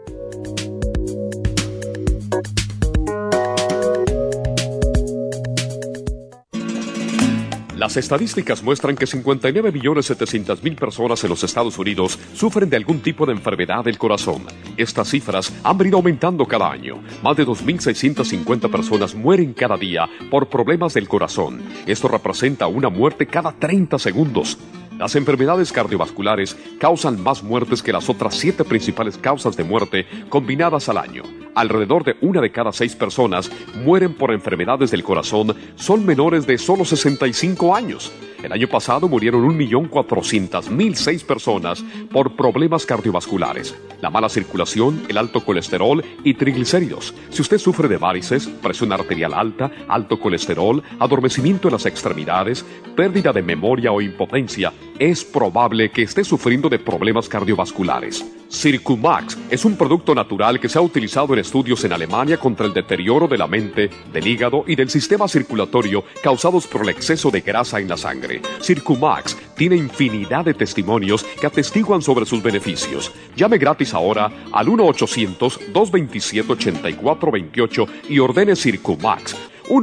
Las estadísticas muestran que 59.700.000 personas en los Estados Unidos sufren de algún tipo de enfermedad del corazón. Estas cifras han venido aumentando cada año. Más de 2.650 personas mueren cada día por problemas del corazón. Esto representa una muerte cada 30 segundos. Las enfermedades cardiovasculares causan más muertes que las otras 7 principales causas de muerte combinadas al año. Alrededor de 1 de cada 6 personas mueren por enfermedades del corazón son menores de solo 65 años. El año pasado murieron 1.400.006 personas por problemas cardiovasculares. La mala circulación, el alto colesterol y triglicéridos. Si usted sufre de varices, presión arterial alta, alto colesterol, adormecimiento en las extremidades, pérdida de memoria o impotencia, es probable que esté sufriendo de problemas cardiovasculares. Circumax es un producto natural que se ha utilizado en estudios en Alemania contra el deterioro de la mente, del hígado y del sistema circulatorio causados por el exceso de grasa en la sangre. Circumax tiene infinidad de testimonios que atestiguan sobre sus beneficios. Llame gratis ahora al 1-800-227-8428 y ordene Circumax.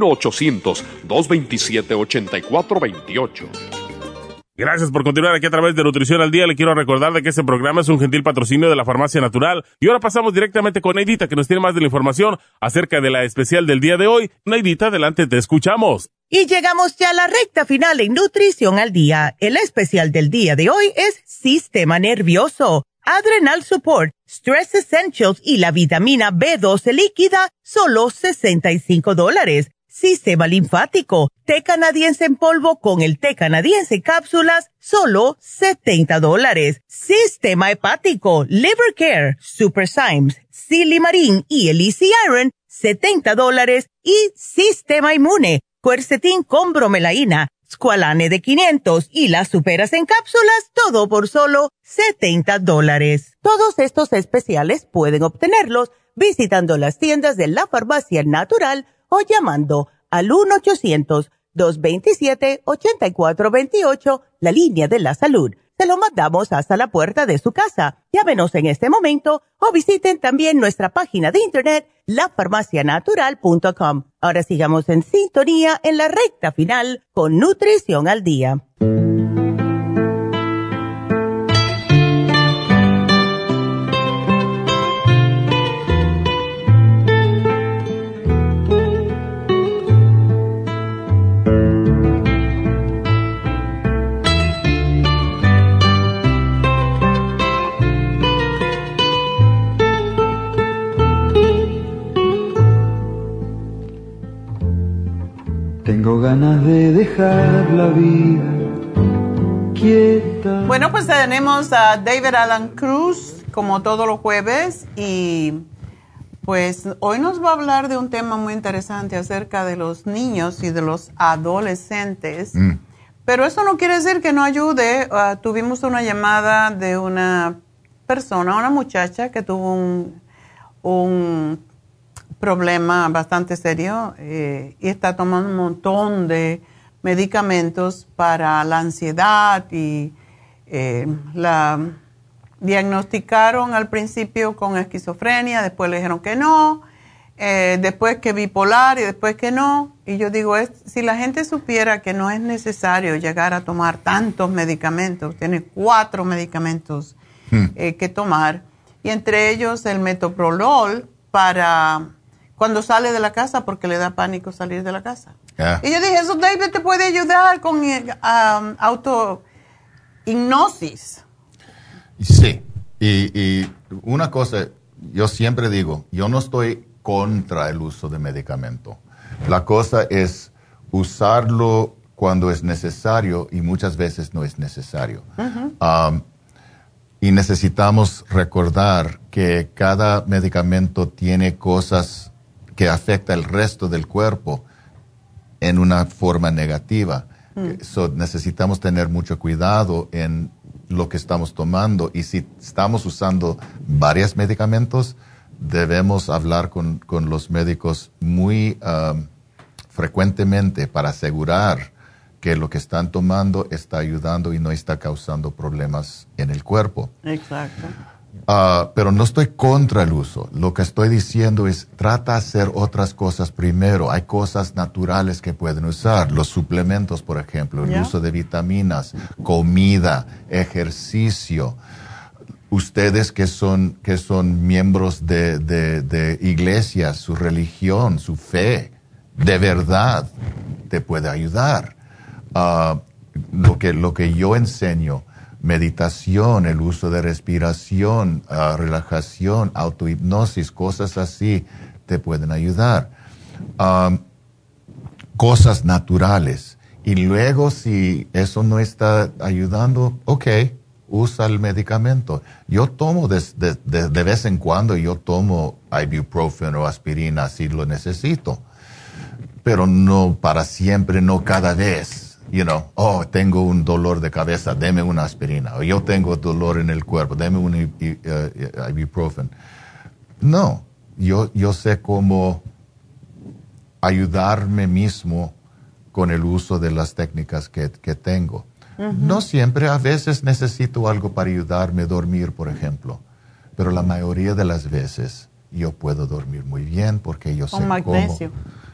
1-800-227-8428. Gracias por continuar aquí a través de Nutrición al Día. Le quiero recordar de que este programa es un gentil patrocinio de la Farmacia Natural. Y ahora pasamos directamente con Neidita, que nos tiene más de la información acerca de la especial del día de hoy. Neidita, adelante, te escuchamos. Y llegamos ya a la recta final en Nutrición al Día. El especial del día de hoy es Sistema Nervioso, Adrenal Support, Stress Essentials y la vitamina B12 líquida, solo $65. Sistema linfático, té canadiense en polvo con el té canadiense cápsulas, solo $70. Sistema hepático, Liver Care, Super Symes, Silimarín y el Easy Iron, $70. Y Sistema inmune, Quercetin con bromelaína, Squalane de 500 y las superas en cápsulas, todo por solo $70. Todos estos especiales pueden obtenerlos visitando las tiendas de la Farmacia Natural o llamando al 1-800-227-8428, la línea de la salud. se lo mandamos hasta la puerta de su casa. Llámenos en este momento o visiten también nuestra página de internet, lafarmacianatural.com. Ahora sigamos en sintonía en la recta final con Nutrición al Día. Tengo ganas de dejar la vida quieta. Bueno, pues tenemos a David Alan Cruz como todos los jueves y pues hoy nos va a hablar de un tema muy interesante acerca de los niños y de los adolescentes. Pero eso no quiere decir que no ayude. Tuvimos una llamada de una persona, una muchacha que tuvo un problema bastante serio y está tomando un montón de medicamentos para la ansiedad y la diagnosticaron al principio con esquizofrenia, después le dijeron que no, después que bipolar y después que no. Y yo digo, si la gente supiera que no es necesario llegar a tomar tantos medicamentos, tiene 4 medicamentos que tomar, y entre ellos el metoprolol para cuando sale de la casa porque le da pánico salir de la casa. Y yo dije, eso David te puede ayudar con autohipnosis. Sí, y una cosa, yo siempre digo, yo no estoy contra el uso de medicamento. La cosa es usarlo cuando es necesario y muchas veces no es necesario. Y necesitamos recordar que cada medicamento tiene cosas que afecta el resto del cuerpo en una forma negativa. Necesitamos tener mucho cuidado en lo que estamos tomando y si estamos usando varios medicamentos, debemos hablar con los médicos muy frecuentemente para asegurar que lo que están tomando está ayudando y no está causando problemas en el cuerpo. Exacto. Pero no estoy contra el uso. Lo que estoy diciendo es, trata de hacer otras cosas primero. Hay cosas naturales que pueden usar. Los suplementos, por ejemplo, el uso de vitaminas, comida, ejercicio. Ustedes que son miembros de iglesias, su religión, su fe, de verdad te puede ayudar. Lo que yo enseño, meditación, el uso de respiración, relajación, autohipnosis, cosas así te pueden ayudar. Cosas naturales. Y luego si eso no está ayudando, usa el medicamento. Yo tomo de vez en cuando, yo tomo ibuprofen o aspirina si lo necesito. Pero no para siempre, no cada vez. Tengo un dolor de cabeza, deme una aspirina. O yo tengo dolor en el cuerpo, deme un ibuprofen. No, yo sé cómo ayudarme mismo con el uso de las técnicas que tengo. No siempre, a veces necesito algo para ayudarme a dormir, por ejemplo. Pero la mayoría de las veces yo puedo dormir muy bien porque yo sé cómo. Con magnesio.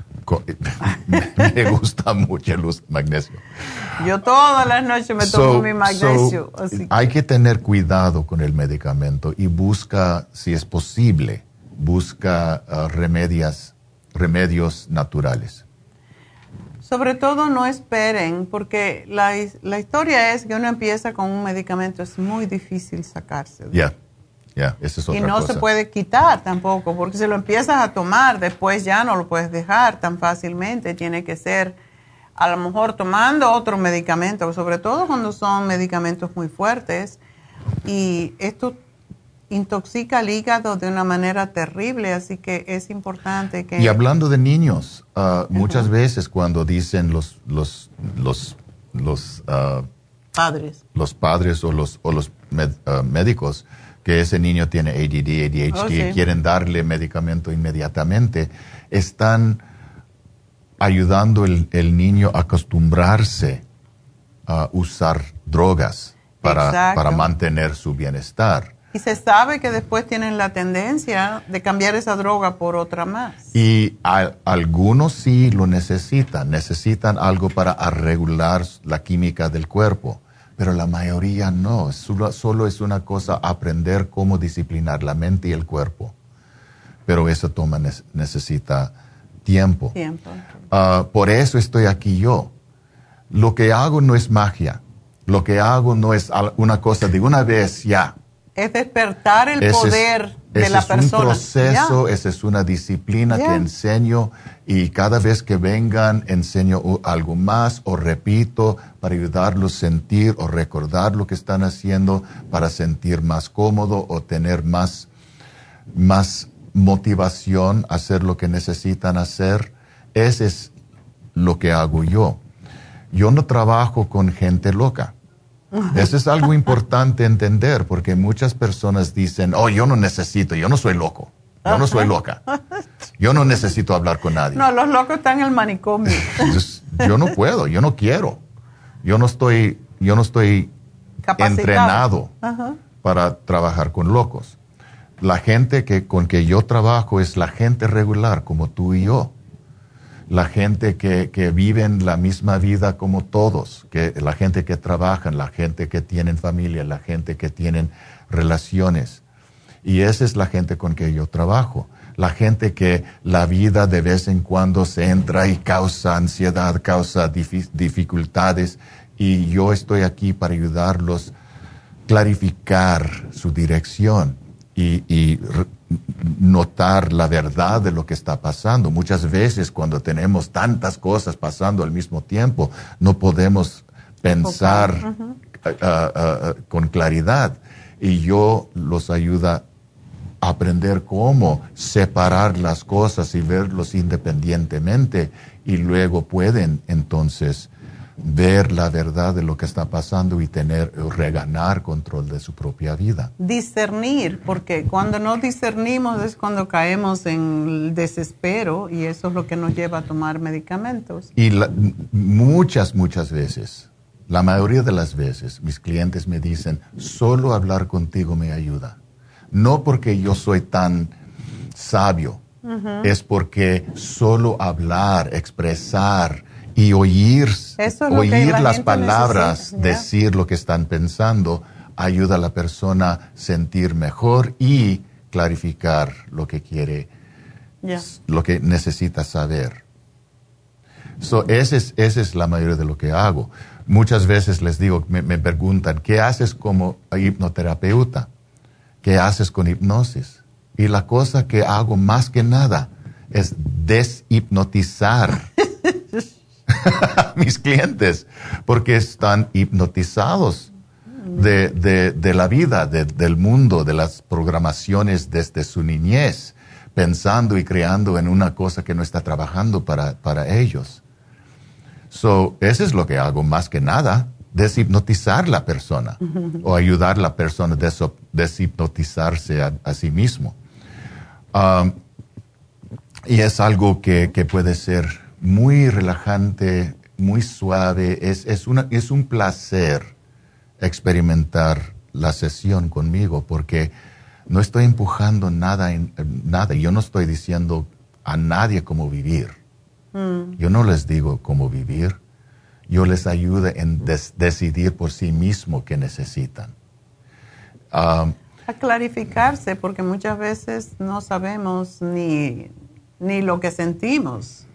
Me gusta mucho el uso de magnesio. Yo todas las noches me tomo mi magnesio. Hay que tener cuidado con el medicamento y busca, si es posible, remedios naturales. Sobre todo no esperen, porque la historia es que uno empieza con un medicamento, es muy difícil sacarse. Esa es otra y no cosa. Se puede quitar tampoco, porque si lo empiezas a tomar, después ya no lo puedes dejar tan fácilmente. Tiene que ser, a lo mejor, tomando otro medicamento, sobre todo cuando son medicamentos muy fuertes. Y esto intoxica el hígado de una manera terrible, así que es importante que... Y hablando de niños, muchas veces cuando dicen los padres. Los padres o los médicos que ese niño tiene ADD, ADHD, quieren darle medicamento inmediatamente, están ayudando el niño a acostumbrarse a usar drogas para mantener su bienestar. Y se sabe que después tienen la tendencia de cambiar esa droga por otra más. Y algunos sí lo necesitan algo para regular la química del cuerpo, pero la mayoría no. Solo es una cosa aprender cómo disciplinar la mente y el cuerpo. Pero eso necesita tiempo. Por eso estoy aquí yo. Lo que hago no es magia. Lo que hago no es una cosa de una vez ya. Es despertar el poder de la persona. Ese es un proceso, esa es una disciplina que enseño, y cada vez que vengan enseño algo más o repito para ayudarlos a sentir o recordar lo que están haciendo para sentir más cómodo o tener más motivación a hacer lo que necesitan hacer. Ese es lo que hago yo. Yo no trabajo con gente loca. Eso es algo importante entender, porque muchas personas dicen, yo no necesito, yo no soy loco, yo no soy loca, yo no necesito hablar con nadie. No, los locos están en el manicomio. Entonces, yo no puedo, yo no quiero, yo no estoy entrenado para trabajar con locos. La gente con que yo trabajo es la gente regular, como tú y yo. La gente que viven la misma vida como todos, la gente que trabajan, la gente que tienen familia, la gente que tienen relaciones. Y esa es la gente con que yo trabajo. La gente que la vida de vez en cuando se entra y causa ansiedad, causa dificultades. Y yo estoy aquí para ayudarlos a clarificar su dirección y notar la verdad de lo que está pasando. Muchas veces cuando tenemos tantas cosas pasando al mismo tiempo, no podemos pensar con claridad. Y yo los ayudo a aprender cómo separar las cosas y verlos independientemente, y luego pueden entonces ver la verdad de lo que está pasando y reganar control de su propia vida. Discernir, porque cuando no discernimos es cuando caemos en el desespero, y eso es lo que nos lleva a tomar medicamentos. Y muchas veces, la mayoría de las veces, mis clientes me dicen, solo hablar contigo me ayuda. No porque yo soy tan sabio, es porque solo hablar, expresar y oír las palabras, decir lo que están pensando, ayuda a la persona a sentir mejor y clarificar lo que quiere, lo que necesita saber. Esa es la mayoría de lo que hago. Muchas veces les digo, me preguntan, ¿qué haces como hipnoterapeuta? ¿Qué haces con hipnosis? Y la cosa que hago más que nada es deshipnotizar a mis clientes, porque están hipnotizados de la vida, del mundo, de las programaciones desde su niñez, pensando y creando en una cosa que no está trabajando para ellos. Eso es lo que hago más que nada, deshipnotizar la persona o ayudar a la persona a deshipnotizarse a sí mismo. Y es algo que puede ser muy relajante, muy suave. Es un placer experimentar la sesión conmigo, porque no estoy empujando nada. Yo no estoy diciendo a nadie cómo vivir. Yo no les digo cómo vivir. Yo les ayudo en decidir por sí mismo qué necesitan. A clarificarse, porque muchas veces no sabemos ni lo que sentimos.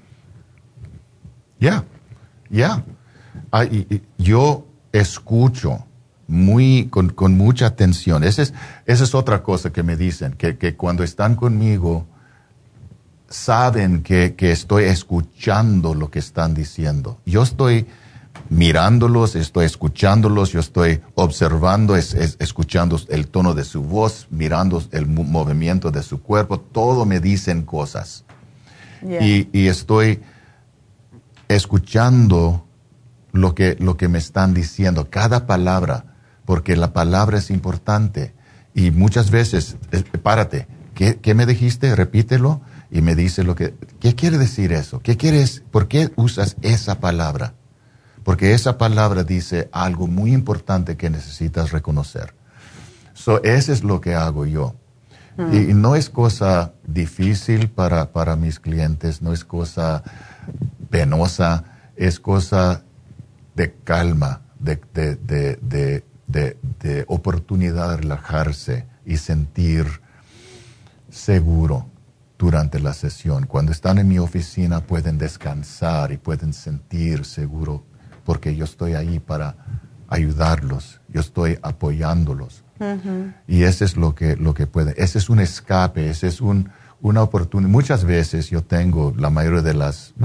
Yo escucho con mucha atención. Esa es otra cosa que me dicen, que cuando están conmigo saben que estoy escuchando lo que están diciendo. Yo estoy mirándolos, estoy escuchándolos, yo estoy observando, escuchando el tono de su voz, mirando el movimiento de su cuerpo. Todo me dicen cosas. Y estoy escuchando lo que me están diciendo, cada palabra, porque la palabra es importante. Y muchas veces, párate, ¿qué me dijiste? Repítelo. Y me dice ¿qué quiere decir eso? ¿Qué quieres? ¿Por qué usas esa palabra? porque esa palabra dice algo muy importante que necesitas reconocer. Eso es lo que hago yo. Y no es cosa difícil para mis clientes, no es cosa penosa, es cosa de calma, de oportunidad de relajarse y sentir seguro durante la sesión. Cuando están en mi oficina pueden descansar y pueden sentir seguro porque yo estoy ahí para ayudarlos, yo estoy apoyándolos. Y eso es lo que puede, ese es un escape, ese es una oportunidad. Muchas veces yo tengo la mayoría de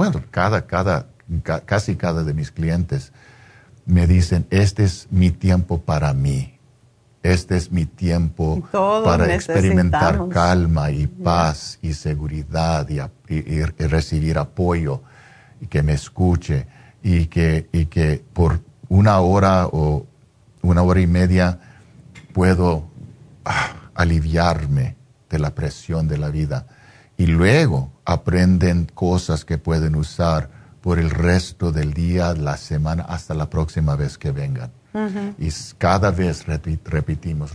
casi cada de mis clientes me dicen, este es mi tiempo para mí. Este es mi tiempo para experimentar calma y paz y seguridad y recibir apoyo y que me escuche y que por 1 hora o 1 hora y media puedo aliviarme de la presión de la vida. Y luego aprenden cosas que pueden usar por el resto del día, la semana, hasta la próxima vez que vengan. Y cada vez repetimos.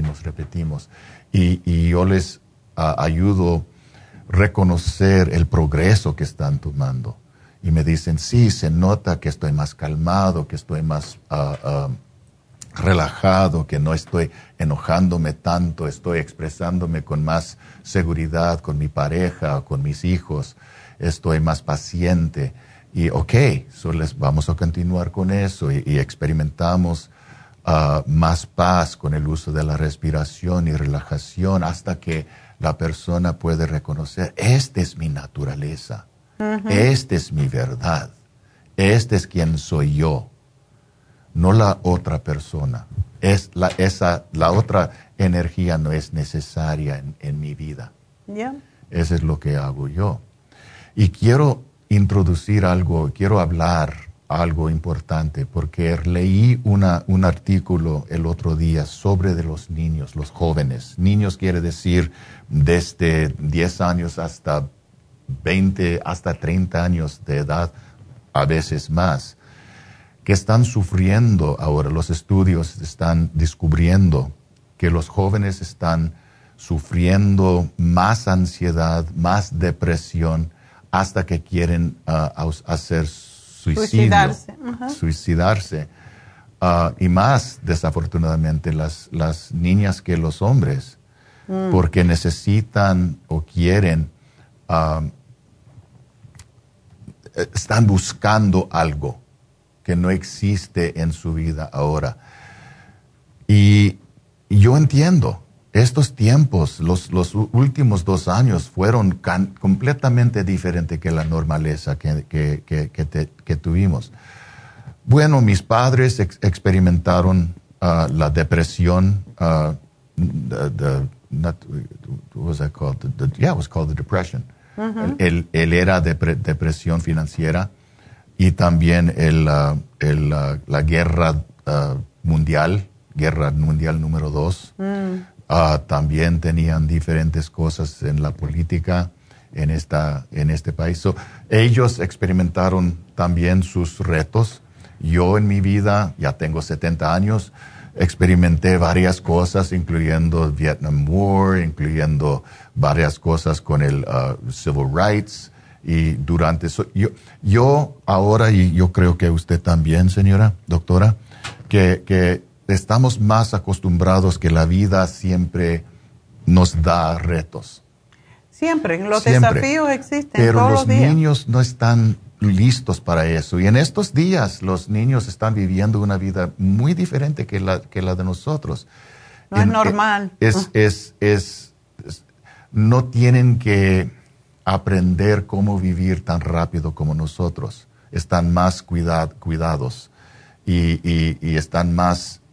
Y yo les ayudo a reconocer el progreso que están tomando. Y me dicen, sí, se nota que estoy más calmado, que estoy más relajado, que no estoy enojándome tanto, estoy expresándome con más seguridad con mi pareja, con mis hijos, estoy más paciente. Y les vamos a continuar con eso y experimentamos más paz con el uso de la respiración y relajación hasta que la persona puede reconocer, esta es mi naturaleza, esta es mi verdad, este es quien soy yo. No la otra persona. La otra energía no es necesaria en mi vida. Eso es lo que hago yo. Y quiero introducir quiero hablar algo importante, porque leí un artículo el otro día sobre de los niños, los jóvenes. Niños quiere decir desde 10 años hasta 20, hasta 30 años de edad, a veces más, que están sufriendo ahora. Los estudios están descubriendo que los jóvenes están sufriendo más ansiedad, más depresión, hasta que quieren hacer suicidio. Suicidarse. Y más, desafortunadamente, las niñas que los hombres, porque necesitan o quieren, están buscando algo que no existe en su vida ahora. Y yo entiendo, estos tiempos, los últimos 2 años fueron completamente diferentes que la normaleza que tuvimos. Bueno, mis padres experimentaron la depresión, what was that called? It was called the depression. Él era depresión financiera. Y también la guerra mundial número 2. También tenían diferentes cosas en la política en este país. Ellos experimentaron también sus retos. Yo en mi vida, ya tengo 70 años, experimenté varias cosas, incluyendo el Vietnam War, incluyendo varias cosas con el Civil Rights. Y durante eso, yo ahora, y yo creo que usted también, señora doctora, que estamos más acostumbrados que la vida siempre nos da retos. Los desafíos existen pero todos los días. Pero los niños no están listos para eso. Y en estos días los niños están viviendo una vida muy diferente que la de nosotros. No es normal. No tienen que aprender cómo vivir tan rápido como nosotros. Están más cuidados y están más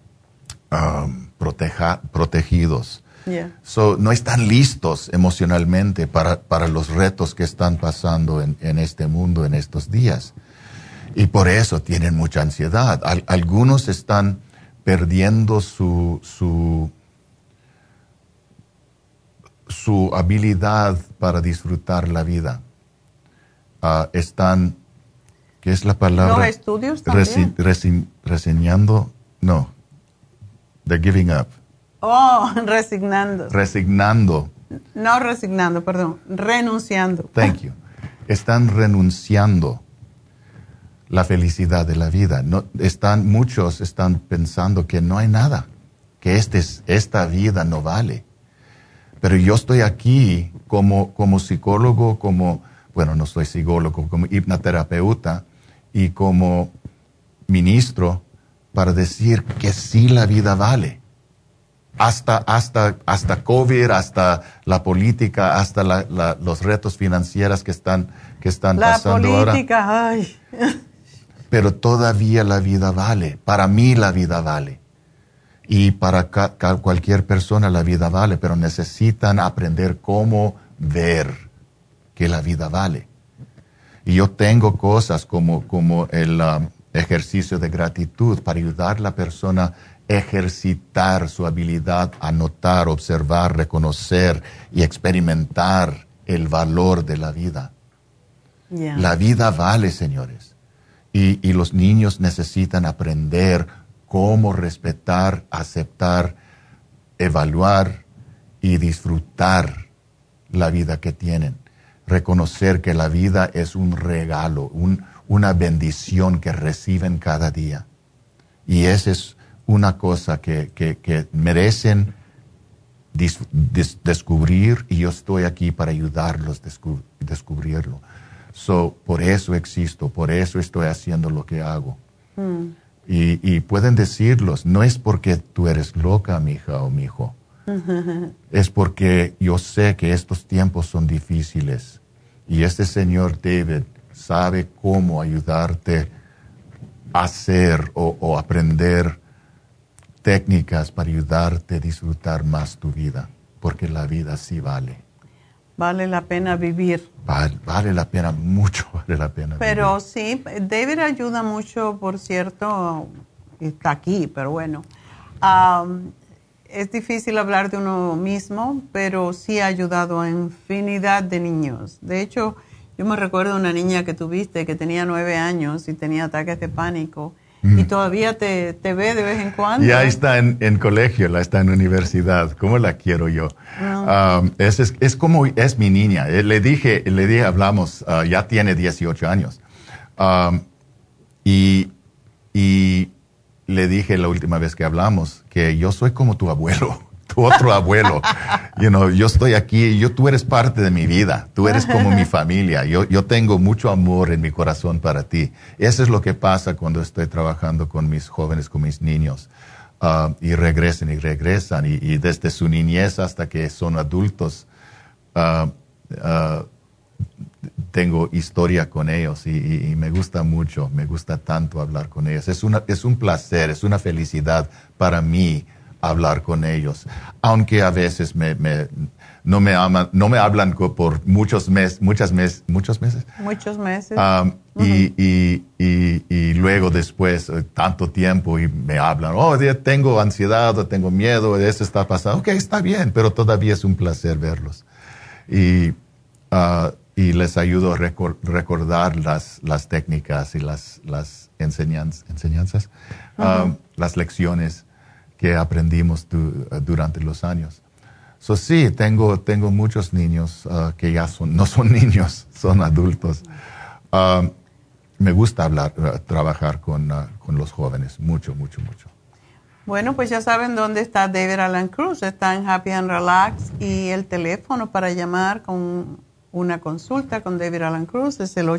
protegidos. No están listos emocionalmente para los retos que están pasando en este mundo en estos días. Y por eso tienen mucha ansiedad. Algunos están perdiendo su habilidad para disfrutar la vida. Están ¿Qué es la palabra? Los estudios también. Reseñando, no. They're giving up. Oh, resignando. Resignando. No resignando, perdón. Renunciando. Thank you. Están renunciando la felicidad de la vida. Muchos están pensando que no hay nada, que esta vida no vale. Pero yo estoy aquí como psicólogo, no soy psicólogo, como hipnoterapeuta y como ministro para decir que sí la vida vale. Hasta COVID, hasta la política, hasta los retos financieros que están pasando ahora. La política, ay. Pero todavía la vida vale. Para mí la vida vale. Y para cualquier persona la vida vale, pero necesitan aprender cómo ver que la vida vale. Y yo tengo cosas como el ejercicio de gratitud para ayudar a la persona a ejercitar su habilidad a notar, observar, reconocer y experimentar el valor de la vida. Yeah. La vida vale, señores. Y los niños necesitan aprender cómo respetar, aceptar, evaluar y disfrutar la vida que tienen. Reconocer que la vida es un regalo, una bendición que reciben cada día. Y esa es una cosa que merecen descubrir, y yo estoy aquí para ayudarlos a descubrirlo. Por eso existo, por eso estoy haciendo lo que hago. Y pueden decirlos, no es porque tú eres loca, mija o mijo. Es porque yo sé que estos tiempos son difíciles. Y este señor David sabe cómo ayudarte a hacer o aprender técnicas para ayudarte a disfrutar más tu vida. Porque la vida sí vale. Vale la pena vivir. Vale la pena, mucho vale la pena pero vivir. Sí, David ayuda mucho, por cierto, está aquí, pero bueno. Es difícil hablar de uno mismo, pero sí ha ayudado a infinidad de niños. De hecho, yo me recuerdo una niña que tuviste que tenía 9 años y tenía ataques de pánico. Y todavía te ve de vez en cuando. Ya está en colegio, está en universidad. ¿Cómo la quiero yo? Es como, es mi niña. Le dije, hablamos, ya tiene 18 años. Y le dije la última vez que hablamos que yo soy como tu abuelo, tu otro abuelo. Yo estoy aquí, tú eres parte de mi vida, tú eres como mi familia. Yo tengo mucho amor en mi corazón para ti. Eso es lo que pasa cuando estoy trabajando con mis jóvenes, con mis niños. Y regresan, y desde su niñez hasta que son adultos, tengo historia con ellos y me gusta mucho, me gusta tanto hablar con ellos. Es un placer, es una felicidad para mí hablar con ellos, aunque a veces no me hablan por muchos meses. Y luego después tanto tiempo y me hablan, tengo ansiedad o tengo miedo, eso está pasando. Ok, está bien, pero todavía es un placer verlos. Y les ayudo a recordar las técnicas y las enseñanzas, las lecciones que aprendimos durante los años. Sí, tengo muchos niños que ya no son niños, son adultos. Me gusta trabajar con los jóvenes, mucho. Bueno, pues ya saben dónde está David Alan Cruz. Está en Happy and Relax, y el teléfono para llamar con una consulta con David Alan Cruz es el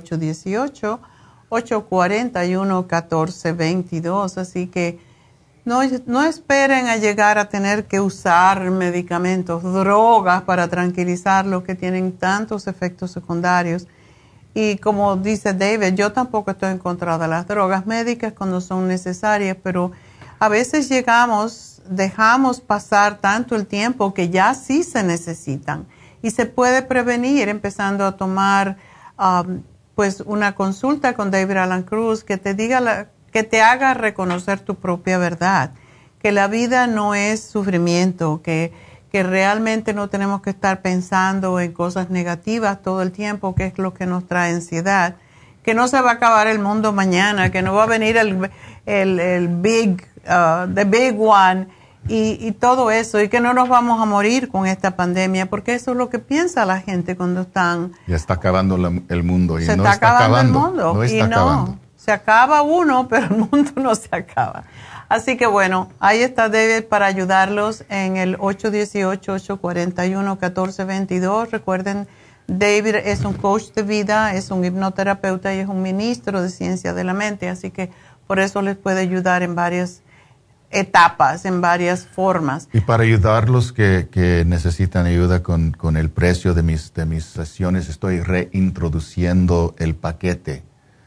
818-841-1422. Así que no esperen a llegar a tener que usar medicamentos, drogas para tranquilizarlos, que tienen tantos efectos secundarios. Y como dice David, yo tampoco estoy en contra de las drogas médicas cuando son necesarias, pero a veces dejamos pasar tanto el tiempo que ya sí se necesitan. Y se puede prevenir empezando a tomar pues una consulta con David Alan Cruz que te diga que te haga reconocer tu propia verdad, que la vida no es sufrimiento, que realmente no tenemos que estar pensando en cosas negativas todo el tiempo, que es lo que nos trae ansiedad, que no se va a acabar el mundo mañana, que no va a venir the big one y todo eso, y que no nos vamos a morir con esta pandemia, porque eso es lo que piensa la gente cuando están... Ya está acabando el mundo y se no está acabando el mundo. No está acabando. Se acaba uno, pero el mundo no se acaba. Así que bueno, ahí está David para ayudarlos en el 818-841-1422. Recuerden, David es un coach de vida, es un hipnoterapeuta y es un ministro de ciencia de la mente, así que por eso les puede ayudar en varias etapas, en varias formas. Y para ayudarlos que necesitan ayuda con el precio de mis sesiones, estoy reintroduciendo el paquete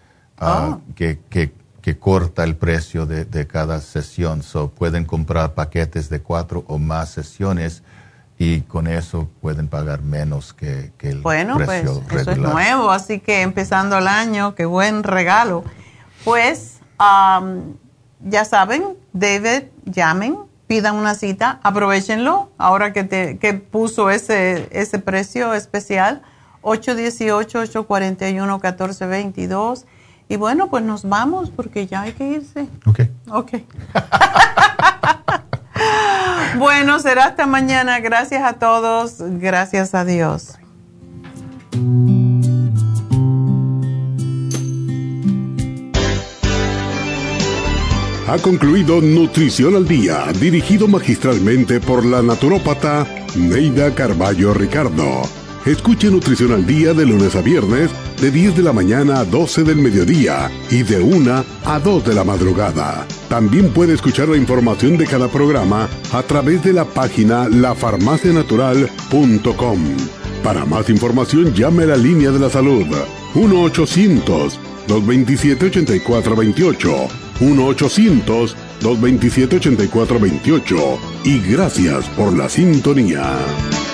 que corta el precio de cada sesión. So, pueden comprar paquetes de 4 o más sesiones y con eso pueden pagar menos que el precio pues, regular. Eso es nuevo, así que empezando el año, qué buen regalo. Pues, ya saben, David, llamen, pidan una cita, aprovechenlo, ahora que puso ese precio especial, 818-841-1422. Y bueno, pues nos vamos porque ya hay que irse. Ok. Bueno, será hasta mañana. Gracias a todos. Gracias a Dios. Ha concluido Nutrición al Día, dirigido magistralmente por la naturópata Neida Carballo Ricardo. Escuche Nutrición al Día de lunes a viernes, de 10 de la mañana a 12 del mediodía y de 1 a 2 de la madrugada. También puede escuchar la información de cada programa a través de la página lafarmacianatural.com. Para más información, llame a la línea de la salud, 1-800-227-8428, 1-800-227-8428. Y gracias por la sintonía.